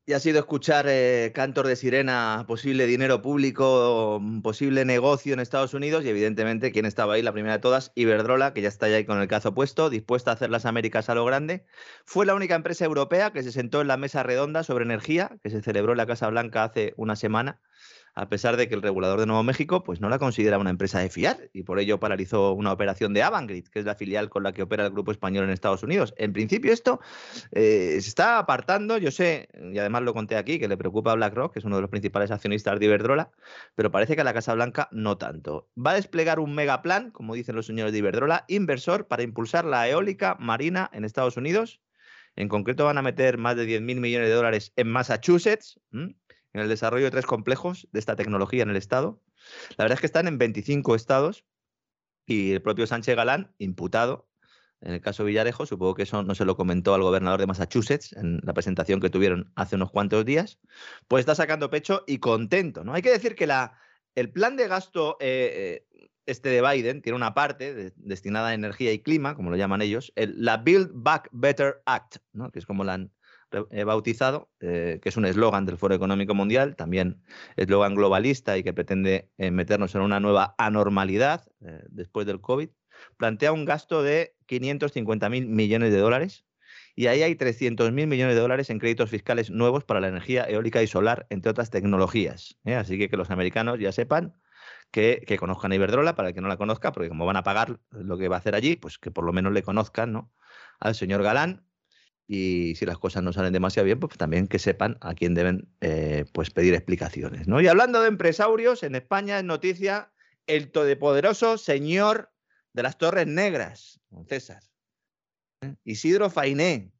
Y ha sido escuchar eh, cantos de sirena, posible dinero público, posible negocio en Estados Unidos y evidentemente quién estaba ahí, la primera de todas, Iberdrola, que ya está ahí con el cazo puesto, dispuesta a hacer las Américas a lo grande. Fue la única empresa europea que se sentó en la mesa redonda sobre energía, que se celebró en la Casa Blanca hace una semana, a pesar de que el regulador de Nuevo México pues, no la considera una empresa de fiar y por ello paralizó una operación de Avangrid, que es la filial con la que opera el grupo español en Estados Unidos. En principio esto eh, se está apartando, yo sé, y además lo conté aquí, que le preocupa a BlackRock, que es uno de los principales accionistas de Iberdrola, pero parece que a la Casa Blanca no tanto. Va a desplegar un megaplan, como dicen los señores de Iberdrola, inversor para impulsar la eólica marina en Estados Unidos. En concreto van a meter más de diez mil millones de dólares en Massachusetts, ¿m? en el desarrollo de tres complejos de esta tecnología en el estado. La verdad es que están en veinticinco estados y el propio Sánchez Galán, imputado, en el caso Villarejo, supongo que eso no se lo comentó al gobernador de Massachusetts en la presentación que tuvieron hace unos cuantos días, pues está sacando pecho y contento, ¿no? Hay que decir que la, el plan de gasto eh, este de Biden tiene una parte de, destinada a energía y clima, como lo llaman ellos, el, la Build Back Better Act, ¿no? Que es como la han He bautizado, eh, que es un eslogan del Foro Económico Mundial, también eslogan globalista y que pretende eh, meternos en una nueva anormalidad eh, después del COVID, plantea un gasto de quinientos cincuenta mil millones de dólares y ahí hay trescientos mil millones de dólares en créditos fiscales nuevos para la energía eólica y solar, entre otras tecnologías. ¿eh? Así que que los americanos ya sepan que, que conozcan a Iberdrola, para el que no la conozca, porque como van a pagar lo que va a hacer allí, pues que por lo menos le conozcan, ¿no? al señor Galán. Y si las cosas no salen demasiado bien, pues también que sepan a quién deben eh, pues pedir explicaciones, ¿no? Y hablando de empresarios, en España es noticia el todopoderoso señor de las Torres Negras, don César. ¿eh? Isidro Fainé.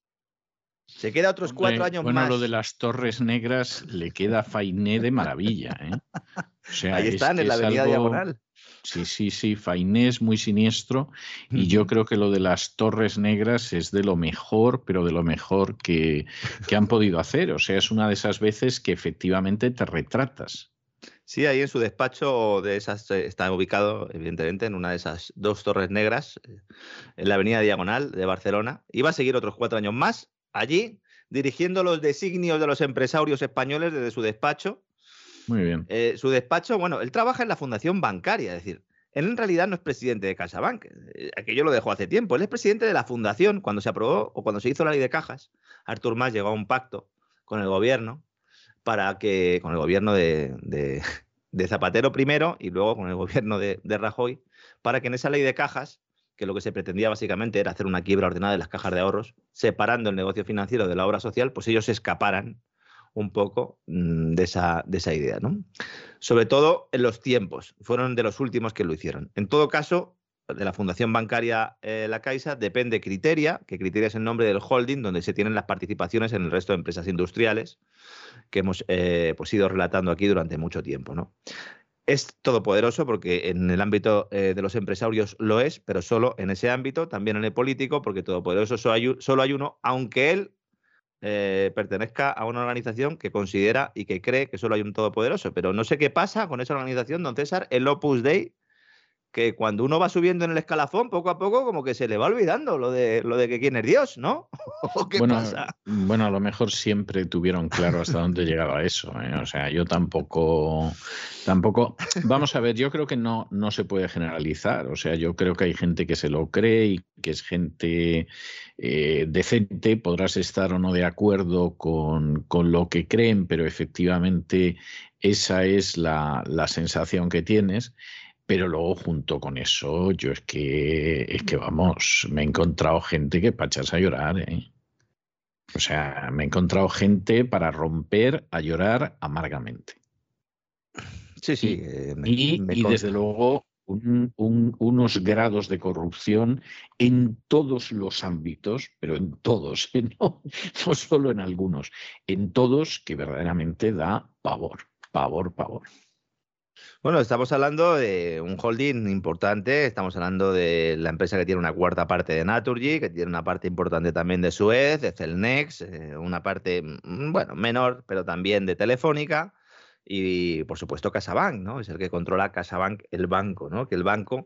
Se queda otros Hombre, cuatro años bueno, más. Bueno, lo de las Torres Negras le queda Fainé de maravilla, ¿eh? O sea, ahí están, es en la Avenida algo... Diagonal. Sí, sí, sí, Fainé es muy siniestro y yo creo que lo de las Torres Negras es de lo mejor, pero de lo mejor que, que han podido hacer. O sea, es una de esas veces que efectivamente te retratas. Sí, ahí en su despacho de esas está ubicado, evidentemente, en una de esas dos Torres Negras, en la Avenida Diagonal de Barcelona. Y va a seguir otros cuatro años más allí, dirigiendo los designios de los empresarios españoles desde su despacho. Muy bien. Eh, su despacho, bueno, él trabaja en la fundación bancaria, es decir, él en realidad no es presidente de CaixaBank, eh, aquello lo dejó hace tiempo, él es presidente de la fundación. Cuando se aprobó o cuando se hizo la ley de cajas, Artur Mas llegó a un pacto con el gobierno, para que, con el gobierno de, de, de Zapatero primero y luego con el gobierno de, de Rajoy, para que en esa ley de cajas, que lo que se pretendía básicamente era hacer una quiebra ordenada de las cajas de ahorros, separando el negocio financiero de la obra social, pues ellos se escaparan un poco de esa, de esa idea, ¿no? Sobre todo en los tiempos, fueron de los últimos que lo hicieron. En todo caso, de la Fundación Bancaria eh, La Caixa depende Criteria, que Criteria es el nombre del holding donde se tienen las participaciones en el resto de empresas industriales que hemos eh, pues ido relatando aquí durante mucho tiempo, ¿no? Es todopoderoso porque en el ámbito eh, de los empresarios lo es, pero solo en ese ámbito, también en el político, porque todopoderoso solo hay, solo hay uno, aunque él Eh, pertenezca a una organización que considera y que cree que solo hay un todopoderoso. Pero no sé qué pasa con esa organización, don César, el Opus Dei, que cuando uno va subiendo en el escalafón, poco a poco como que se le va olvidando lo de, lo de que quién es Dios, ¿no? ¿O qué bueno, pasa? Bueno, a lo mejor siempre tuvieron claro hasta dónde llegaba eso, ¿eh? O sea, yo tampoco, tampoco... Vamos a ver, yo creo que no, no se puede generalizar. O sea, yo creo que hay gente que se lo cree y que es gente eh, decente. Podrás estar o no de acuerdo con, con lo que creen, pero efectivamente esa es la, la sensación que tienes. Pero luego, junto con eso, yo es que, es que vamos, me he encontrado gente que para echarse a llorar, ¿eh? O sea, me he encontrado gente para romper a llorar amargamente. Sí, sí. Y, eh, me, y, me y desde luego, un, un, unos grados de corrupción en todos los ámbitos, pero en todos, ¿eh? no, no solo en algunos, en todos, que verdaderamente da pavor, pavor, pavor. Bueno, estamos hablando de un holding importante, estamos hablando de la empresa que tiene una cuarta parte de Naturgy, que tiene una parte importante también de Suez, de Celnex, eh, una parte, bueno, menor, pero también de Telefónica y, por supuesto, CaixaBank, ¿no? Es el que controla CaixaBank, el banco, ¿no? Que el banco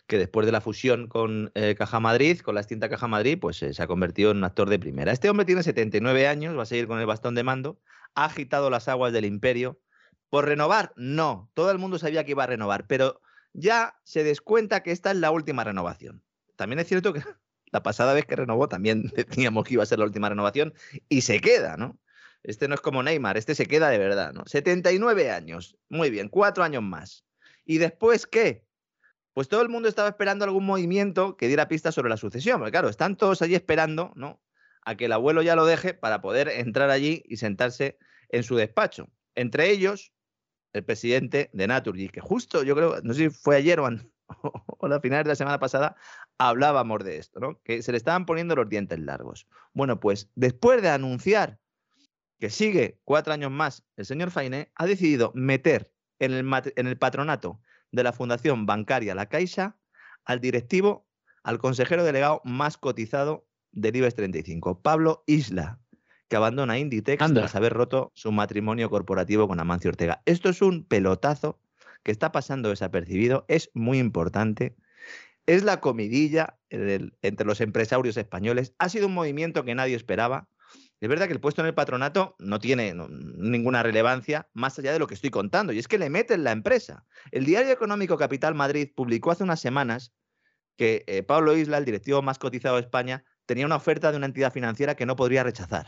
que después de la fusión con eh, Caja Madrid, con la extinta Caja Madrid, pues eh, se ha convertido en un actor de primera. Este hombre tiene setenta y nueve años, va a seguir con el bastón de mando, ha agitado las aguas del imperio. ¿Por renovar? No, todo el mundo sabía que iba a renovar, pero ya se descuenta que esta es la última renovación. También es cierto que la pasada vez que renovó también decíamos que iba a ser la última renovación y se queda, ¿no? Este no es como Neymar, este se queda de verdad, ¿no? setenta y nueve años, muy bien, cuatro años más. ¿Y después qué? Pues todo el mundo estaba esperando algún movimiento que diera pistas sobre la sucesión, porque claro, están todos allí esperando, ¿no?, a que el abuelo ya lo deje para poder entrar allí y sentarse en su despacho. Entre ellos, el presidente de Naturgy, que justo, yo creo, no sé si fue ayer o, an, o a finales de la semana pasada, hablábamos de esto, ¿no?, que se le estaban poniendo los dientes largos. Bueno, pues después de anunciar que sigue cuatro años más, el señor Fainé ha decidido meter en el, en el patronato de la Fundación Bancaria La Caixa al directivo, al consejero delegado más cotizado del IBEX treinta y cinco, Pablo Isla, que abandona Inditex Anda. tras haber roto su matrimonio corporativo con Amancio Ortega. Esto es un pelotazo que está pasando desapercibido, es muy importante, es la comidilla del, entre los empresarios españoles, ha sido un movimiento que nadie esperaba. Es verdad que el puesto en el patronato no tiene no, ninguna relevancia más allá de lo que estoy contando, y es que le meten la empresa. El diario económico Capital Madrid publicó hace unas semanas que eh, Pablo Isla, el directivo más cotizado de España, tenía una oferta de una entidad financiera que no podría rechazar.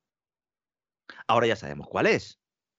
Ahora ya sabemos cuál es.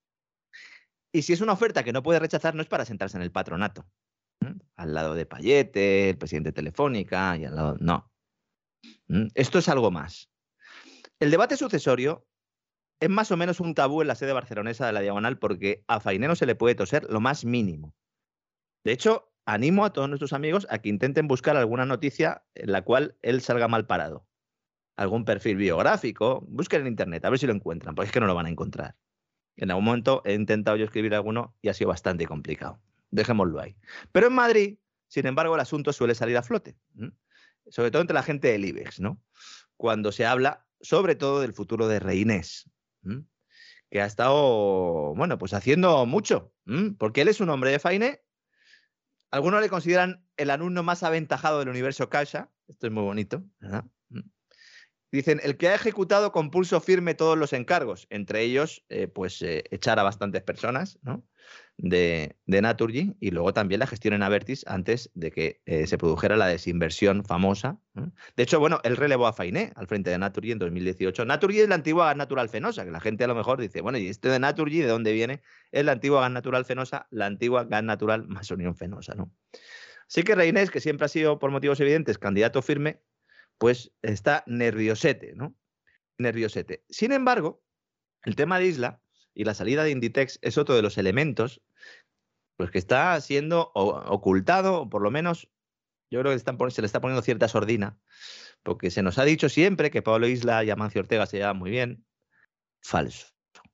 Y si es una oferta que no puede rechazar, no es para sentarse en el patronato, ¿Mm? al lado de Payete, el presidente de Telefónica, y al lado... No. ¿Mm? Esto es algo más. El debate sucesorio es más o menos un tabú en la sede barcelonesa de la Diagonal porque a Fainé no se le puede toser lo más mínimo. De hecho, animo a todos nuestros amigos a que intenten buscar alguna noticia en la cual él salga mal parado. Algún perfil biográfico, busquen en internet, a ver si lo encuentran, porque es que no lo van a encontrar. En algún momento he intentado yo escribir alguno y ha sido bastante complicado. Dejémoslo ahí. Pero en Madrid, sin embargo, el asunto suele salir a flote. ¿Mm? Sobre todo entre la gente del IBEX, ¿no? Cuando se habla sobre todo del futuro de Reinés, ¿m? que ha estado, bueno, pues haciendo mucho, ¿m? porque él es un hombre de Fainé. Algunos le consideran el alumno más aventajado del universo Caixa. Esto es muy bonito, ¿verdad? ¿M? Dicen, el que ha ejecutado con pulso firme todos los encargos, entre ellos, eh, pues, eh, echar a bastantes personas, ¿no?, de, de Naturgy, y luego también la gestión en Abertis antes de que eh, se produjera la desinversión famosa, ¿no? De hecho, bueno, él relevó a Fainé al frente de Naturgy en dos mil dieciocho. Naturgy es la antigua Gas Natural Fenosa, que la gente a lo mejor dice, bueno, ¿y este de Naturgy de dónde viene? Es la antigua Gas Natural Fenosa, la antigua Gas Natural más Unión Fenosa, ¿no? Así que Reinés, que siempre ha sido, por motivos evidentes, candidato firme, pues está nerviosete, ¿no? Nerviosete. Sin embargo, el tema de Isla y la salida de Inditex es otro de los elementos pues, que está siendo ocultado, o por lo menos yo creo que están, se le está poniendo cierta sordina, porque se nos ha dicho siempre que Pablo Isla y Amancio Ortega se llevaban muy bien. Falso.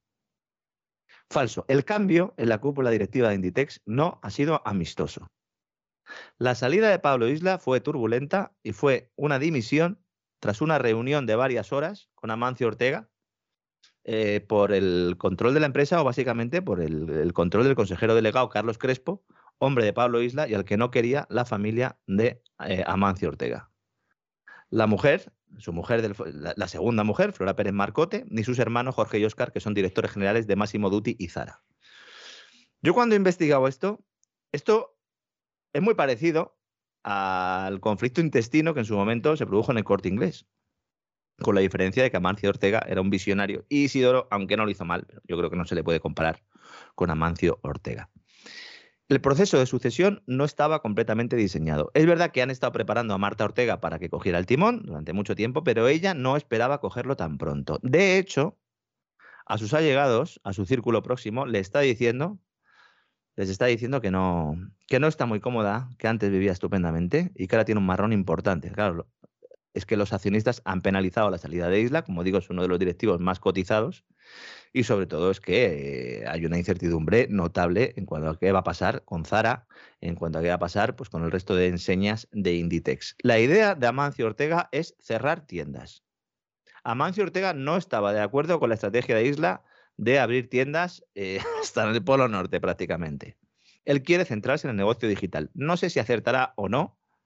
Falso. El cambio en la cúpula directiva de Inditex no ha sido amistoso. La salida de Pablo Isla fue turbulenta y fue una dimisión tras una reunión de varias horas con Amancio Ortega eh, por el control de la empresa o básicamente por el, el control del consejero delegado Carlos Crespo, hombre de Pablo Isla y al que no quería la familia de eh, Amancio Ortega. La mujer, su mujer, del, la, la segunda mujer, Flora Pérez Marcote, ni sus hermanos Jorge y Óscar, que son directores generales de Massimo Dutti y Zara. Yo cuando he investigado esto, esto es muy parecido al conflicto intestino que en su momento se produjo en el Corte Inglés, con la diferencia de que Amancio Ortega era un visionario y Isidoro, aunque no lo hizo mal, pero yo creo que no se le puede comparar con Amancio Ortega. El proceso de sucesión no estaba completamente diseñado. Es verdad que han estado preparando a Marta Ortega para que cogiera el timón durante mucho tiempo, pero ella no esperaba cogerlo tan pronto. De hecho, a sus allegados, a su círculo próximo, le está diciendo, les está diciendo que no, que no está muy cómoda, que antes vivía estupendamente y que ahora tiene un marrón importante. Claro, es que los accionistas han penalizado la salida de Isla, como digo, es uno de los directivos más cotizados, y sobre todo es que eh, hay una incertidumbre notable en cuanto a qué va a pasar con Zara, en cuanto a qué va a pasar pues, con el resto de enseñas de Inditex. La idea de Amancio Ortega es cerrar tiendas. Amancio Ortega no estaba de acuerdo con la estrategia de Isla de abrir tiendas eh, hasta en el Polo Norte prácticamente. Él quiere centrarse en el negocio digital. No sé si acertará o no,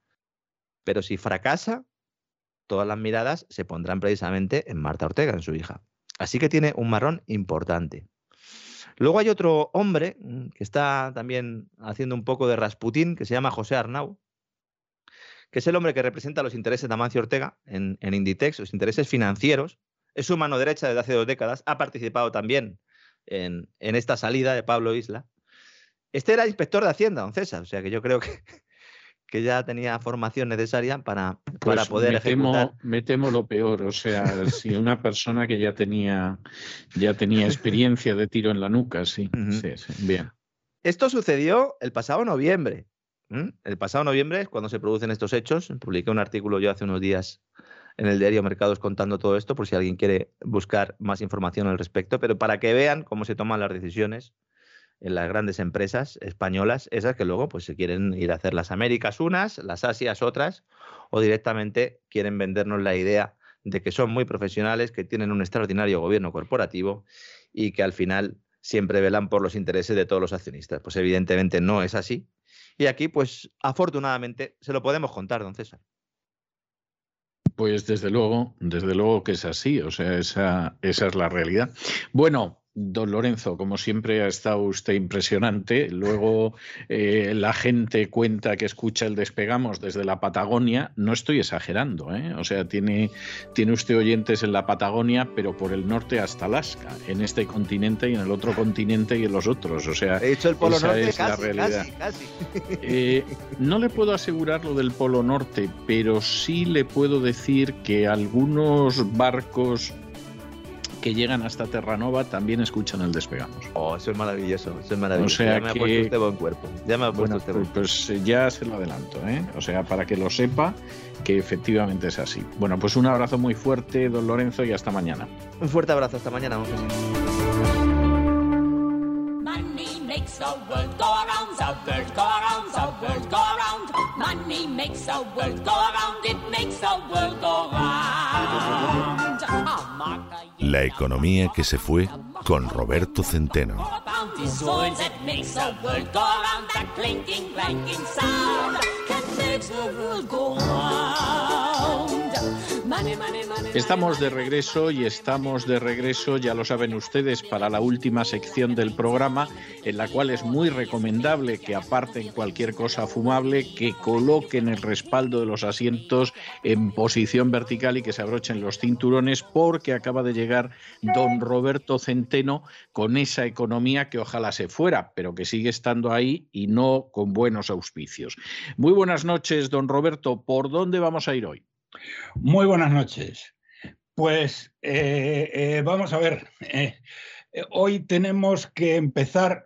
Pero si fracasa, todas las miradas se pondrán precisamente en Marta Ortega, en su hija. Así que tiene un marrón importante. Luego hay otro hombre que está también haciendo un poco de Rasputín, que se llama José Arnau, que es el hombre que representa los intereses de Amancio Ortega en, en Inditex, los intereses financieros. Es su mano derecha desde hace dos décadas. Ha participado también en, en esta salida de Pablo Isla. Este era inspector de Hacienda, don César, o sea que yo creo que, que ya tenía formación necesaria para, Pues para poder me temo, ejecutar. me temo lo peor, o sea, si una persona que ya tenía, ya tenía experiencia de tiro en la nuca, sí, Ujú. sí, sí, bien. Esto sucedió el pasado noviembre. ¿Mm? El pasado noviembre es cuando se producen estos hechos. Publiqué un artículo yo hace unos días en el diario Mercados contando todo esto, por si alguien quiere buscar más información al respecto, pero para que vean cómo se toman las decisiones en las grandes empresas españolas, esas que luego pues se quieren ir a hacer las Américas unas, las Asias otras, o directamente quieren vendernos la idea de que son muy profesionales, que tienen un extraordinario gobierno corporativo y que al final siempre velan por los intereses de todos los accionistas. Pues evidentemente no es así. Y aquí, pues afortunadamente, se lo podemos contar, don César. Pues desde luego, desde luego que es así, o sea, esa, esa es la realidad. Bueno, don Lorenzo, como siempre ha estado usted impresionante. Luego eh, la gente cuenta que escucha el Despegamos desde la Patagonia. No estoy exagerando, ¿eh? O sea, tiene, tiene usted oyentes en la Patagonia, pero por el norte hasta Alaska, en este continente y en el otro continente y en los otros. O sea, He dicho el Polo esa Norte, es casi, la realidad. casi, casi. Eh, no le puedo asegurar lo del Polo Norte, pero sí le puedo decir que algunos barcos que llegan hasta Terranova también escuchan el Despegamos. Oh, eso es maravilloso, eso es maravilloso. O sea ya me que- ha puesto usted buen cuerpo. Ya me ha puesto Bueno, usted pues, buen pues ya se lo adelanto, ¿eh? O sea, para que lo sepa que efectivamente es así. Bueno, pues un abrazo muy fuerte, don Lorenzo, y hasta mañana. Un fuerte abrazo, hasta mañana. Don César. Money makes the world go around, the world go around, the world go around. Money makes the world go around, it makes the world go round. A marca La economía que se fue con Roberto Centeno. about these swords that makes the world go around, that clinking, clanking sound that makes the world go round. Money, money, money. Estamos de regreso y estamos de regreso, ya lo saben ustedes, para la última sección del programa, en la cual es muy recomendable que aparten cualquier cosa fumable, que coloquen el respaldo de los asientos en posición vertical y que se abrochen los cinturones, porque acaba de llegar don Roberto Centeno con esa economía que ojalá se fuera, pero que sigue estando ahí y no con buenos auspicios. Muy buenas noches, don Roberto. ¿Por dónde vamos a ir hoy? Muy buenas noches. Pues eh, eh, vamos a ver. Eh, eh, hoy tenemos que empezar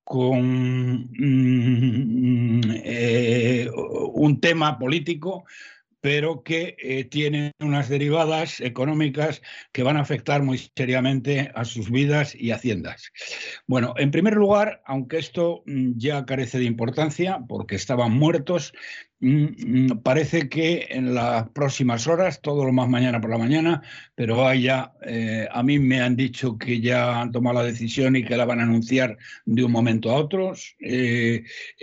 con mm, eh, un tema político, pero que eh, tiene unas derivadas económicas que van a afectar muy seriamente a sus vidas y haciendas. Bueno, en primer lugar, aunque esto mm, ya carece de importancia porque estaban muertos, mm, mm, parece que en las próximas horas, todo lo más mañana por la mañana, pero vaya, eh, a mí me han dicho que ya han tomado la decisión y que la van a anunciar de un momento a otro. Eh,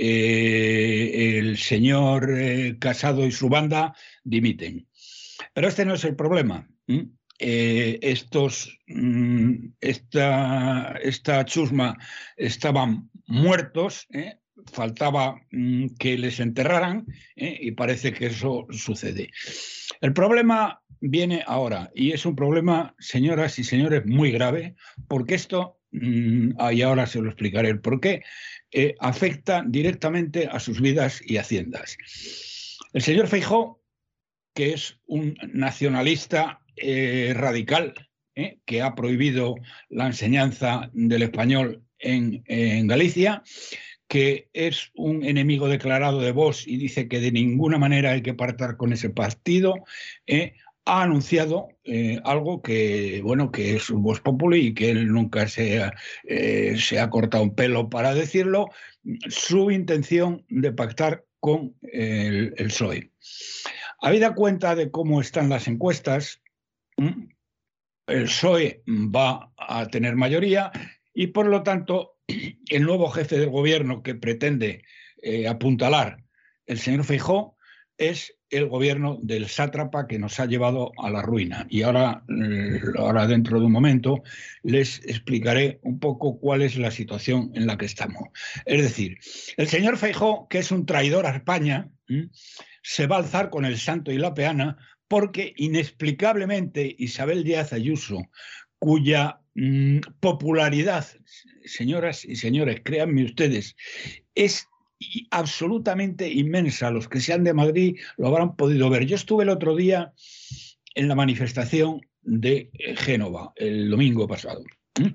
eh, el señor eh, Casado y su banda dimiten. Pero este no es el problema. ¿Mm? Eh, estos, mm, esta, esta chusma estaban muertos, ¿eh? Faltaba mm, que les enterraran, ¿eh? Y parece que eso sucede. El problema viene ahora y es un problema, señoras y señores, muy grave, porque esto, mm, y ahora se lo explicaré el por qué, eh, afecta directamente a sus vidas y haciendas. El señor Feijóo, que es un nacionalista eh, radical, eh, que ha prohibido la enseñanza del español en, en Galicia, que es un enemigo declarado de Vox y dice que de ninguna manera hay que pactar con ese partido, eh, ha anunciado eh, algo que, bueno, que es un Vox Populi y que él nunca se ha, eh, se ha cortado un pelo para decirlo, su intención de pactar con el, el P S O E. Habida cuenta de cómo están las encuestas, el P S O E va a tener mayoría y, por lo tanto, el nuevo jefe del gobierno que pretende eh, apuntalar el señor Feijóo es el gobierno del sátrapa que nos ha llevado a la ruina. Y ahora, ahora dentro de un momento, les explicaré un poco cuál es la situación en la que estamos. Es decir, el señor Feijóo, que es un traidor a España, ¿m? se va a alzar con el santo y la peana porque inexplicablemente Isabel Díaz Ayuso, cuya mmm, popularidad, señoras y señores, créanme ustedes, es absolutamente inmensa. Los que sean de Madrid lo habrán podido ver. Yo estuve el otro día en la manifestación de Génova, el domingo pasado.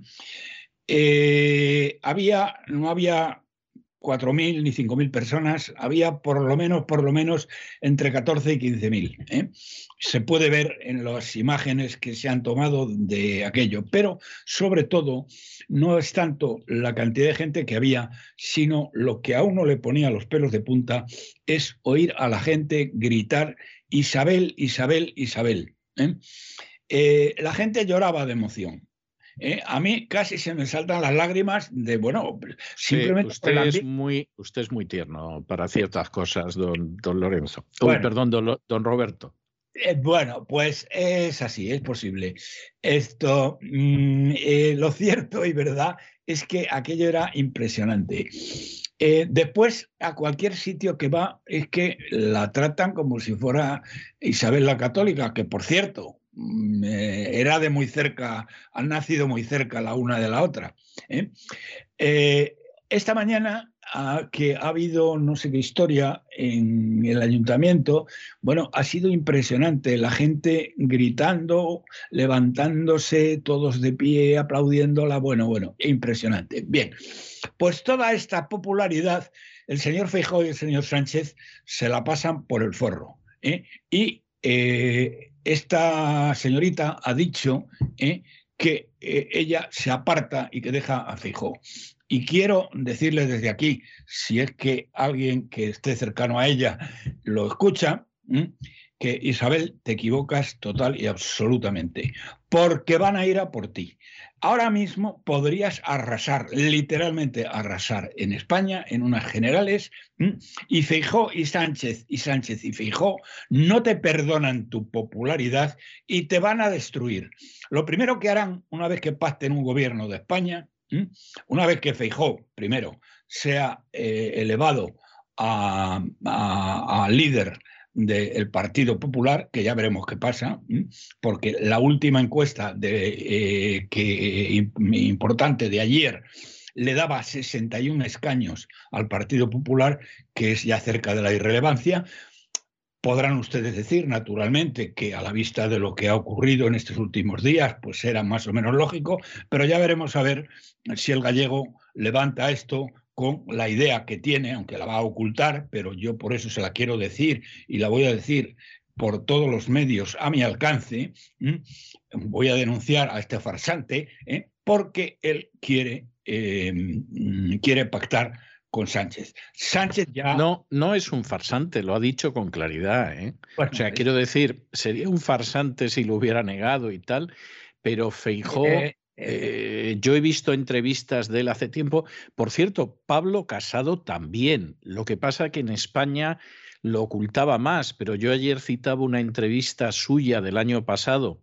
Eh, había, no había cuatro mil ni cinco mil personas, había por lo menos, por lo menos entre catorce y quince mil. ¿eh? Se puede ver en las imágenes que se han tomado de aquello, pero sobre todo no es tanto la cantidad de gente que había, sino lo que a uno le ponía los pelos de punta es oír a la gente gritar Isabel, Isabel, Isabel. ¿eh? Eh, la gente lloraba de emoción. Eh, a mí casi se me saltan las lágrimas de, bueno, simplemente... Sí, usted, es muy, usted es muy tierno para ciertas cosas, don, don Lorenzo. Bueno, Uy, perdón, don, don Roberto. Eh, bueno, pues es así, es posible. Esto, mmm, eh, lo cierto y verdad es que aquello era impresionante. Eh, después, a cualquier sitio que va, es que la tratan como si fuera Isabel la Católica, que por cierto... Eh, era de muy cerca, han nacido muy cerca la una de la otra. ¿eh? Eh, esta mañana, a, que ha habido no sé qué historia en el ayuntamiento, bueno, ha sido impresionante, la gente gritando, levantándose, todos de pie, aplaudiéndola, bueno, bueno, impresionante. Bien, pues toda esta popularidad, el señor Feijóo y el señor Sánchez se la pasan por el forro. ¿eh? Y eh, esta señorita ha dicho eh, que eh, ella se aparta y que deja a Feijóo. Y quiero decirle desde aquí, si es que alguien que esté cercano a ella lo escucha, ¿eh? que Isabel, te equivocas total y absolutamente, porque van a ir a por ti. Ahora mismo podrías arrasar, literalmente arrasar en España, en unas generales, ¿m? y Feijóo y Sánchez, y Sánchez y Feijóo no te perdonan tu popularidad y te van a destruir. Lo primero que harán, una vez que pacten un gobierno de España, ¿m? una vez que Feijóo, primero, sea eh, elevado a, a, a líder del Partido Popular, que ya veremos qué pasa, porque la última encuesta de, eh, que, importante de ayer le daba sesenta y un escaños al Partido Popular, que es ya cerca de la irrelevancia. Podrán ustedes decir, naturalmente, que a la vista de lo que ha ocurrido en estos últimos días, pues era más o menos lógico, pero ya veremos a ver si el gallego levanta esto con la idea que tiene, aunque la va a ocultar, pero yo por eso se la quiero decir y la voy a decir por todos los medios a mi alcance. ¿eh? Voy a denunciar a este farsante ¿eh? porque él quiere, eh, quiere pactar con Sánchez. Sánchez ya... No, no es un farsante, lo ha dicho con claridad. ¿eh? Bueno, o sea, es... quiero decir, sería un farsante si lo hubiera negado y tal, pero Feijóo... Eh... Eh, yo he visto entrevistas de él hace tiempo. Por cierto, Pablo Casado también. Lo que pasa que en España lo ocultaba más, pero yo ayer citaba una entrevista suya del año pasado,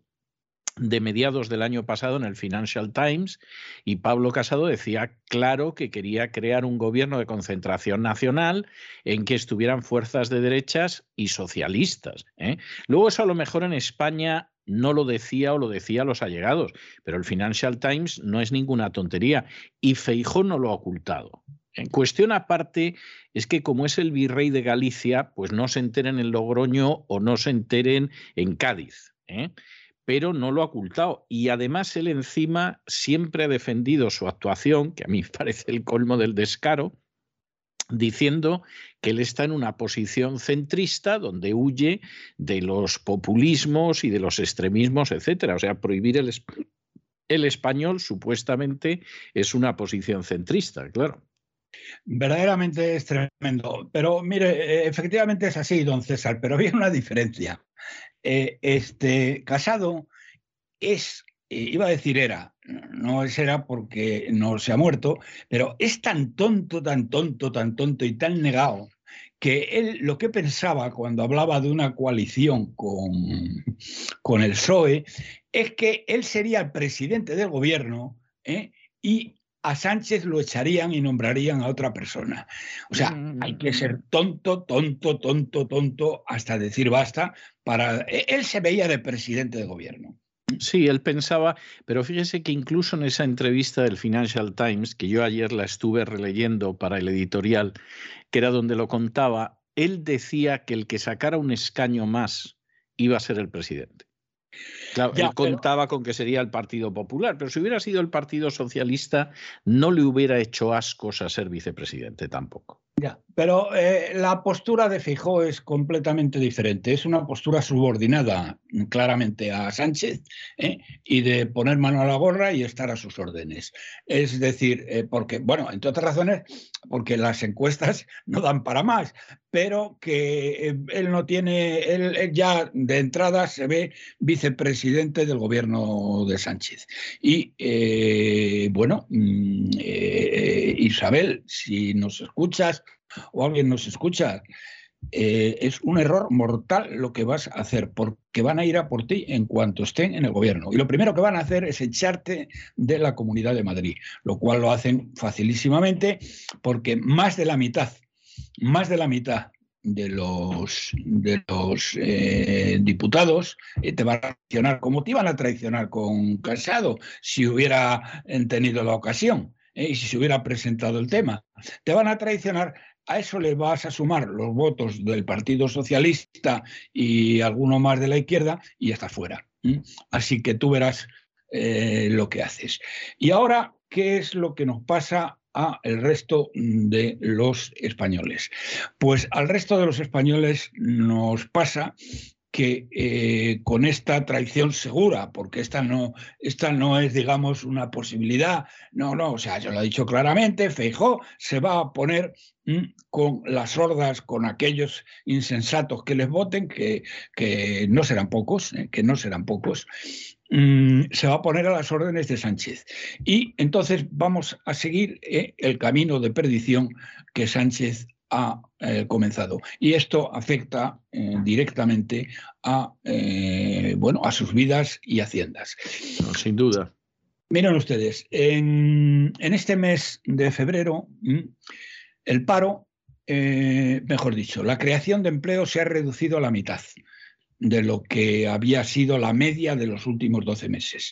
de mediados del año pasado en el Financial Times, y Pablo Casado decía claro que quería crear un gobierno de concentración nacional en que estuvieran fuerzas de derechas y socialistas. ¿eh? Luego eso a lo mejor en España no lo decía o lo decía a los allegados, pero el Financial Times no es ninguna tontería y Feijóo no lo ha ocultado. En cuestión aparte es que como es el virrey de Galicia, pues no se enteren en Logroño o no se enteren en Cádiz, ¿eh? pero no lo ha ocultado. Y además él encima siempre ha defendido su actuación, que a mí me parece el colmo del descaro, diciendo que él está en una posición centrista donde huye de los populismos y de los extremismos, etcétera. O sea, prohibir el, el español supuestamente es una posición centrista, claro. Verdaderamente es tremendo. Pero mire, efectivamente es así, don César, pero había una diferencia. Eh, este Casado es... Iba a decir era, no es era porque no se ha muerto, pero es tan tonto, tan tonto, tan tonto y tan negado que él lo que pensaba cuando hablaba de una coalición con, con el P S O E es que él sería el presidente del gobierno, ¿eh? y a Sánchez lo echarían y nombrarían a otra persona. O sea, mm. hay que ser tonto, tonto, tonto, tonto, hasta decir basta. Para... Él se veía de presidente de gobierno. Sí, él pensaba, pero fíjese que incluso en esa entrevista del Financial Times, que yo ayer la estuve releyendo para el editorial, que era donde lo contaba, él decía que el que sacara un escaño más iba a ser el presidente. Claro, ya, él contaba pero... con que sería el Partido Popular, pero si hubiera sido el Partido Socialista, no le hubiera hecho ascos a ser vicepresidente tampoco. Ya, pero eh, la postura de Feijóo es completamente diferente. Es una postura subordinada claramente a Sánchez, ¿eh? y de poner mano a la gorra y estar a sus órdenes. Es decir, eh, porque, bueno, entre otras razones, porque las encuestas no dan para más, pero que eh, él no tiene, él, él ya de entrada se ve vicepresidente del gobierno de Sánchez. Y, eh, bueno, eh, Isabel, si nos escuchas, o alguien nos escucha, eh, es un error mortal lo que vas a hacer, porque van a ir a por ti en cuanto estén en el gobierno. Y lo primero que van a hacer es echarte de la Comunidad de Madrid, lo cual lo hacen facilísimamente, porque más de la mitad, más de la mitad de los, de los eh, diputados eh, te van a traicionar, como te iban a traicionar con Casado, si hubiera tenido la ocasión. Eh, y si se hubiera presentado el tema, te van a traicionar. A eso le vas a sumar los votos del Partido Socialista y alguno más de la izquierda y ya está fuera. ¿Mm? Así que tú verás eh, lo que haces. Y ahora, ¿qué es lo que nos pasa a el resto de los españoles? Pues al resto de los españoles nos pasa que eh, con esta traición segura, porque esta no, esta no es, digamos, una posibilidad, no, no, o sea, yo lo he dicho claramente, Feijóo se va a poner mm, con las sordas, con aquellos insensatos que les voten, que, que no serán pocos, eh, que no serán pocos, mm, se va a poner a las órdenes de Sánchez. Y entonces vamos a seguir eh, el camino de perdición que Sánchez ha eh, comenzado. Y esto afecta eh, directamente a, eh, bueno, a sus vidas y haciendas. No, sin duda. Miren ustedes, en, en este mes de febrero, el paro, eh, mejor dicho, la creación de empleo se ha reducido a la mitad de lo que había sido la media de los últimos doce meses.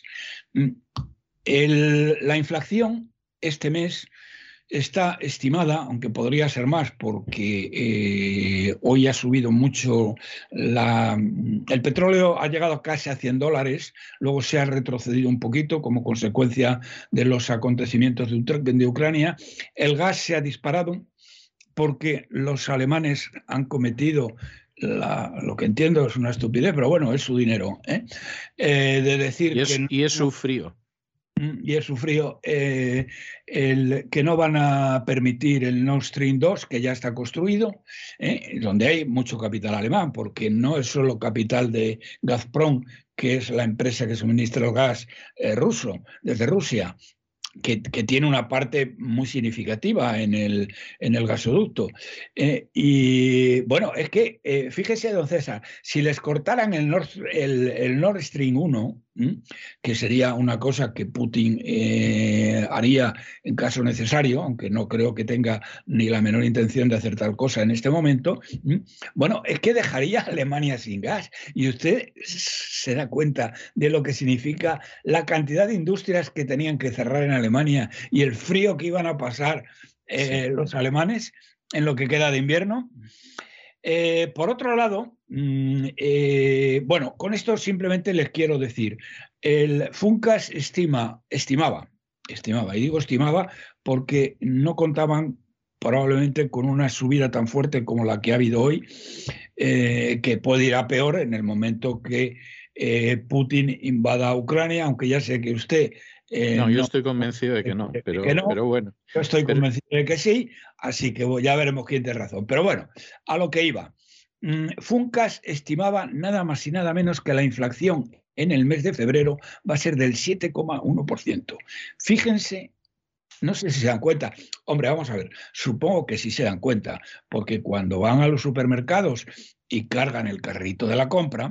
El, la inflación este mes está estimada, aunque podría ser más, porque eh, hoy ha subido mucho, la, el petróleo ha llegado casi a cien dólares, luego se ha retrocedido un poquito como consecuencia de los acontecimientos de, de Ucrania, el gas se ha disparado porque los alemanes han cometido La, lo que entiendo es una estupidez, pero bueno, es su dinero, ¿eh? Eh, de decir y es, que y es su frío. Y es su frío, eh, el, que no van a permitir el Nord Stream dos, que ya está construido, eh, donde hay mucho capital alemán, porque no es solo capital de Gazprom, que es la empresa que suministra el gas eh, ruso, desde Rusia, Que, que tiene una parte muy significativa en el, en el gasoducto. Eh, y bueno, es que, eh, fíjese, don César, si les cortaran el Nord, el, el Nord Stream uno, ¿m? que sería una cosa que Putin eh, haría en caso necesario, aunque no creo que tenga ni la menor intención de hacer tal cosa en este momento, ¿m? bueno, es que dejaría a Alemania sin gas. Y usted se da cuenta de lo que significa la cantidad de industrias que tenían que cerrar en Alemania y el frío que iban a pasar eh, sí. los alemanes en lo que queda de invierno. Eh, por otro lado, eh, bueno, con esto simplemente les quiero decir, el Funcas estima, estimaba, estimaba, y digo estimaba porque no contaban probablemente con una subida tan fuerte como la que ha habido hoy, eh, que puede ir a peor en el momento que eh, Putin invada a Ucrania, aunque ya sé que usted... Eh, no, yo no, estoy convencido de que no, pero, que no, pero bueno. Yo estoy pero... convencido de que sí, así que ya veremos quién tiene razón. Pero bueno, a lo que iba. Funcas estimaba nada más y nada menos que la inflación en el mes de febrero va a ser del siete coma uno por ciento. Fíjense No sé si se dan cuenta. Hombre, vamos a ver, supongo que sí se dan cuenta, porque cuando van a los supermercados y cargan el carrito de la compra,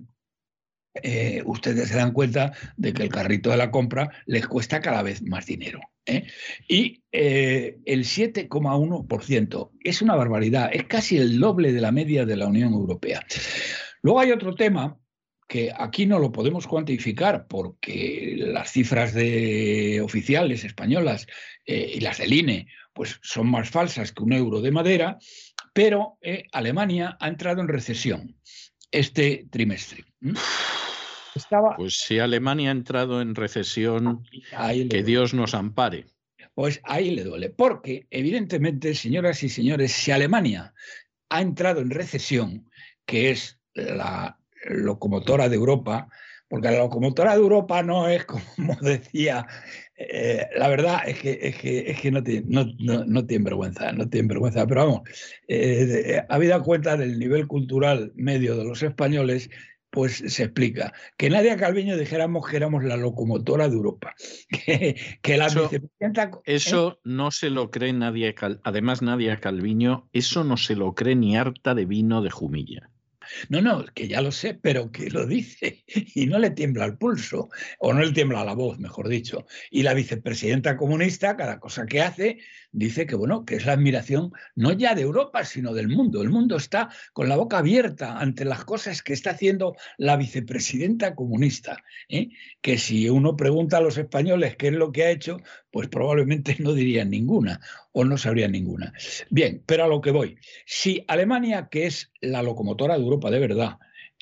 eh, ustedes se dan cuenta de que el carrito de la compra les cuesta cada vez más dinero. ¿eh? Y eh, el siete coma uno por ciento es una barbaridad, es casi el doble de la media de la Unión Europea. Luego hay otro tema que aquí no lo podemos cuantificar porque las cifras de oficiales españolas eh, y las del I N E pues son más falsas que un euro de madera, pero eh, Alemania ha entrado en recesión este trimestre. ¿Mm? Estaba... Pues si Alemania ha entrado en recesión, ahí que Dios nos ampare. Pues ahí le duele, porque evidentemente, señoras y señores, si Alemania ha entrado en recesión, que es la locomotora de Europa, porque la locomotora de Europa no es como decía, eh, la verdad es que, es que, es que no, tiene, no, no, no tienen vergüenza, no tienen vergüenza, pero vamos, eh, habida cuenta del nivel cultural medio de los españoles, pues se explica. Que Nadia Calviño dijéramos que éramos la locomotora de Europa, que, que la eso, vicepresidenta... Eso ¿eh? no se lo cree Nadia Cal... Además, Nadia Calviño, eso no se lo cree ni harta de vino de Jumilla. No, no, que ya lo sé, pero que lo dice y no le tiembla el pulso, o no le tiembla la voz, mejor dicho. Y la vicepresidenta comunista, cada cosa que hace, dice que, bueno, que es la admiración no ya de Europa, sino del mundo. El mundo está con la boca abierta ante las cosas que está haciendo la vicepresidenta comunista. ¿eh? Que si uno pregunta a los españoles qué es lo que ha hecho, pues probablemente no dirían ninguna o no sabrían ninguna. Bien, pero a lo que voy. Si Alemania, que es la locomotora de Europa de verdad,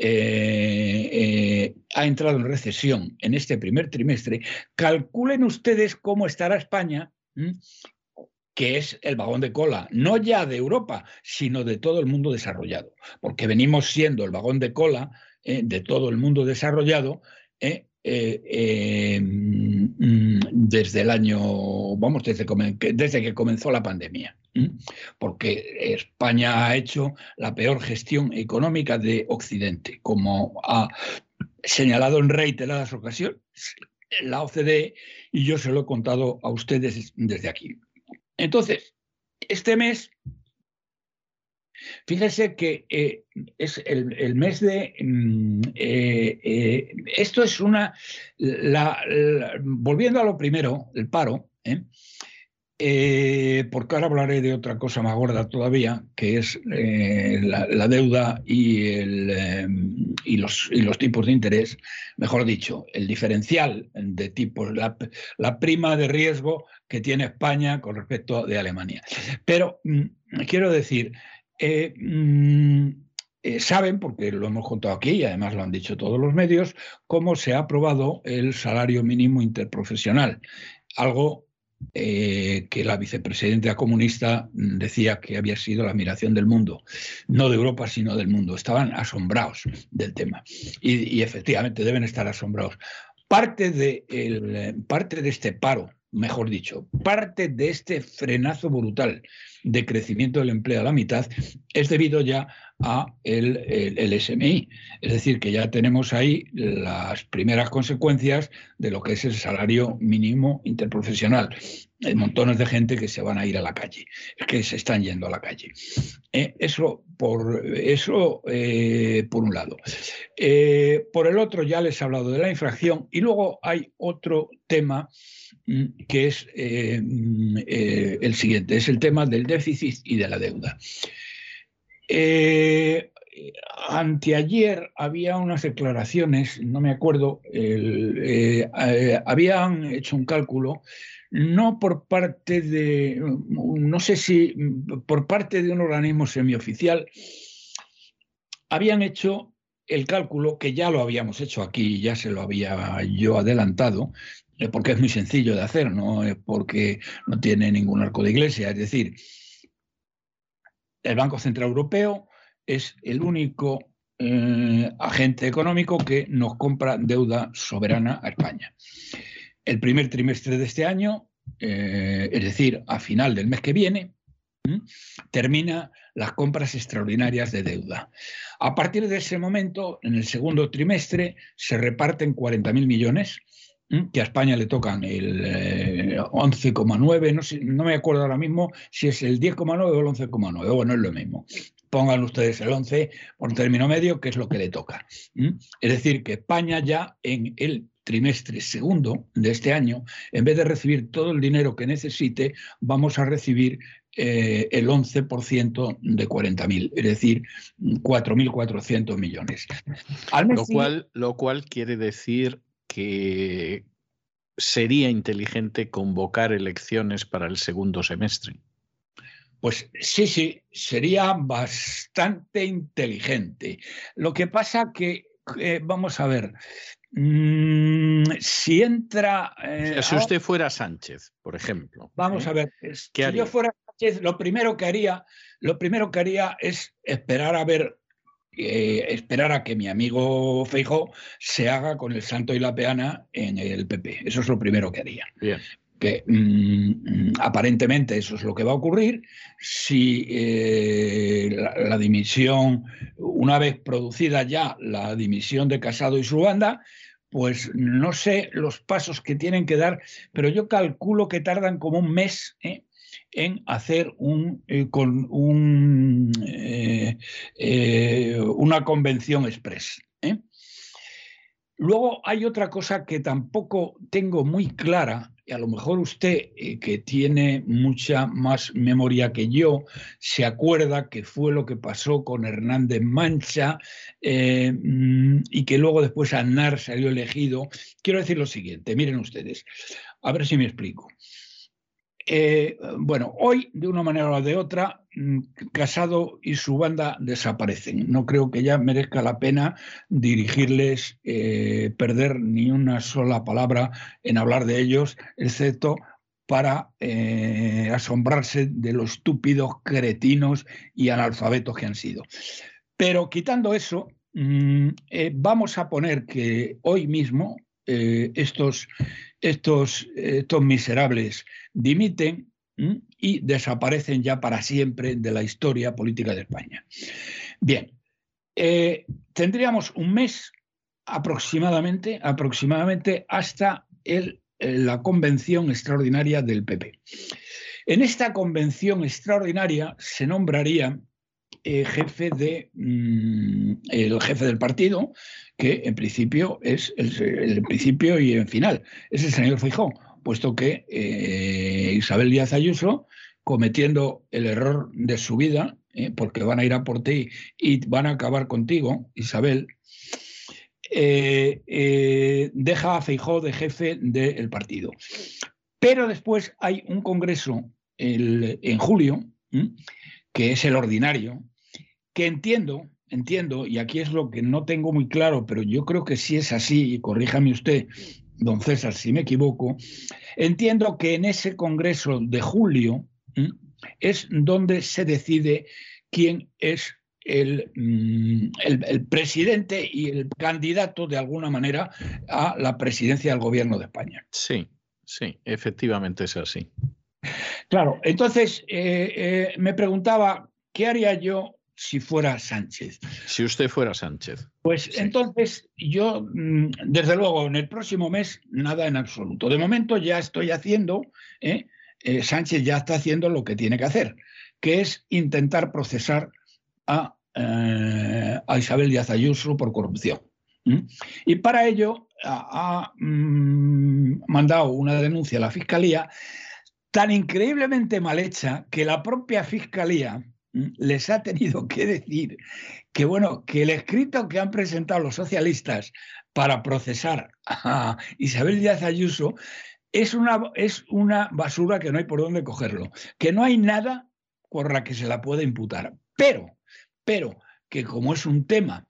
eh, eh, ha entrado en recesión en este primer trimestre, calculen ustedes cómo estará España, ¿m? que es el vagón de cola, no ya de Europa, sino de todo el mundo desarrollado, porque venimos siendo el vagón de cola eh, de todo el mundo desarrollado, eh, Eh, eh, desde el año, vamos, desde, desde que comenzó la pandemia, ¿eh? porque España ha hecho la peor gestión económica de Occidente, como ha señalado en reiteradas ocasiones la O C D E, y yo se lo he contado a ustedes desde aquí. Entonces, este mes, fíjese que eh, es el, el mes de... Eh, eh, esto es una... La, la, volviendo a lo primero, el paro, ¿eh? Eh, porque ahora hablaré de otra cosa más gorda todavía, que es eh, la, la deuda y, el, eh, y, los, y los tipos de interés, mejor dicho, el diferencial de tipos, la, la prima de riesgo que tiene España con respecto de Alemania. Pero mm, quiero decir... Eh, mm, eh, saben, porque lo hemos contado aquí y además lo han dicho todos los medios, cómo se ha aprobado el salario mínimo interprofesional, algo eh, que la vicepresidenta comunista decía que había sido la admiración del mundo, no de Europa sino del mundo. Estaban asombrados del tema y, y efectivamente deben estar asombrados. Parte de, el, parte de este paro, mejor dicho, parte de este frenazo brutal de crecimiento del empleo a la mitad es debido ya a el, el, el S M I. Es decir, que ya tenemos ahí las primeras consecuencias de lo que es el salario mínimo interprofesional. Hay montones de gente que se van a ir a la calle, que se están yendo a la calle. Eh, eso por, eso, eh, por un lado. Eh, por el otro ya les he hablado de la inflación y luego hay otro tema que es eh, eh, el siguiente, es el tema del déficit y de la deuda. Eh, anteayer había unas declaraciones, no me acuerdo, el, eh, eh, habían hecho un cálculo, no por parte de, no sé si por parte de un organismo semioficial, habían hecho el cálculo, que ya lo habíamos hecho aquí, ya se lo había yo adelantado, porque es muy sencillo de hacer, no es porque no tiene ningún arco de iglesia. Es decir, el Banco Central Europeo es el único eh, agente económico que nos compra deuda soberana a España. El primer trimestre de este año, eh, es decir, a final del mes que viene, ¿eh? termina las compras extraordinarias de deuda. A partir de ese momento, en el segundo trimestre, se reparten cuarenta mil millones que a España le tocan el eh, once coma nueve, no, sé, no me acuerdo ahora mismo si es el diez coma nueve o el once coma nueve, bueno, es lo mismo. Pongan ustedes el once por término medio, que es lo que le toca. ¿Mm? Es decir, que España ya en el trimestre segundo de este año, en vez de recibir todo el dinero que necesite, vamos a recibir eh, el once por ciento de cuarenta mil, es decir, cuatro mil cuatrocientos millones. Al mes lo, cual, lo cual quiere decir que sería inteligente convocar elecciones para el segundo semestre. Pues sí, sí, sería bastante inteligente. Lo que pasa que, eh, vamos a ver, mmm, si entra... Eh, o sea, si usted fuera Sánchez, por ejemplo. Vamos ¿eh? a ver, si haría? yo fuera Sánchez, lo primero que haría, lo primero que haría es esperar a ver... Eh, esperar a que mi amigo Feijóo se haga con el santo y la peana en el P P. Eso es lo primero que haría. Bien. Que mmm, aparentemente eso es lo que va a ocurrir. Si eh, la, la dimisión, una vez producida ya la dimisión de Casado y su banda, pues no sé los pasos que tienen que dar, pero yo calculo que tardan como un mes, ¿eh? en hacer un, eh, con un, eh, eh, una convención express. ¿eh? Luego hay otra cosa que tampoco tengo muy clara, y a lo mejor usted, eh, que tiene mucha más memoria que yo, se acuerda que fue lo que pasó con Hernández Mancha eh, y que luego después Aznar salió elegido. Quiero decir lo siguiente, miren ustedes, a ver si me explico. Eh, bueno, hoy, de una manera o de otra, Casado y su banda desaparecen. No creo que ya merezca la pena dirigirles, eh, perder ni una sola palabra en hablar de ellos, excepto para eh, asombrarse de lo estúpidos, cretinos y analfabetos que han sido. Pero quitando eso, mmm, eh, vamos a poner que hoy mismo eh, estos, estos, estos miserables dimiten ¿m? y desaparecen ya para siempre de la historia política de España. Bien, eh, tendríamos un mes aproximadamente, aproximadamente hasta el, la convención extraordinaria del P P. En esta convención extraordinaria se nombraría eh, jefe de, mmm, el jefe del partido, que en principio es el, el principio y el final, es el señor Feijóo, puesto que eh, Isabel Díaz Ayuso, cometiendo el error de su vida, eh, porque van a ir a por ti y van a acabar contigo, Isabel, eh, eh, deja a Feijóo de jefe del partido. Pero después hay un congreso el, en julio, ¿eh? que es el ordinario, que entiendo, entiendo, y aquí es lo que no tengo muy claro, pero yo creo que sí es así, y corríjame usted, don César, si me equivoco, entiendo que en ese congreso de julio ¿eh? es donde se decide quién es el, el, el presidente y el candidato, de alguna manera, a la presidencia del gobierno de España. Sí, sí, efectivamente es así. Claro, entonces eh, eh, me preguntaba, ¿qué haría yo si fuera Sánchez? Si usted fuera Sánchez. Pues sí. entonces yo, desde luego, en el próximo mes, nada en absoluto. De momento ya estoy haciendo, ¿eh? Eh, Sánchez ya está haciendo lo que tiene que hacer, que es intentar procesar a, eh, a Isabel Díaz Ayuso por corrupción. ¿Mm? Y para ello ha, ha mm, mandado una denuncia a la Fiscalía tan increíblemente mal hecha que la propia Fiscalía les ha tenido que decir que, bueno, que el escrito que han presentado los socialistas para procesar a Isabel Díaz Ayuso es una, es una basura que no hay por dónde cogerlo, que no hay nada por la que se la pueda imputar. Pero, pero que como es un tema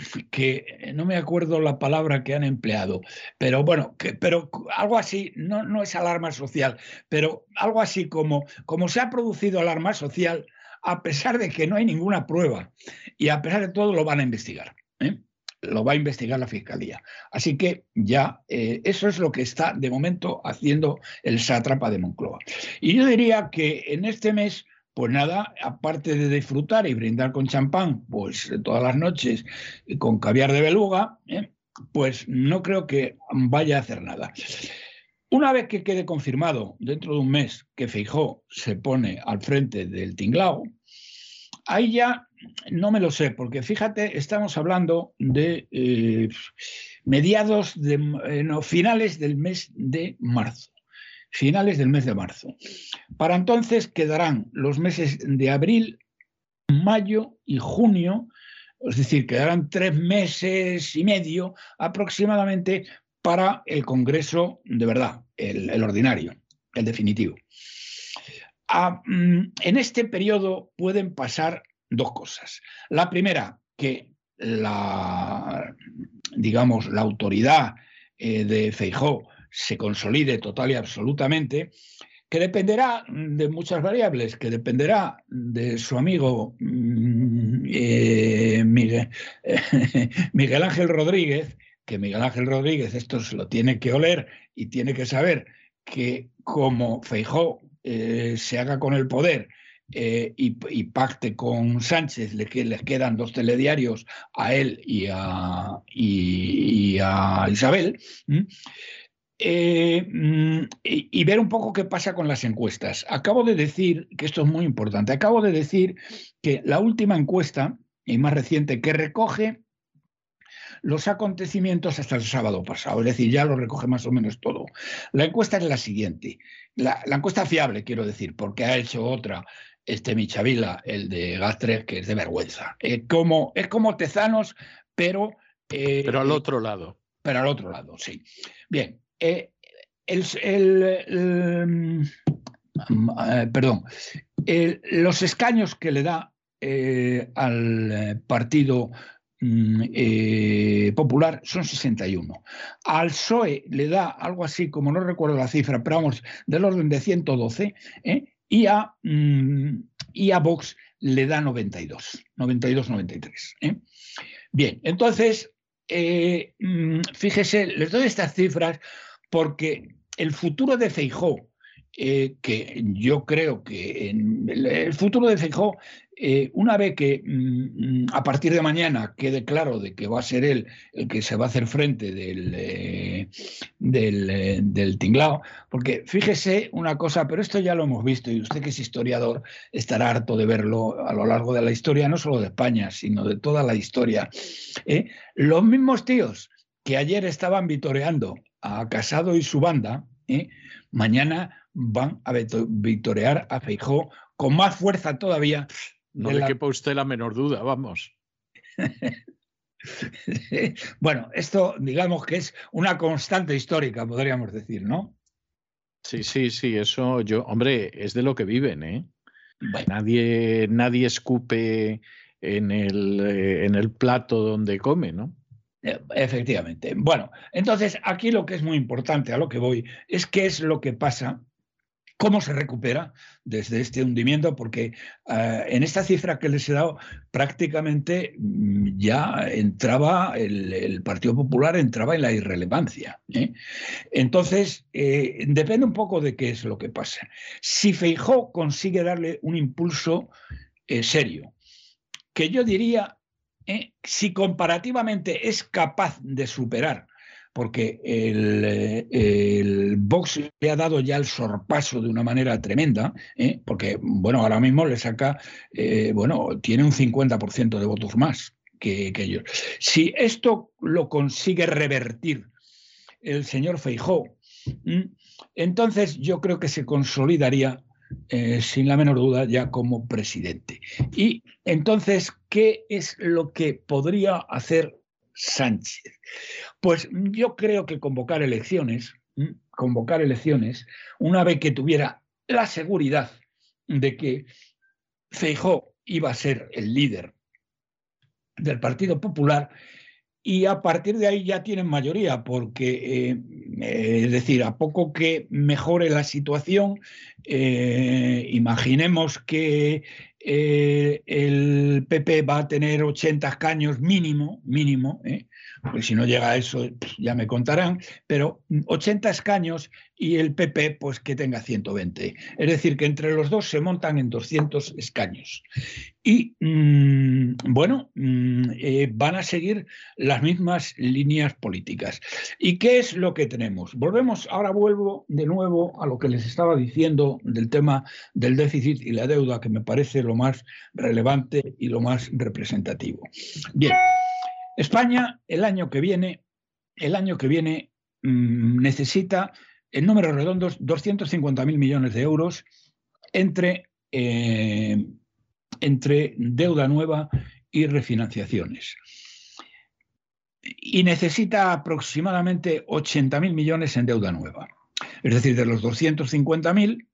que no me acuerdo la palabra que han empleado, pero bueno, que, pero algo así, no, no es alarma social, pero algo así como, como se ha producido alarma social, a pesar de que no hay ninguna prueba y a pesar de todo lo van a investigar, ¿eh? Lo va a investigar la Fiscalía. Así que ya eh, eso es lo que está de momento haciendo el sátrapa de Moncloa. Y yo diría que en este mes, pues nada, aparte de disfrutar y brindar con champán, pues todas las noches con caviar de beluga, ¿eh? pues no creo que vaya a hacer nada. Una vez que quede confirmado dentro de un mes que Feijóo se pone al frente del tinglao, ahí ya no me lo sé, porque fíjate, estamos hablando de eh, mediados, de eh, no, finales del mes de marzo. Finales del mes de marzo. Para entonces quedarán los meses de abril, mayo y junio, es decir, quedarán tres meses y medio aproximadamente para el Congreso de verdad, el, el ordinario, el definitivo. Ah, en este periodo pueden pasar dos cosas. La primera, que la, digamos, la autoridad eh, de Feijóo se consolide total y absolutamente, que dependerá de muchas variables, que dependerá de su amigo eh, Miguel, eh, Miguel Ángel Rodríguez, que Miguel Ángel Rodríguez esto se lo tiene que oler y tiene que saber que como Feijóo eh, se haga con el poder eh, y, y pacte con Sánchez, le, que, les quedan dos telediarios a él y a, y, y a Isabel, ¿m? Eh, y, y ver un poco qué pasa con las encuestas. Acabo de decir, que esto es muy importante, acabo de decir que la última encuesta, y más reciente, que recoge los acontecimientos hasta el sábado pasado, es decir, ya lo recoge más o menos todo. La encuesta es la siguiente, la, la encuesta fiable, quiero decir, porque ha hecho otra este Michavila, el de Gas tres, que es de vergüenza. Eh, como, es como Tezanos, pero... Eh, pero al otro lado. Pero al otro lado, sí. Bien. Eh, el, el, el, eh, perdón, el, los escaños que le da eh, al Partido eh, Popular son sesenta y uno. Al P S O E le da algo así, como no recuerdo la cifra, pero vamos, del orden de ciento doce, ¿eh? y, a, mm, y a Vox le da noventa y dos, noventa y dos, noventa y tres. ¿eh? Bien, entonces, eh, fíjese, les doy estas cifras porque el futuro de Feijóo, eh, que yo creo que en el, el futuro de Feijóo, eh, una vez que mm, a partir de mañana quede claro de que va a ser él el que se va a hacer frente del, eh, del, eh, del tinglao, porque fíjese una cosa, pero esto ya lo hemos visto y usted que es historiador estará harto de verlo a lo largo de la historia, no solo de España, sino de toda la historia. ¿eh? Los mismos tíos que ayer estaban vitoreando a Casado y su banda, ¿eh? mañana van a vitorear a Feijóo con más fuerza todavía. No le la... quepa usted la menor duda, vamos. Bueno, esto digamos que es una constante histórica, podríamos decir, ¿no? Sí, sí, sí, eso yo, hombre, es de lo que viven, ¿eh? Bueno. Nadie, nadie escupe en el, en el plato donde come, ¿no? Efectivamente. Bueno, entonces aquí lo que es muy importante, a lo que voy, es qué es lo que pasa, cómo se recupera desde este hundimiento, porque uh, en esta cifra que les he dado prácticamente ya entraba el, el Partido Popular, entraba en la irrelevancia. ¿eh? Entonces, eh, depende un poco de qué es lo que pasa. Si Feijóo consigue darle un impulso eh, serio, que yo diría... ¿Eh? si comparativamente es capaz de superar, porque el, el Vox le ha dado ya el sorpaso de una manera tremenda, ¿eh? porque bueno, ahora mismo le saca, eh, bueno, tiene un cincuenta por ciento de votos más que, que ellos. Si esto lo consigue revertir el señor Feijóo, ¿eh? entonces yo creo que se consolidaría Eh, sin la menor duda ya como presidente. Y entonces, ¿qué es lo que podría hacer Sánchez? Pues yo creo que convocar elecciones, ¿eh? convocar elecciones, una vez que tuviera la seguridad de que Feijóo iba a ser el líder del Partido Popular, y a partir de ahí ya tienen mayoría, porque, eh, eh, es decir, a poco que mejore la situación, eh, imaginemos que eh, el P P va a tener ochenta escaños mínimo, mínimo, eh, porque si no llega a eso ya me contarán, pero ochenta escaños y el P P pues que tenga ciento veinte. Es decir, que entre los dos se montan en doscientos escaños. Y mmm, bueno, mmm, eh, van a seguir las mismas líneas políticas. ¿Y qué es lo que tenemos? Volvemos, ahora vuelvo de nuevo a lo que les estaba diciendo del tema del déficit y la deuda, que me parece lo más relevante y lo más representativo. Bien, España el año que viene, el año que viene mmm, necesita, en números redondos, doscientos cincuenta mil millones de euros entre... Eh, entre deuda nueva y refinanciaciones. Y necesita aproximadamente ochenta mil millones en deuda nueva. Es decir, de los doscientos cincuenta mil,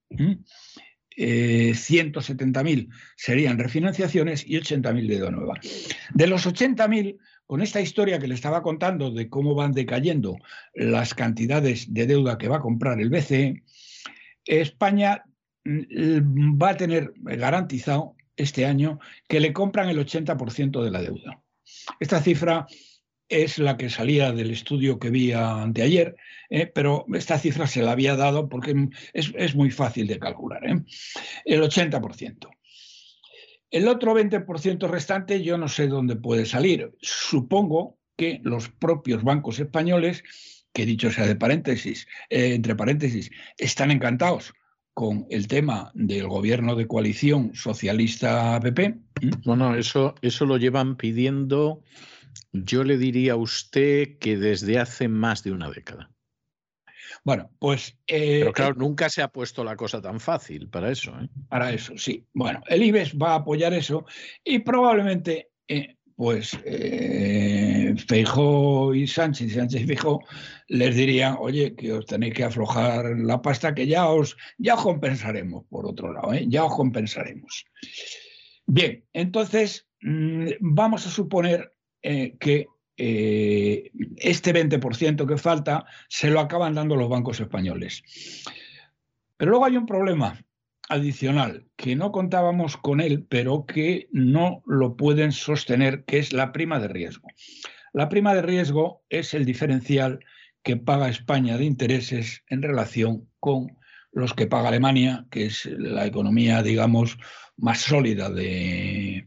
eh, ciento setenta mil serían refinanciaciones y ochenta mil de deuda nueva. De los ochenta mil, con esta historia que le estaba contando de cómo van decayendo las cantidades de deuda que va a comprar el B C E, España va a tener garantizado este año que le compran el ochenta por ciento de la deuda. Esta cifra es la que salía del estudio que vi anteayer, eh, pero esta cifra se la había dado porque es, es muy fácil de calcular. ¿eh? El ochenta por ciento. El otro veinte por ciento restante yo no sé dónde puede salir. Supongo que los propios bancos españoles, que dicho sea de paréntesis, eh, entre paréntesis, están encantados con el tema del gobierno de coalición socialista-P P. Bueno, eso, eso lo llevan pidiendo, yo le diría a usted que desde hace más de una década. Bueno, pues... Eh, Pero claro, eh, nunca se ha puesto la cosa tan fácil para eso. ¿eh? Para eso, sí. Bueno, el I B E S va a apoyar eso y probablemente... Eh, pues eh, Feijóo y Sánchez, Sánchez y Feijóo les dirían, oye, que os tenéis que aflojar la pasta, que ya os, ya os compensaremos, por otro lado, ¿eh? ya os compensaremos. Bien, entonces mmm, vamos a suponer eh, que eh, este veinte por ciento que falta se lo acaban dando los bancos españoles. Pero luego hay un problema adicional, que no contábamos con él, pero que no lo pueden sostener, que es la prima de riesgo. La prima de riesgo es el diferencial que paga España de intereses en relación con los que paga Alemania, que es la economía, digamos, más sólida de,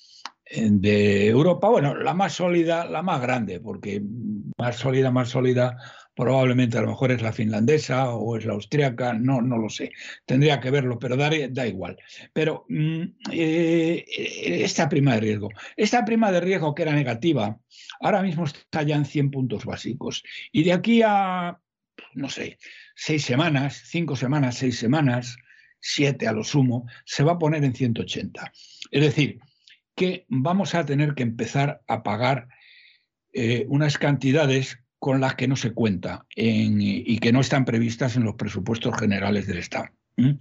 de Europa. Bueno, la más sólida, la más grande, porque más sólida, más sólida... probablemente a lo mejor es la finlandesa o es la austríaca, no, no lo sé. Tendría que verlo, pero da, da igual. Pero eh, esta prima de riesgo, esta prima de riesgo que era negativa, ahora mismo está ya en cien puntos básicos. Y de aquí a, no sé, seis semanas, cinco semanas, seis semanas, siete a lo sumo, se va a poner en ciento ochenta. Es decir, que vamos a tener que empezar a pagar eh, unas cantidades con las que no se cuenta en, y que no están previstas en los presupuestos generales del Estado. ¿Mm?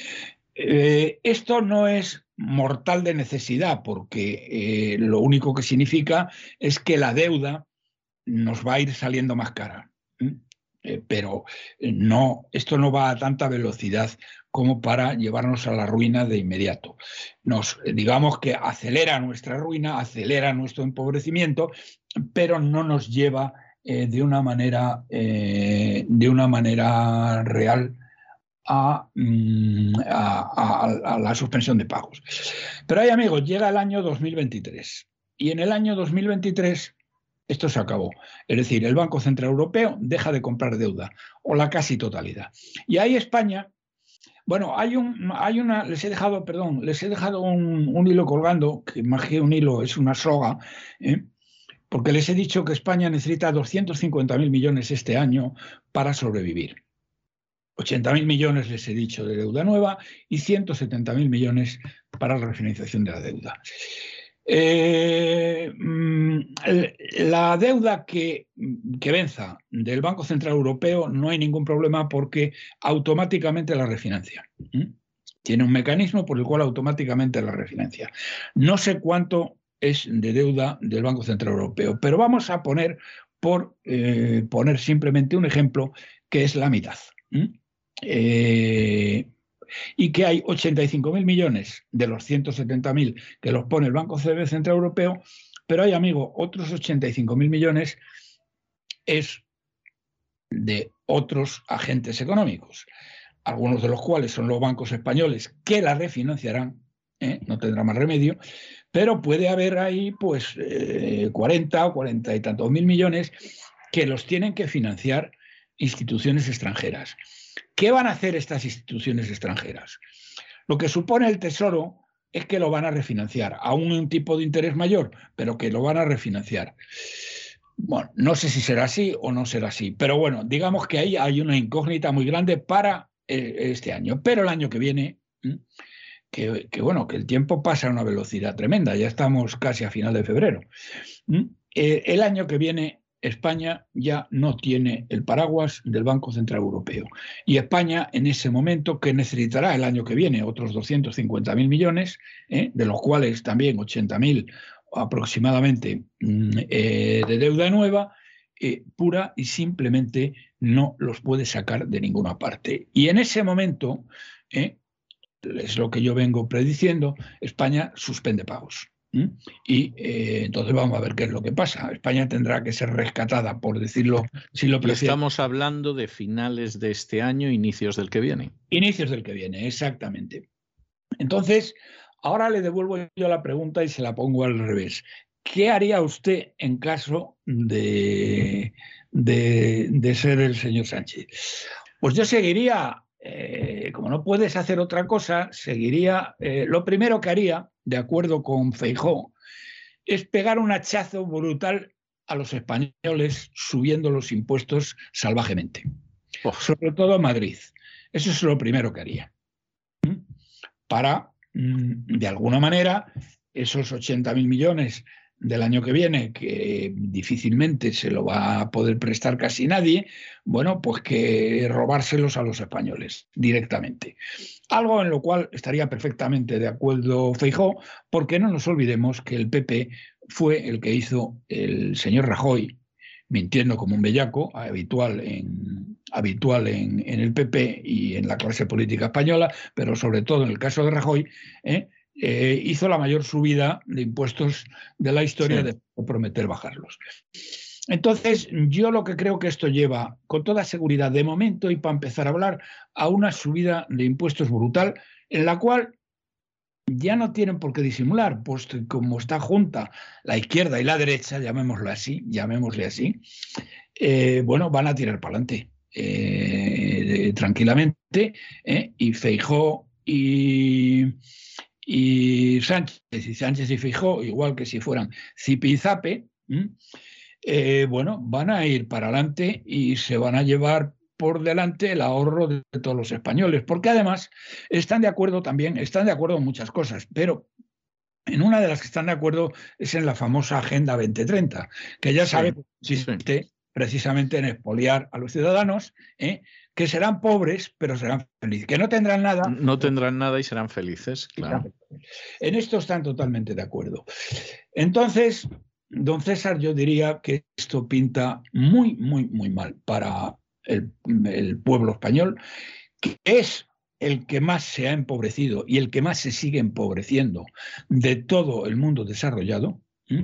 Eh, esto no es mortal de necesidad, porque eh, lo único que significa es que la deuda nos va a ir saliendo más cara. ¿Mm? Eh, pero no, esto no va a tanta velocidad como para llevarnos a la ruina de inmediato. Nos, digamos que acelera nuestra ruina, acelera nuestro empobrecimiento, pero no nos lleva Eh, de una manera eh, de una manera real a, a, a, a la suspensión de pagos. Pero ahí, amigos, llega el año dos mil veintitrés y en el año dos mil veintitrés esto se acabó. Es decir, el Banco Central Europeo deja de comprar deuda, o la casi totalidad. Y ahí España, bueno, hay un, hay una, les he dejado, perdón, les he dejado un, un hilo colgando, que más que un hilo es una soga, ¿eh? Porque les he dicho que España necesita doscientos cincuenta mil millones este año para sobrevivir. ochenta mil millones les he dicho de deuda nueva y ciento setenta mil millones para la refinanciación de la deuda. Eh, la deuda que, que venza del Banco Central Europeo no hay ningún problema porque automáticamente la refinancia. ¿Mm? Tiene un mecanismo por el cual automáticamente la refinancia. No sé cuánto es de deuda del Banco Central Europeo, pero vamos a poner, por eh, poner simplemente un ejemplo, que es la mitad. ¿Mm? Eh, y que hay ochenta y cinco mil millones de los ciento setenta mil que los pone el Banco Central Europeo, pero hay, amigo, otros ochenta y cinco mil millones es de otros agentes económicos, algunos de los cuales son los bancos españoles que la refinanciarán, ¿eh? No tendrá más remedio, pero puede haber ahí pues eh, cuarenta o cuarenta y tantos mil millones que los tienen que financiar instituciones extranjeras. ¿Qué van a hacer estas instituciones extranjeras? Lo que supone el Tesoro es que lo van a refinanciar a un tipo de interés mayor, pero que lo van a refinanciar. Bueno, no sé si será así o no será así, pero bueno, digamos que ahí hay una incógnita muy grande para eh, este año. Pero el año que viene, que, que bueno, que el tiempo pasa a una velocidad tremenda, ya estamos casi a final de febrero. Eh, el año que viene España ya no tiene el paraguas del Banco Central Europeo. Y España, en ese momento, que necesitará el año que viene otros doscientos cincuenta mil millones, ¿eh? de los cuales también ochenta mil aproximadamente eh, de deuda nueva, eh, pura y simplemente no los puede sacar de ninguna parte. Y en ese momento, eh, es lo que yo vengo prediciendo, España suspende pagos. ¿Mm? Y eh, entonces vamos a ver qué es lo que pasa. España tendrá que ser rescatada, por decirlo, si lo prefiere. Estamos hablando de finales de este año, inicios del que viene. Inicios del que viene, exactamente. Entonces, ahora le devuelvo yo la pregunta y se la pongo al revés. ¿Qué haría usted en caso de, de, de ser el señor Sánchez? Pues yo seguiría, eh, como no puedes hacer otra cosa, seguiría, eh, lo primero que haría, de acuerdo con Feijóo, es pegar un hachazo brutal a los españoles subiendo los impuestos salvajemente. Oh. Sobre todo en Madrid. Eso es lo primero que haría. ¿Mm? Para, de alguna manera, esos ochenta mil millones del año que viene, que difícilmente se lo va a poder prestar casi nadie, bueno, pues que robárselos a los españoles directamente. Algo en lo cual estaría perfectamente de acuerdo Feijóo, porque no nos olvidemos que el P P fue el que hizo el señor Rajoy, mintiendo como un bellaco, habitual en, habitual en, en el P P y en la clase política española, pero sobre todo en el caso de Rajoy, ¿eh? Eh, hizo la mayor subida de impuestos de la historia, sí, de prometer bajarlos. Entonces, yo lo que creo que esto lleva, con toda seguridad, de momento, y para empezar a hablar, a una subida de impuestos brutal, en la cual ya no tienen por qué disimular, pues como está junta la izquierda y la derecha, llamémoslo así, llamémosle así, eh, bueno, van a tirar para adelante eh, tranquilamente, eh, y Feijóo y... Y Sánchez y Sánchez y Feijóo, igual que si fueran Zipi y Zape, eh, bueno, van a ir para adelante y se van a llevar por delante el ahorro de todos los españoles, porque además están de acuerdo también, están de acuerdo en muchas cosas, pero en una de las que están de acuerdo es en la famosa Agenda veinte treinta, que ya sí, sabe que consiste sí. precisamente en expoliar a los ciudadanos, ¿eh? que serán pobres, pero serán felices, que no tendrán nada. No tendrán nada y serán felices, claro. En esto están totalmente de acuerdo. Entonces, don César, yo diría que esto pinta muy, muy, muy mal para el, el pueblo español, que es el que más se ha empobrecido y el que más se sigue empobreciendo de todo el mundo desarrollado. ¿Mm?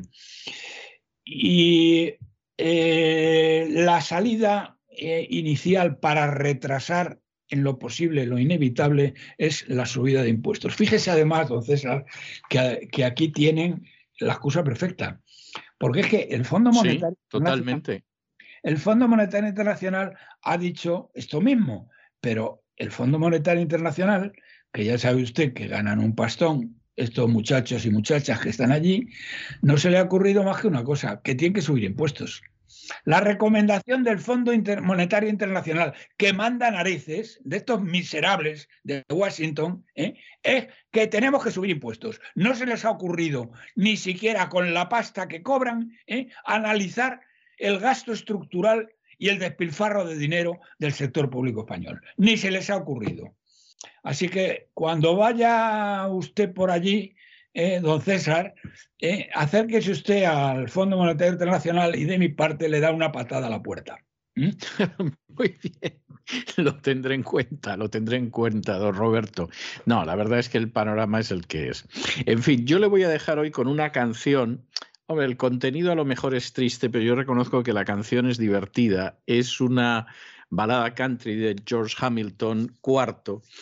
Y eh, la salida Eh, inicial para retrasar en lo posible lo inevitable es la subida de impuestos. Fíjese además, don César, que, que aquí tienen la excusa perfecta, porque es que el Fondo Monetario, sí, totalmente. El Fondo Monetario Internacional ha dicho esto mismo, pero el Fondo Monetario Internacional, que ya sabe usted que ganan un pastón estos muchachos y muchachas que están allí, no se le ha ocurrido más que una cosa, que tienen que subir impuestos. La recomendación del Fondo Inter- Monetario Internacional, que manda narices de estos miserables de Washington, ¿eh? es que tenemos que subir impuestos. No se les ha ocurrido, ni siquiera con la pasta que cobran, ¿eh? analizar el gasto estructural y el despilfarro de dinero del sector público español. Ni se les ha ocurrido. Así que cuando vaya usted por allí, Eh, don César, eh, acérquese usted al Fondo Monetario Internacional y de mi parte le da una patada a la puerta. ¿Mm? Muy bien, lo tendré en cuenta, lo tendré en cuenta, don Roberto. No, la verdad es que el panorama es el que es. En fin, yo le voy a dejar hoy con una canción. Hombre, el contenido a lo mejor es triste, pero yo reconozco que la canción es divertida. Es una balada country de George Hamilton cuarto,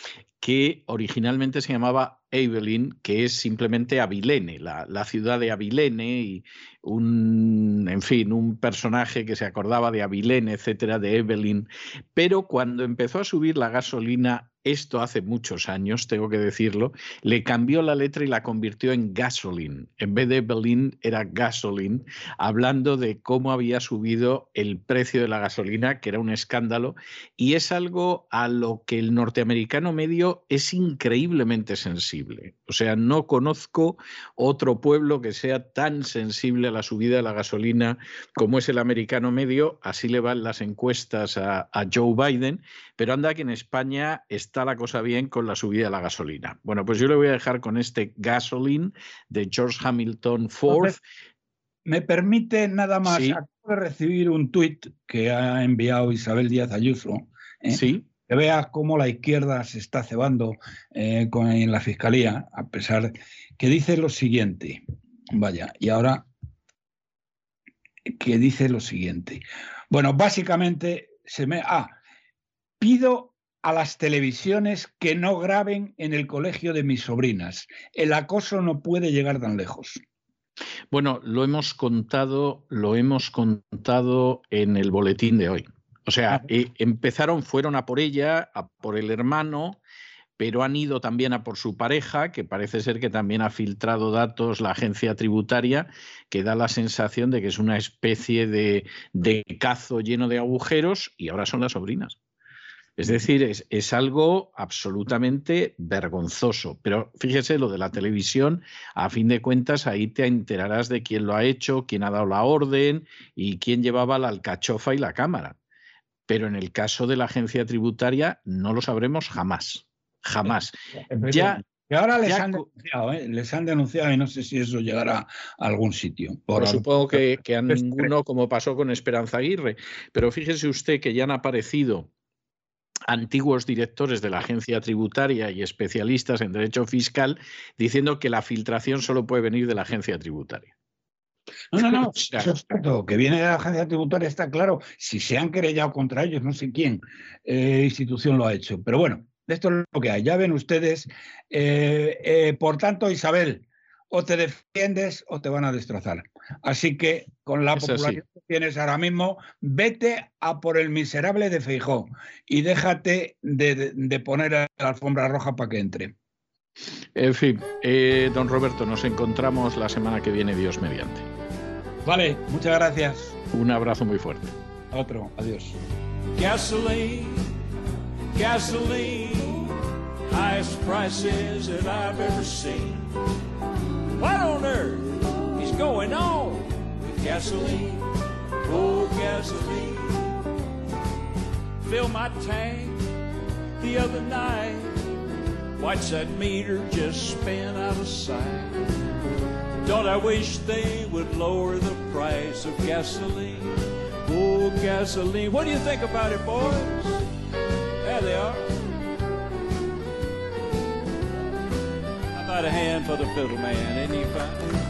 que originalmente se llamaba Abilene, que es simplemente Abilene, la, la ciudad de Abilene, y un, en fin, un personaje que se acordaba de Abilene, etcétera, de Evelyn. Pero cuando empezó a subir la gasolina, esto hace muchos años, tengo que decirlo, le cambió la letra y la convirtió en Gasoline. En vez de Evelyn era Gasoline, hablando de cómo había subido el precio de la gasolina, que era un escándalo, y es algo a lo que el norteamericano medio es increíblemente sensible. O sea, no conozco otro pueblo que sea tan sensible a la subida de la gasolina como es el americano medio. Así le van las encuestas a, a Joe Biden, pero anda que en España está la cosa bien con la subida de la gasolina. Bueno, pues yo le voy a dejar con este Gasoline de George Hamilton Ford. Entonces, me permite nada más, sí. Acabo de recibir un tuit que ha enviado Isabel Díaz Ayuso. ¿eh? Sí. Que vea cómo la izquierda se está cebando eh, con, en la Fiscalía, a pesar que dice lo siguiente. Vaya, y ahora que dice lo siguiente. Bueno, básicamente se me... Ah, pido a las televisiones que no graben en el colegio de mis sobrinas. El acoso no puede llegar tan lejos. Bueno, lo hemos contado, lo hemos contado en el boletín de hoy. O sea, eh, empezaron, fueron a por ella, a por el hermano, pero han ido también a por su pareja, que parece ser que también ha filtrado datos la agencia tributaria, que da la sensación de que es una especie de, de cazo lleno de agujeros, y ahora son las sobrinas. Es decir, es, es algo absolutamente vergonzoso. Pero fíjese, lo de la televisión, a fin de cuentas, ahí te enterarás de quién lo ha hecho, quién ha dado la orden y quién llevaba la alcachofa y la cámara. Pero en el caso de la agencia tributaria no lo sabremos jamás. Jamás. Ya, que ahora les, ya, han denunciado, ¿eh? les han denunciado y no sé si eso llegará a algún sitio. Por pues supongo que, que a ninguno, como pasó con Esperanza Aguirre. Pero fíjese usted que ya han aparecido antiguos directores de la agencia tributaria y especialistas en derecho fiscal diciendo que la filtración solo puede venir de la agencia tributaria. No, no, no, eso es cierto, que viene de la agencia tributaria, está claro. Si se han querellado contra ellos, no sé quién eh, institución lo ha hecho. Pero bueno, esto es lo que hay. Ya ven ustedes. Eh, eh, por tanto, Isabel, o te defiendes o te van a destrozar. Así que con la popularidad que tienes ahora mismo, vete a por el miserable de Feijóo y déjate de, de, de poner la alfombra roja para que entre. En fin, eh, don Roberto, nos encontramos la semana que viene, Dios mediante. Vale, muchas gracias. Un abrazo muy fuerte. Otro, adiós. Gasoline, gasoline, highest prices that I've ever seen. What on earth is going on with gasoline? Oh, gasoline. Fill my tank the other night. Watch that meter just spin out of sight. Don't I wish they would lower the price of gasoline? Oh, gasoline. What do you think about it, boys? There they are. How about a hand for the fiddle man? Isn't he fine?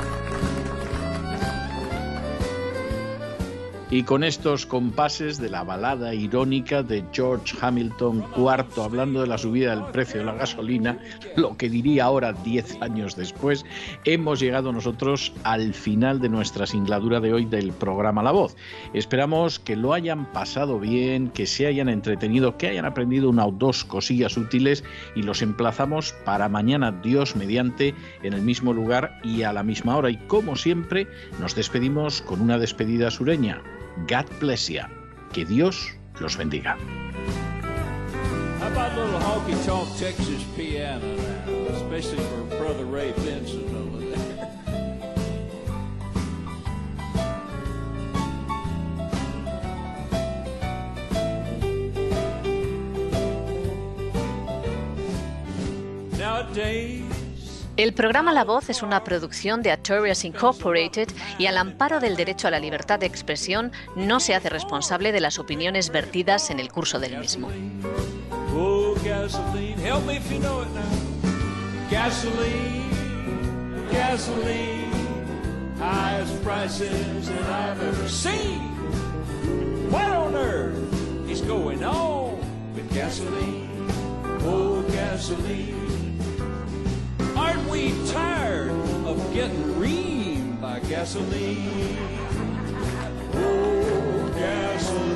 Y con estos compases de la balada irónica de George Hamilton cuarto, hablando de la subida del precio de la gasolina, lo que diría ahora diez años después, hemos llegado nosotros al final de nuestra singladura de hoy del programa La Voz. Esperamos que lo hayan pasado bien, que se hayan entretenido, que hayan aprendido una o dos cosillas útiles, y los emplazamos para mañana, Dios mediante, en el mismo lugar y a la misma hora. Y como siempre, nos despedimos con una despedida sureña. God bless you. Que Dios los bendiga. How about a little honky-tonk Texas piano now, especially for Brother Ray Benson over there. Nowadays. El programa La Voz es una producción de Artorias Incorporated y al amparo del derecho a la libertad de expresión no se hace responsable de las opiniones vertidas en el curso del mismo. Oh, gasoline, help me if you know it now. Gasoline, gasoline, highest prices that I've ever seen. What on earth is going on with gasoline? Oh, gasoline. gasoline. Aren't we tired of getting reamed by gasoline? Oh, gasoline.